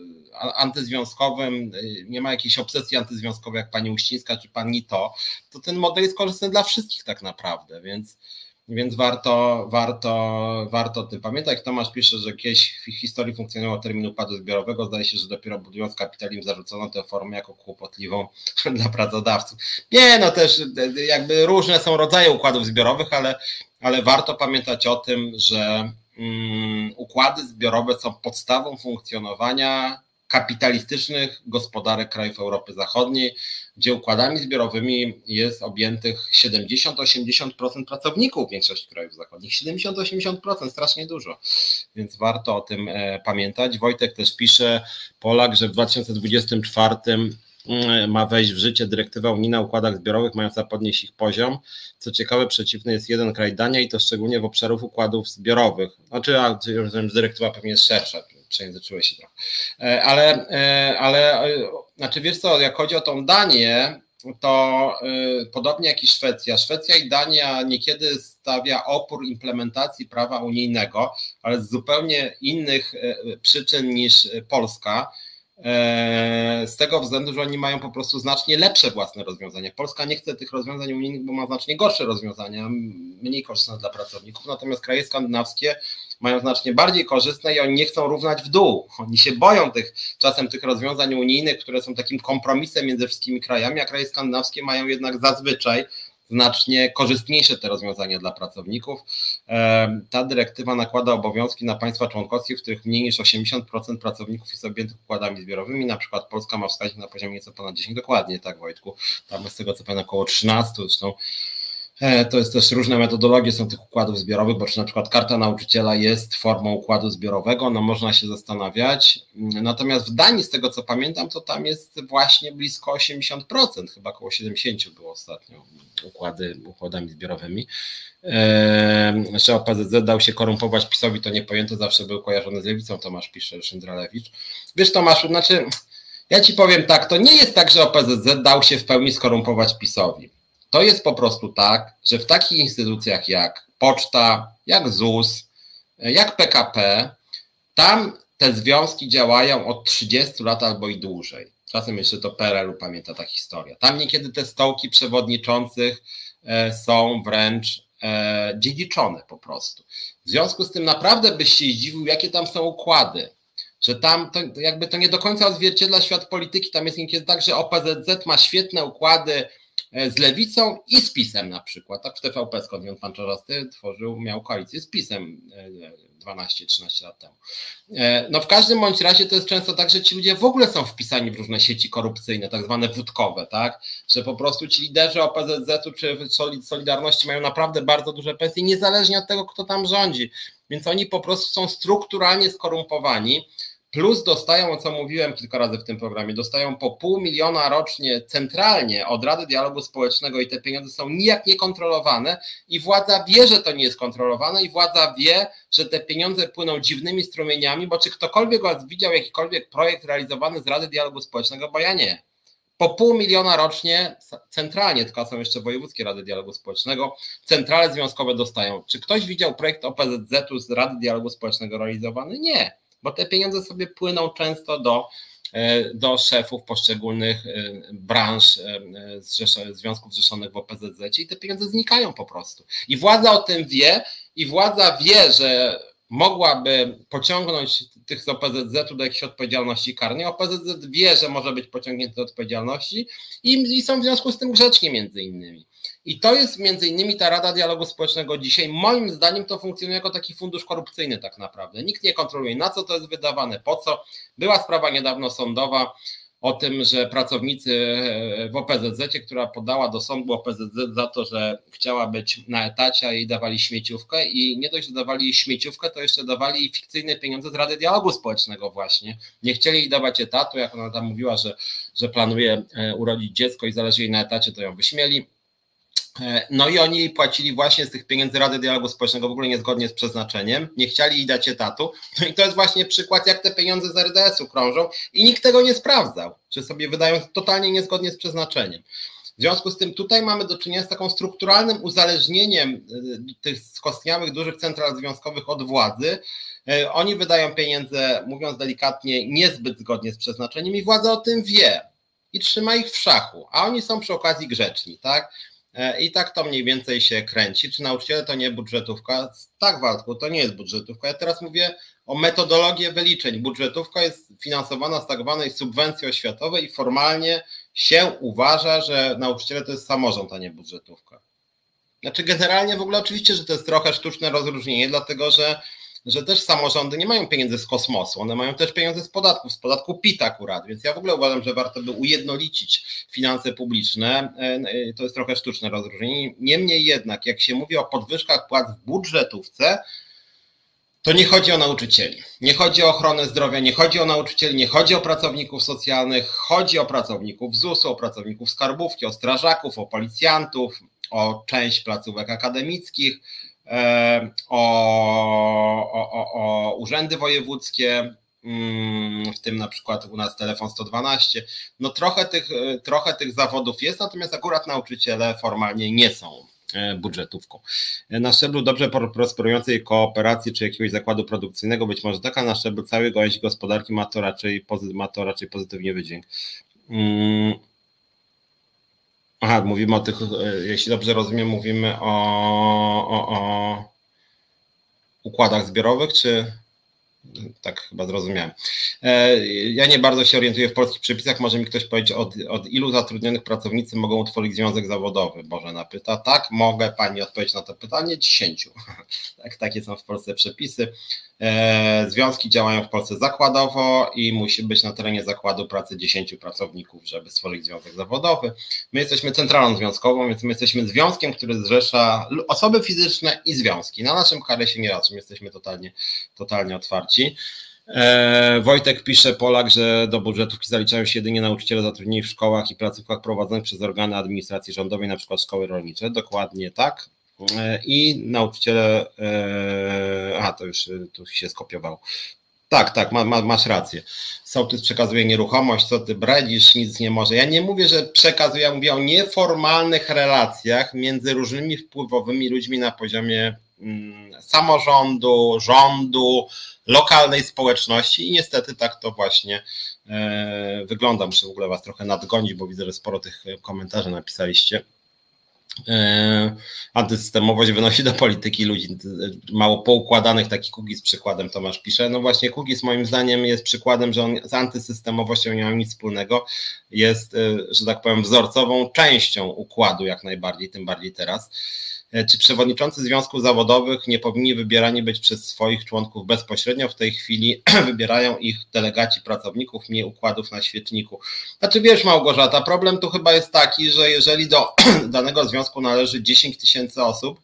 antyzwiązkowym, nie ma jakiejś obsesji antyzwiązkowej jak pani Uścińska czy pani to, to ten model jest korzystny dla wszystkich tak naprawdę, więc Więc warto, warto, warto o tym pamiętać. Tomasz pisze, że kiedyś w historii funkcjonował termin układu zbiorowego. Zdaje się, że dopiero budując kapitalizm zarzucono tę formę jako kłopotliwą dla pracodawców. Nie, no też jakby różne są rodzaje układów zbiorowych, ale, ale warto pamiętać o tym, że um, układy zbiorowe są podstawą funkcjonowania kapitalistycznych gospodarek krajów Europy Zachodniej, gdzie układami zbiorowymi jest objętych siedemdziesiąt do osiemdziesięciu procent pracowników większości krajów zachodnich. siedemdziesiąt do osiemdziesięciu procent, strasznie dużo, więc warto o tym pamiętać. Wojtek też pisze, Polak, że w dwa tysiące dwudziestym czwartym ma wejść w życie dyrektywa unijna o układach zbiorowych, mająca podnieść ich poziom. Co ciekawe, przeciwny jest jeden kraj, Dania, i to szczególnie w obszarów układów zbiorowych. Znaczy, a, dyrektywa pewnie jest szersza, przejęzyczyłeś się trochę. Ale, ale znaczy wiesz co, jak chodzi o tą Danię, to podobnie jak i Szwecja. Szwecja i Dania niekiedy stawia opór implementacji prawa unijnego, ale z zupełnie innych przyczyn niż Polska. Z tego względu, że oni mają po prostu znacznie lepsze własne rozwiązania. Polska nie chce tych rozwiązań unijnych, bo ma znacznie gorsze rozwiązania, mniej korzystne dla pracowników, natomiast kraje skandynawskie mają znacznie bardziej korzystne i oni nie chcą równać w dół. Oni się boją tych czasem tych rozwiązań unijnych, które są takim kompromisem między wszystkimi krajami, a kraje skandynawskie mają jednak zazwyczaj znacznie korzystniejsze te rozwiązania dla pracowników. Ta dyrektywa nakłada obowiązki na państwa członkowskie, w których mniej niż osiemdziesiąt procent pracowników jest objętych układami zbiorowymi. Na przykład Polska ma wskaźnik na poziomie nieco ponad dziesięć, dokładnie tak, Wojtku, tam z tego co pamiętam około trzynaście, zresztą to jest też różne metodologie są tych układów zbiorowych, bo czy na przykład karta nauczyciela jest formą układu zbiorowego, no można się zastanawiać. Natomiast w Danii, z tego co pamiętam, to tam jest właśnie blisko osiemdziesiąt procent, chyba około siedemdziesiąt procent było ostatnio układy, układami zbiorowymi. Eee, że O P Z Z dał się korumpować PiS-owi, to niepojęte, zawsze był kojarzony z lewicą, Tomasz pisze, Szyndralewicz. Wiesz, Tomaszu, znaczy ja ci powiem tak, to nie jest tak, że O P Z Z dał się w pełni skorumpować PiS-owi. To jest po prostu tak, że w takich instytucjach jak Poczta, jak Z U S, jak P K P, tam te związki działają od trzydziestu lat albo i dłużej. Czasem jeszcze to P R L u pamięta ta historia. Tam niekiedy te stołki przewodniczących są wręcz dziedziczone po prostu. W związku z tym naprawdę byś się zdziwił, jakie tam są układy. Że tam to jakby to nie do końca odzwierciedla świat polityki. Tam jest niekiedy tak, że O P Z Z ma świetne układy z lewicą i z PiS-em na przykład. Tak w T V P, skąd pan Czarzasty tworzył, miał koalicję z PiS-em dwanaście trzynaście lat temu. No w każdym bądź razie to jest często tak, że ci ludzie w ogóle są wpisani w różne sieci korupcyjne, tak zwane wódkowe, tak? Że po prostu ci liderzy O P Z Z-u czy Solidarności mają naprawdę bardzo duże pensje, niezależnie od tego, kto tam rządzi. Więc oni po prostu są strukturalnie skorumpowani. Plus dostają, o co mówiłem kilka razy w tym programie, dostają po pół miliona rocznie centralnie od Rady Dialogu Społecznego i te pieniądze są nijak niekontrolowane i władza wie, że to nie jest kontrolowane i władza wie, że te pieniądze płyną dziwnymi strumieniami, bo czy ktokolwiek widział jakikolwiek projekt realizowany z Rady Dialogu Społecznego, bo ja nie. Po pół miliona rocznie centralnie, tylko są jeszcze wojewódzkie Rady Dialogu Społecznego, centrale związkowe dostają. Czy ktoś widział projekt O P Z Z-u z Rady Dialogu Społecznego realizowany? Nie. Bo te pieniądze sobie płyną często do, do szefów poszczególnych branż, związków zrzeszonych w O P Z Z i te pieniądze znikają po prostu. I władza o tym wie i władza wie, że mogłaby pociągnąć tych z O P Z Z-u do jakiejś odpowiedzialności karnej. O P Z Z wie, że może być pociągnięty do odpowiedzialności i, i są w związku z tym grzeczni między innymi. I to jest między innymi ta Rada Dialogu Społecznego dzisiaj. Moim zdaniem to funkcjonuje jako taki fundusz korupcyjny tak naprawdę. Nikt nie kontroluje, na co to jest wydawane, po co. Była sprawa niedawno sądowa o tym, że pracownicy w O P Z Z-cie, która podała do sądu O P Z Z za to, że chciała być na etacie, a jej dawali śmieciówkę i nie dość, że dawali jej śmieciówkę, to jeszcze dawali jej fikcyjne pieniądze z Rady Dialogu Społecznego właśnie. Nie chcieli jej dawać etatu, jak ona tam mówiła, że, że planuje urodzić dziecko i zależy jej na etacie, to ją wyśmieli. No i oni płacili właśnie z tych pieniędzy Rady Dialogu Społecznego w ogóle niezgodnie z przeznaczeniem, nie chcieli jej dać etatu. No i to jest właśnie przykład, jak te pieniądze z R D S-u krążą i nikt tego nie sprawdzał, że sobie wydają totalnie niezgodnie z przeznaczeniem. W związku z tym tutaj mamy do czynienia z taką strukturalnym uzależnieniem tych skostniałych dużych central związkowych od władzy. Oni wydają pieniądze, mówiąc delikatnie, niezbyt zgodnie z przeznaczeniem i władza o tym wie i trzyma ich w szachu, a oni są przy okazji grzeczni, tak? I tak to mniej więcej się kręci. Czy nauczyciele to nie budżetówka? Tak, Waldku, to nie jest budżetówka. Ja teraz mówię o metodologii wyliczeń. Budżetówka jest finansowana z tak zwanej subwencji oświatowej i formalnie się uważa, że nauczyciele to jest samorząd, a nie budżetówka. Znaczy generalnie w ogóle oczywiście, że to jest trochę sztuczne rozróżnienie, dlatego że że też samorządy nie mają pieniędzy z kosmosu, one mają też pieniądze z podatków, z podatku P I T akurat, więc ja w ogóle uważam, że warto by ujednolicić finanse publiczne, to jest trochę sztuczne rozróżnienie. Niemniej jednak, jak się mówi o podwyżkach płac w budżetówce, to nie chodzi o nauczycieli, nie chodzi o ochronę zdrowia, nie chodzi o nauczycieli, nie chodzi o pracowników socjalnych, chodzi o pracowników Z U S-u, o pracowników skarbówki, o strażaków, o policjantów, o część placówek akademickich, O, o, o, o urzędy wojewódzkie, w tym na przykład u nas telefon sto dwanaście. No trochę tych, trochę tych zawodów jest, natomiast akurat nauczyciele formalnie nie są budżetówką. Na szczeblu dobrze prosperującej kooperacji czy jakiegoś zakładu produkcyjnego, być może taka, na szczeblu całej gałęzi gospodarki ma to raczej, ma to raczej pozytywnie wydźwięk. Aha, mówimy o tych, jeśli dobrze rozumiem, mówimy o, o, o układach zbiorowych, czy tak chyba zrozumiałem. Ja nie bardzo się orientuję w polskich przepisach, może mi ktoś powiedzieć, od, od ilu zatrudnionych pracownicy mogą utworzyć związek zawodowy? Bożena pyta, tak, mogę pani odpowiedzieć na to pytanie, dziesięciu. Tak, takie są w Polsce przepisy. Związki działają w Polsce zakładowo i musi być na terenie zakładu pracy dziesięciu pracowników, żeby stworzyć związek zawodowy. My jesteśmy centralą związkową, więc my jesteśmy związkiem, który zrzesza osoby fizyczne i związki. Na naszym karesie nie raczej, jesteśmy totalnie, totalnie otwarci. Wojtek pisze, Polak, że do budżetówki zaliczają się jedynie nauczyciele zatrudnieni w szkołach i placówkach prowadzonych przez organy administracji rządowej, na przykład szkoły rolnicze. Dokładnie tak. I nauczyciele, aha, to już tu się skopiowało. Tak, tak, ma, ma, masz rację. Sołtys przekazuje nieruchomość, co ty bredzisz, nic nie może. Ja nie mówię, że przekazuje, ja mówię o nieformalnych relacjach między różnymi wpływowymi ludźmi na poziomie mm, samorządu, rządu, lokalnej społeczności i niestety tak to właśnie e, wygląda. Muszę w ogóle was trochę nadgonić, bo widzę, że sporo tych komentarzy napisaliście. Antysystemowość wynosi do polityki ludzi mało poukładanych, taki Kukiz przykładem Tomasz pisze. No właśnie Kukiz moim zdaniem jest przykładem, że on z antysystemowością nie ma nic wspólnego, jest, że tak powiem, wzorcową częścią układu jak najbardziej, tym bardziej teraz. Czy przewodniczący związków zawodowych nie powinni wybierani być przez swoich członków bezpośrednio? W tej chwili wybierają ich delegaci pracowników, nie układów na świeczniku. Znaczy wiesz, Małgorzata, problem tu chyba jest taki, że jeżeli do danego związku należy dziesięć tysięcy osób,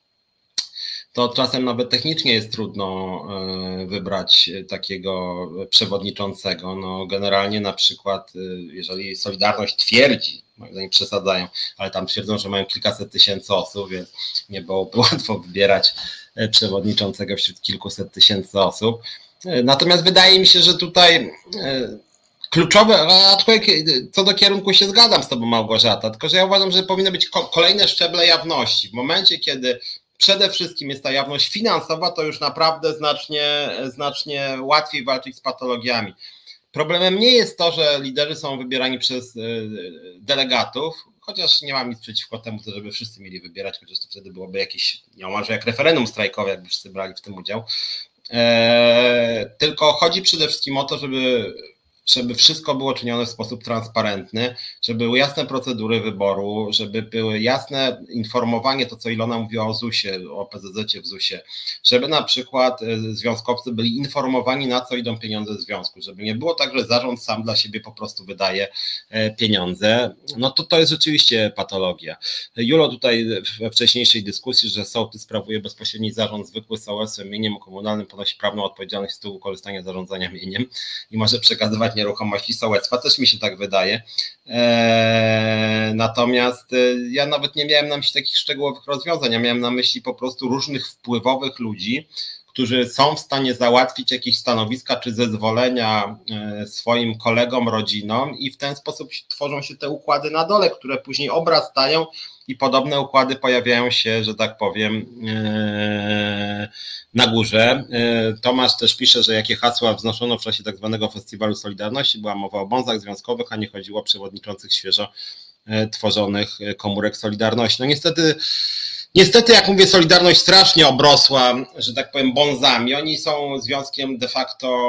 to czasem nawet technicznie jest trudno wybrać takiego przewodniczącego. No generalnie na przykład, jeżeli Solidarność twierdzi, moim zdaniem przesadzają, ale tam twierdzą, że mają kilkaset tysięcy osób, więc nie byłoby łatwo wybierać przewodniczącego wśród kilkuset tysięcy osób. Natomiast wydaje mi się, że tutaj kluczowe, aczkolwiek co do kierunku się zgadzam z tobą, Małgorzata, tylko że ja uważam, że powinny być kolejne szczeble jawności. W momencie, kiedy przede wszystkim jest ta jawność finansowa, to już naprawdę znacznie, znacznie łatwiej walczyć z patologiami. Problemem nie jest to, że liderzy są wybierani przez delegatów, chociaż nie mam nic przeciwko temu, żeby wszyscy mieli wybierać, chociaż to wtedy byłoby jakieś, nieomalże jak referendum strajkowe, jakby wszyscy brali w tym udział. Tylko chodzi przede wszystkim o to, żeby żeby wszystko było czynione w sposób transparentny, żeby były jasne procedury wyboru, żeby były jasne informowanie, to co Ilona mówiła o zusie, o P Z Z-cie w zusie, żeby na przykład związkowcy byli informowani, na co idą pieniądze związku, żeby nie było tak, że zarząd sam dla siebie po prostu wydaje pieniądze. No to to jest rzeczywiście patologia. Julo tutaj we wcześniejszej dyskusji, że sołtys sprawuje bezpośredni zarząd zwykły z O S-em, mieniem komunalnym, ponosi prawną odpowiedzialność z tytułu korzystania zarządzania mieniem i może przekazywać nieruchomości sołectwa, też mi się tak wydaje. Eee, natomiast ja nawet nie miałem na myśli takich szczegółowych rozwiązań, ja miałem na myśli po prostu różnych wpływowych ludzi, którzy są w stanie załatwić jakieś stanowiska czy zezwolenia swoim kolegom, rodzinom i w ten sposób tworzą się te układy na dole, które później obrastają i podobne układy pojawiają się, że tak powiem, na górze. Tomasz też pisze, że jakie hasła wznoszono w czasie tak zwanego Festiwalu Solidarności, była mowa o bonzach związkowych, a nie chodziło o przewodniczących świeżo tworzonych komórek Solidarności. No niestety Niestety, jak mówię, Solidarność strasznie obrosła, że tak powiem, bonzami. Oni są związkiem de facto,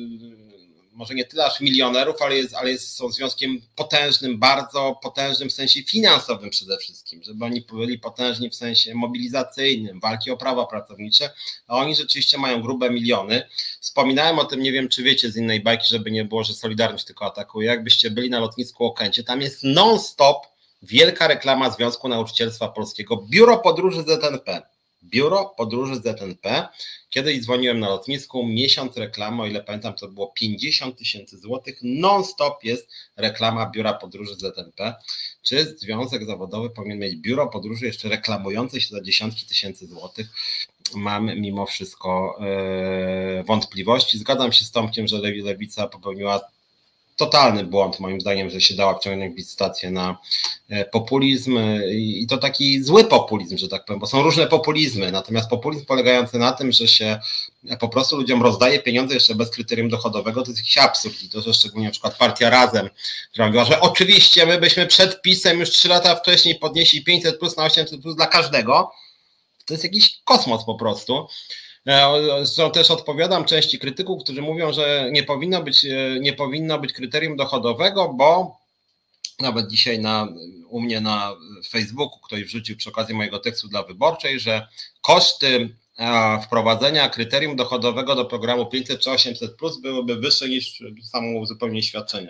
może nie tyle aż milionerów, ale, jest, ale jest, są związkiem potężnym, bardzo potężnym w sensie finansowym przede wszystkim, żeby oni byli potężni w sensie mobilizacyjnym, walki o prawa pracownicze, a oni rzeczywiście mają grube miliony. Wspominałem o tym, nie wiem czy wiecie z innej bajki, żeby nie było, że Solidarność tylko atakuje. Jakbyście byli na lotnisku Okęcie, tam jest non-stop wielka reklama Związku Nauczycielstwa Polskiego, Biuro Podróży Z N P. Biuro Podróży Z N P. Kiedyś dzwoniłem na lotnisku, miesiąc reklamy, o ile pamiętam, to było pięćdziesiąt tysięcy złotych. Non-stop jest reklama Biura Podróży Z N P. Czy związek zawodowy powinien mieć biuro podróży jeszcze reklamujące się za dziesiątki tysięcy złotych? Mam mimo wszystko yy, wątpliwości. Zgadzam się z Tomkiem, że Lewica popełniła totalny błąd moim zdaniem, że się dała wciągnąć licytację na populizm i to taki zły populizm, że tak powiem, bo są różne populizmy, natomiast populizm polegający na tym, że się po prostu ludziom rozdaje pieniądze jeszcze bez kryterium dochodowego, to jest jakiś absurd i to, że szczególnie na przykład partia Razem, która mówiła, że oczywiście my byśmy przed PiS-em już trzy lata wcześniej podnieśli pięćset plus na osiemset plus dla każdego, to jest jakiś kosmos po prostu. Zresztą też odpowiadam części krytyków, którzy mówią, że nie powinno być, nie powinno być kryterium dochodowego, bo nawet dzisiaj na, u mnie na Facebooku ktoś wrzucił przy okazji mojego tekstu dla Wyborczej, że koszty wprowadzenia kryterium dochodowego do programu pięćset czy osiemset plus byłyby wyższe niż samo uzupełnienie świadczenia.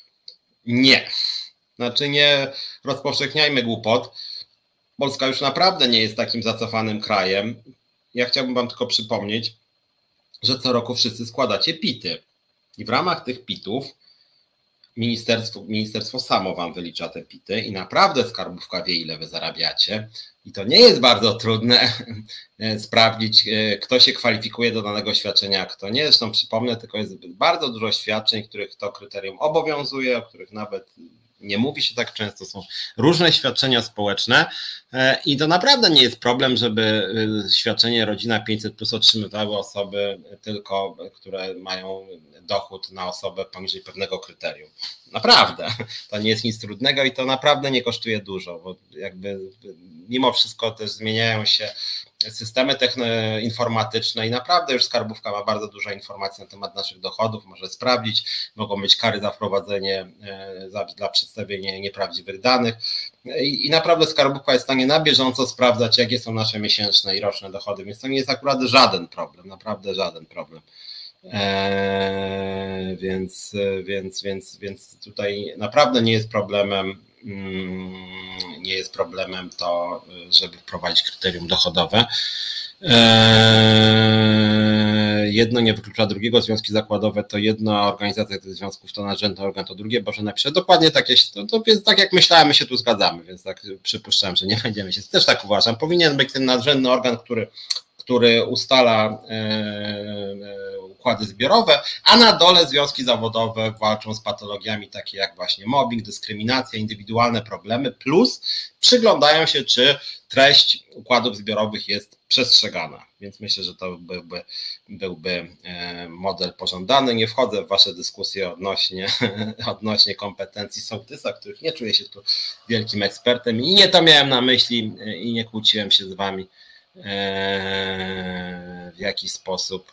Nie. Znaczy nie rozpowszechniajmy głupot. Polska już naprawdę nie jest takim zacofanym krajem. Ja chciałbym wam tylko przypomnieć, że co roku wszyscy składacie pity i w ramach tych pitów ministerstwo, ministerstwo samo wam wylicza te pity i naprawdę skarbówka wie, ile wy zarabiacie i to nie jest bardzo trudne sprawdzić, kto się kwalifikuje do danego świadczenia, a kto nie. Zresztą przypomnę, tylko jest bardzo dużo świadczeń, których to kryterium obowiązuje, o których nawet nie mówi się tak często, są różne świadczenia społeczne i to naprawdę nie jest problem, żeby świadczenie Rodzina pięćset plus otrzymywały osoby tylko, które mają dochód na osobę poniżej pewnego kryterium. Naprawdę, to nie jest nic trudnego i to naprawdę nie kosztuje dużo, bo jakby mimo wszystko też zmieniają się systemy techno- informatyczne i naprawdę już skarbówka ma bardzo dużo informacji na temat naszych dochodów, może sprawdzić, mogą być kary za wprowadzenie, za, dla przedstawienia nieprawdziwych danych i, i naprawdę skarbówka jest w stanie na bieżąco sprawdzać, jakie są nasze miesięczne i roczne dochody, więc to nie jest akurat żaden problem, naprawdę żaden problem. Eee, więc, więc, więc, więc tutaj naprawdę nie jest problemem nie jest problemem to, żeby wprowadzić kryterium dochodowe. Eee, jedno nie wyklucza drugiego, związki zakładowe to jedno, a organizacja tych związków to nadrzędny organ to drugie, Boże napisze dokładnie takie, to, to jest tak jak myślałem, my się tu zgadzamy, więc tak przypuszczam, że nie będziemy się, też tak uważam, powinien być ten nadrzędny organ, który który ustala e, układy zbiorowe, a na dole związki zawodowe walczą z patologiami takie jak właśnie mobbing, dyskryminacja, indywidualne problemy, plus przyglądają się, czy treść układów zbiorowych jest przestrzegana. Więc myślę, że to byłby, byłby model pożądany. Nie wchodzę w wasze dyskusje odnośnie, odnośnie kompetencji sołtysa, których nie czuję się tu wielkim ekspertem i nie to miałem na myśli i nie kłóciłem się z wami w jaki sposób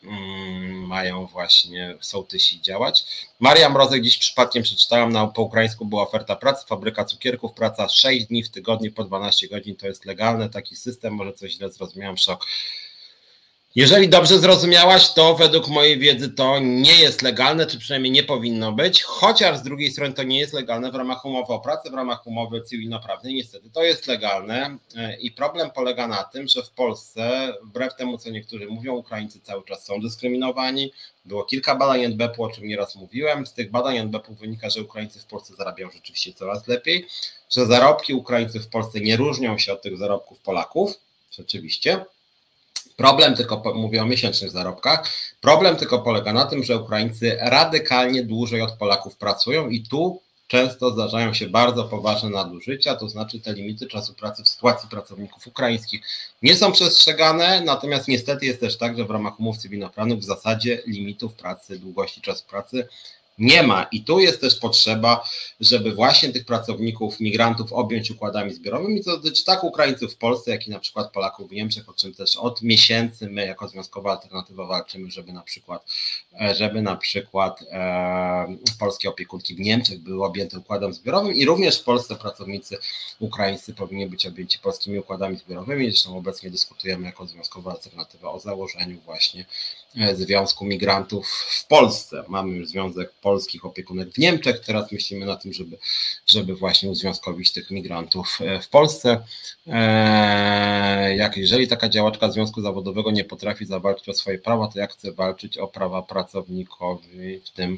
mają właśnie sołtysi działać. Maria Mrozek, dziś przypadkiem przeczytałam, na, po ukraińsku była oferta pracy, fabryka cukierków, praca sześć dni w tygodniu po dwanaście godzin, to jest legalne, taki system, może coś źle zrozumiałam, szok. Jeżeli dobrze zrozumiałaś, to według mojej wiedzy to nie jest legalne, czy przynajmniej nie powinno być, chociaż z drugiej strony to nie jest legalne w ramach umowy o pracę, w ramach umowy cywilnoprawnej, niestety to jest legalne i problem polega na tym, że w Polsce, wbrew temu co niektórzy mówią, Ukraińcy cały czas są dyskryminowani. Było kilka badań N B P u, o czym nieraz mówiłem, z tych badań N B P u wynika, że Ukraińcy w Polsce zarabiają rzeczywiście coraz lepiej, że zarobki Ukraińców w Polsce nie różnią się od tych zarobków Polaków, rzeczywiście. Problem tylko, mówię o miesięcznych zarobkach, problem tylko polega na tym, że Ukraińcy radykalnie dłużej od Polaków pracują i tu często zdarzają się bardzo poważne nadużycia, to znaczy te limity czasu pracy w sytuacji pracowników ukraińskich nie są przestrzegane, natomiast niestety jest też tak, że w ramach umów cywilnoprawnych w zasadzie limitów pracy, długości czasu pracy nie ma i tu jest też potrzeba, żeby właśnie tych pracowników, migrantów objąć układami zbiorowymi, co dotyczy tak Ukraińców w Polsce, jak i na przykład Polaków w Niemczech, o czym też od miesięcy my jako Związkowa Alternatywa walczymy, żeby na przykład, żeby na przykład e, polskie opiekunki w Niemczech były objęte układem zbiorowym i również w Polsce pracownicy ukraińscy powinni być objęci polskimi układami zbiorowymi. Zresztą obecnie dyskutujemy jako Związkowa Alternatywa o założeniu właśnie Związku Migrantów w Polsce. Mamy już Związek Polskich Opiekunek w Niemczech, teraz myślimy na tym, żeby, żeby właśnie uzwiązkowić tych migrantów w Polsce. Jak jeżeli taka działaczka związku zawodowego nie potrafi zawalczyć o swoje prawa, to jak chce walczyć o prawa pracownikowi w tym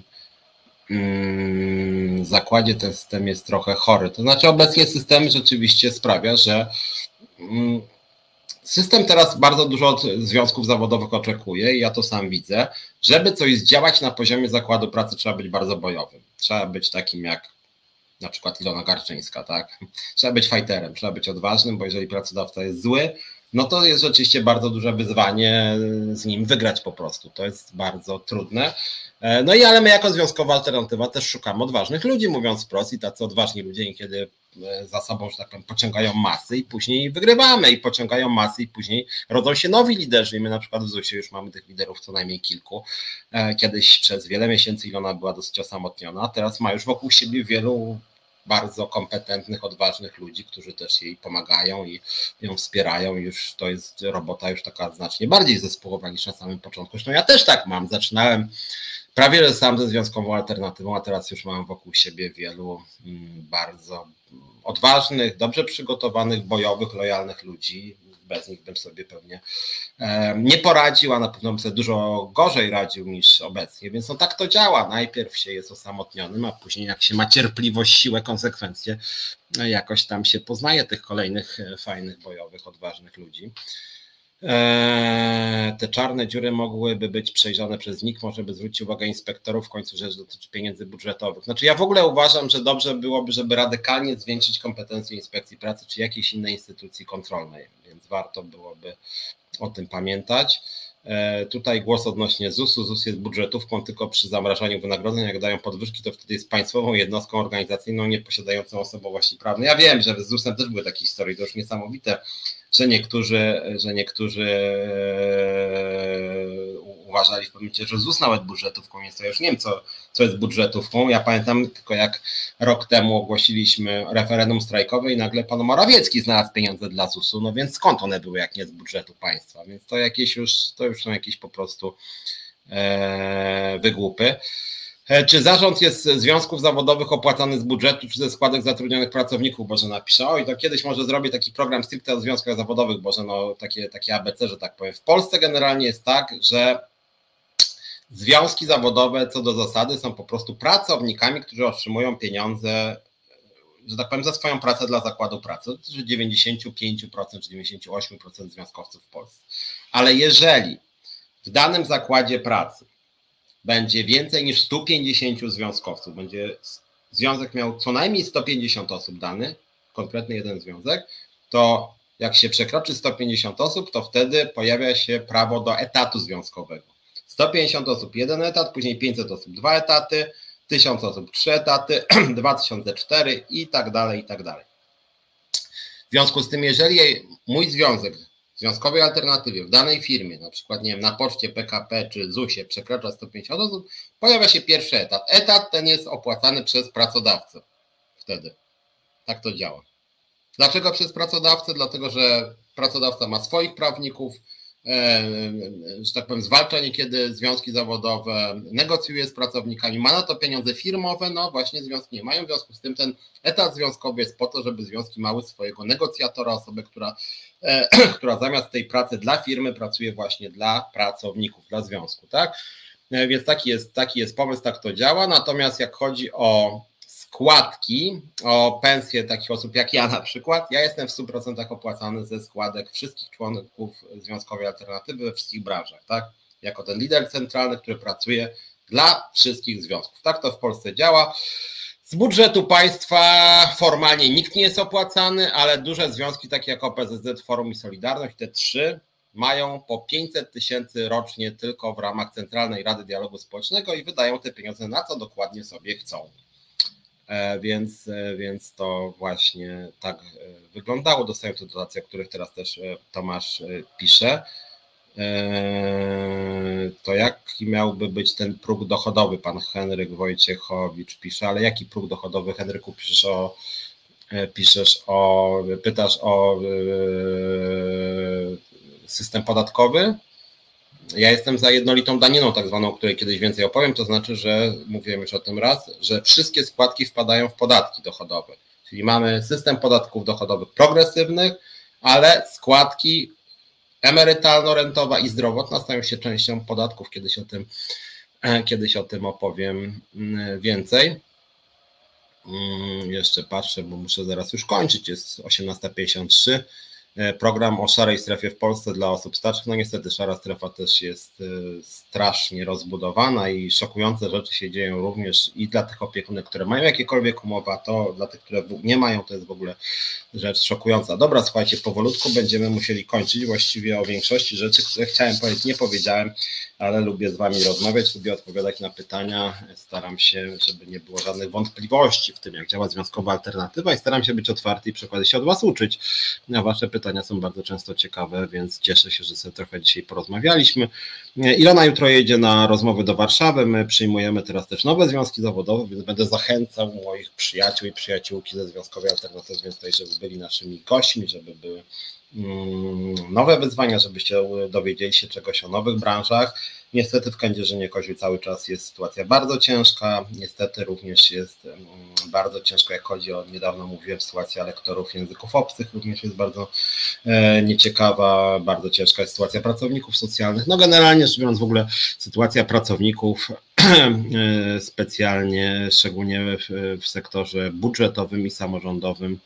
hmm, zakładzie? Ten system jest trochę chory. To znaczy obecnie system rzeczywiście sprawia, że hmm, system teraz bardzo dużo od związków zawodowych oczekuje i ja to sam widzę. Żeby coś zdziałać na poziomie zakładu pracy, trzeba być bardzo bojowym. Trzeba być takim jak na przykład Ilona Garczyńska, tak? Trzeba być fighterem, trzeba być odważnym, bo jeżeli pracodawca jest zły, no to jest rzeczywiście bardzo duże wyzwanie z nim wygrać po prostu. To jest bardzo trudne. No i ale my jako Związkowa Alternatywa też szukamy odważnych ludzi, mówiąc wprost, i tacy odważni ludzie niekiedy za sobą, że tak powiem, pociągają masy i później wygrywamy i pociągają masy i później rodzą się nowi liderzy i my na przykład w zusie już mamy tych liderów co najmniej kilku. Kiedyś przez wiele miesięcy Ilona była dosyć osamotniona, teraz ma już wokół siebie wielu bardzo kompetentnych, odważnych ludzi, którzy też jej pomagają i ją wspierają. Już to jest robota już taka znacznie bardziej zespołowa niż na samym początku. Zresztą ja też tak mam, zaczynałem prawie że sam ze Związkową Alternatywą, a teraz już mam wokół siebie wielu bardzo odważnych, dobrze przygotowanych, bojowych, lojalnych ludzi. Bez nich bym sobie pewnie nie poradził, a na pewno bym sobie dużo gorzej radził niż obecnie. Więc no tak to działa. Najpierw się jest osamotnionym, a później jak się ma cierpliwość, siłę, konsekwencje, jakoś tam się poznaje tych kolejnych fajnych, bojowych, odważnych ludzi. Te czarne dziury mogłyby być przejrzane przez N I K, może by zwrócić uwagę inspektorów, w końcu rzecz dotyczy pieniędzy budżetowych. Znaczy ja w ogóle uważam, że dobrze byłoby, żeby radykalnie zwiększyć kompetencje Inspekcji Pracy czy jakiejś innej instytucji kontrolnej, więc warto byłoby o tym pamiętać. Tutaj głos odnośnie zusu. ZUS jest budżetówką tylko przy zamrażaniu wynagrodzeń. Jak dają podwyżki, to wtedy jest państwową jednostką organizacyjną nieposiadającą osobowości prawnej. Ja wiem, że z zusem też były takie historie, to już niesamowite, że niektórzy, że niektórzy uważali w pewnym momencie, że ZUS nawet budżetówką jest. To ja już nie wiem, co, co jest budżetówką. Ja pamiętam tylko, jak rok temu ogłosiliśmy referendum strajkowe i nagle pan Morawiecki znalazł pieniądze dla zusu, no więc skąd one były, jak nie z budżetu państwa? Więc to jakieś już, to już są jakieś po prostu e, wygłupy. Czy zarząd jest związków zawodowych opłacany z budżetu, czy ze składek zatrudnionych pracowników? Boże, napisze, oj, to kiedyś może zrobię taki program stricte o związkach zawodowych, Boże, no takie, takie A B C, że tak powiem. W Polsce generalnie jest tak, że związki zawodowe co do zasady są po prostu pracownikami, którzy otrzymują pieniądze, że tak powiem, za swoją pracę dla zakładu pracy. To dotyczy dziewięćdziesiąt pięć procent czy dziewięćdziesiąt osiem procent związkowców w Polsce. Ale jeżeli w danym zakładzie pracy będzie więcej niż stu pięćdziesięciu związkowców, będzie związek miał co najmniej sto pięćdziesiąt osób dany, konkretny jeden związek, to jak się przekroczy sto pięćdziesiąt osób, to wtedy pojawia się prawo do etatu związkowego. sto pięćdziesiąt osób, jeden etat, później pięćset osób, dwa etaty, tysiąc osób, trzy etaty, dwa tysiące cztery i tak dalej, i tak dalej. W związku z tym, jeżeli mój związek w związkowej alternatywie w danej firmie, na przykład nie wiem, na poczcie P K P czy zusie przekracza sto pięćdziesiąt osób, pojawia się pierwszy etat. Etat ten jest opłacany przez pracodawcę wtedy. Tak to działa. Dlaczego przez pracodawcę? Dlatego, że pracodawca ma swoich prawników, że tak powiem, zwalcza niekiedy związki zawodowe, negocjuje z pracownikami, ma na to pieniądze firmowe, no właśnie związki nie mają, w związku z tym ten etat związkowy jest po to, żeby związki miały swojego negocjatora, osobę, która, która zamiast tej pracy dla firmy pracuje właśnie dla pracowników, dla związku, tak? Więc taki jest, taki jest pomysł, tak to działa, natomiast jak chodzi o składki, o pensje takich osób jak ja na przykład, ja jestem w stu procentach opłacany ze składek wszystkich członków Związkowej Alternatywy we wszystkich branżach, tak? Jako ten lider centralny, który pracuje dla wszystkich związków. Tak to w Polsce działa. Z budżetu państwa formalnie nikt nie jest opłacany, ale duże związki takie jak O P Z Z, Forum i Solidarność, te trzy mają po pięćset tysięcy rocznie tylko w ramach Centralnej Rady Dialogu Społecznego i wydają te pieniądze na co dokładnie sobie chcą. Więc, więc to właśnie tak wyglądało. Dostają te dotacje, o których teraz też Tomasz pisze. To jaki miałby być ten próg dochodowy? Pan Henryk Wojciechowicz pisze, ale jaki próg dochodowy, Henryku? Piszesz o, piszesz o, pytasz o system podatkowy? Ja jestem za jednolitą daniną, tak zwaną, o której kiedyś więcej opowiem, to znaczy, że mówiłem już o tym raz, że wszystkie składki wpadają w podatki dochodowe. Czyli mamy system podatków dochodowych progresywnych, ale składki emerytalno-rentowa i zdrowotna stają się częścią podatków. Kiedyś o tym, kiedyś o tym opowiem więcej. Jeszcze patrzę, bo muszę zaraz już kończyć, jest osiemnasta pięćdziesiąt trzy. Program o szarej strefie w Polsce dla osób starszych. No niestety szara strefa też jest strasznie rozbudowana i szokujące rzeczy się dzieją również i dla tych opiekunek, które mają jakiekolwiek umowy, a to dla tych, które nie mają, to jest w ogóle rzecz szokująca. Dobra, słuchajcie, powolutku będziemy musieli kończyć. Właściwie o większości rzeczy, które chciałem powiedzieć, nie powiedziałem, ale lubię z wami rozmawiać, lubię odpowiadać na pytania. Staram się, żeby nie było żadnych wątpliwości w tym, jak działa Związkowa Alternatywa i staram się być otwarty i przykładać się od was uczyć. A wasze pytania są bardzo często ciekawe, więc cieszę się, że sobie trochę dzisiaj porozmawialiśmy. Ilona jutro jedzie na rozmowy do Warszawy, my przyjmujemy teraz też nowe związki zawodowe, więc będę zachęcał moich przyjaciół i przyjaciółki ze Związkowej Alternatywy, więc tutaj, żeby byli naszymi gośćmi, żeby były nowe wyzwania, żebyście dowiedzieli się czegoś o nowych branżach. Niestety w Kędzierzynie-Koźlu cały czas jest sytuacja bardzo ciężka, niestety również jest bardzo ciężko, jak chodzi o, niedawno mówiłem, sytuacja lektorów języków obcych, również jest bardzo nieciekawa, bardzo ciężka jest sytuacja pracowników socjalnych, no generalnie rzecz biorąc w ogóle sytuacja pracowników specjalnie, szczególnie w, w sektorze budżetowym i samorządowym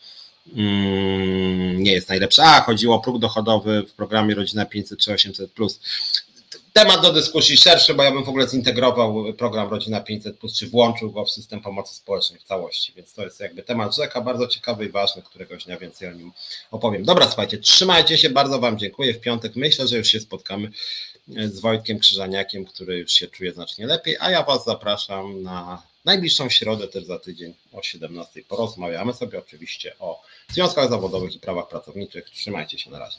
nie jest najlepsza. A, chodziło o próg dochodowy w programie Rodzina pięćset czy osiemset plus. Temat do dyskusji szerszy, bo ja bym w ogóle zintegrował program Rodzina pięćset plus, czy włączył go w system pomocy społecznej w całości, więc to jest jakby temat rzeka, bardzo ciekawy i ważny, któregoś dnia więcej o nim opowiem. Dobra, słuchajcie, trzymajcie się, bardzo wam dziękuję. W piątek myślę, że już się spotkamy z Wojtkiem Krzyżaniakiem, który już się czuje znacznie lepiej, a ja was zapraszam na najbliższą środę, też za tydzień o siedemnastej. Porozmawiamy sobie oczywiście o związkach zawodowych i prawach pracowniczych. Trzymajcie się, na razie.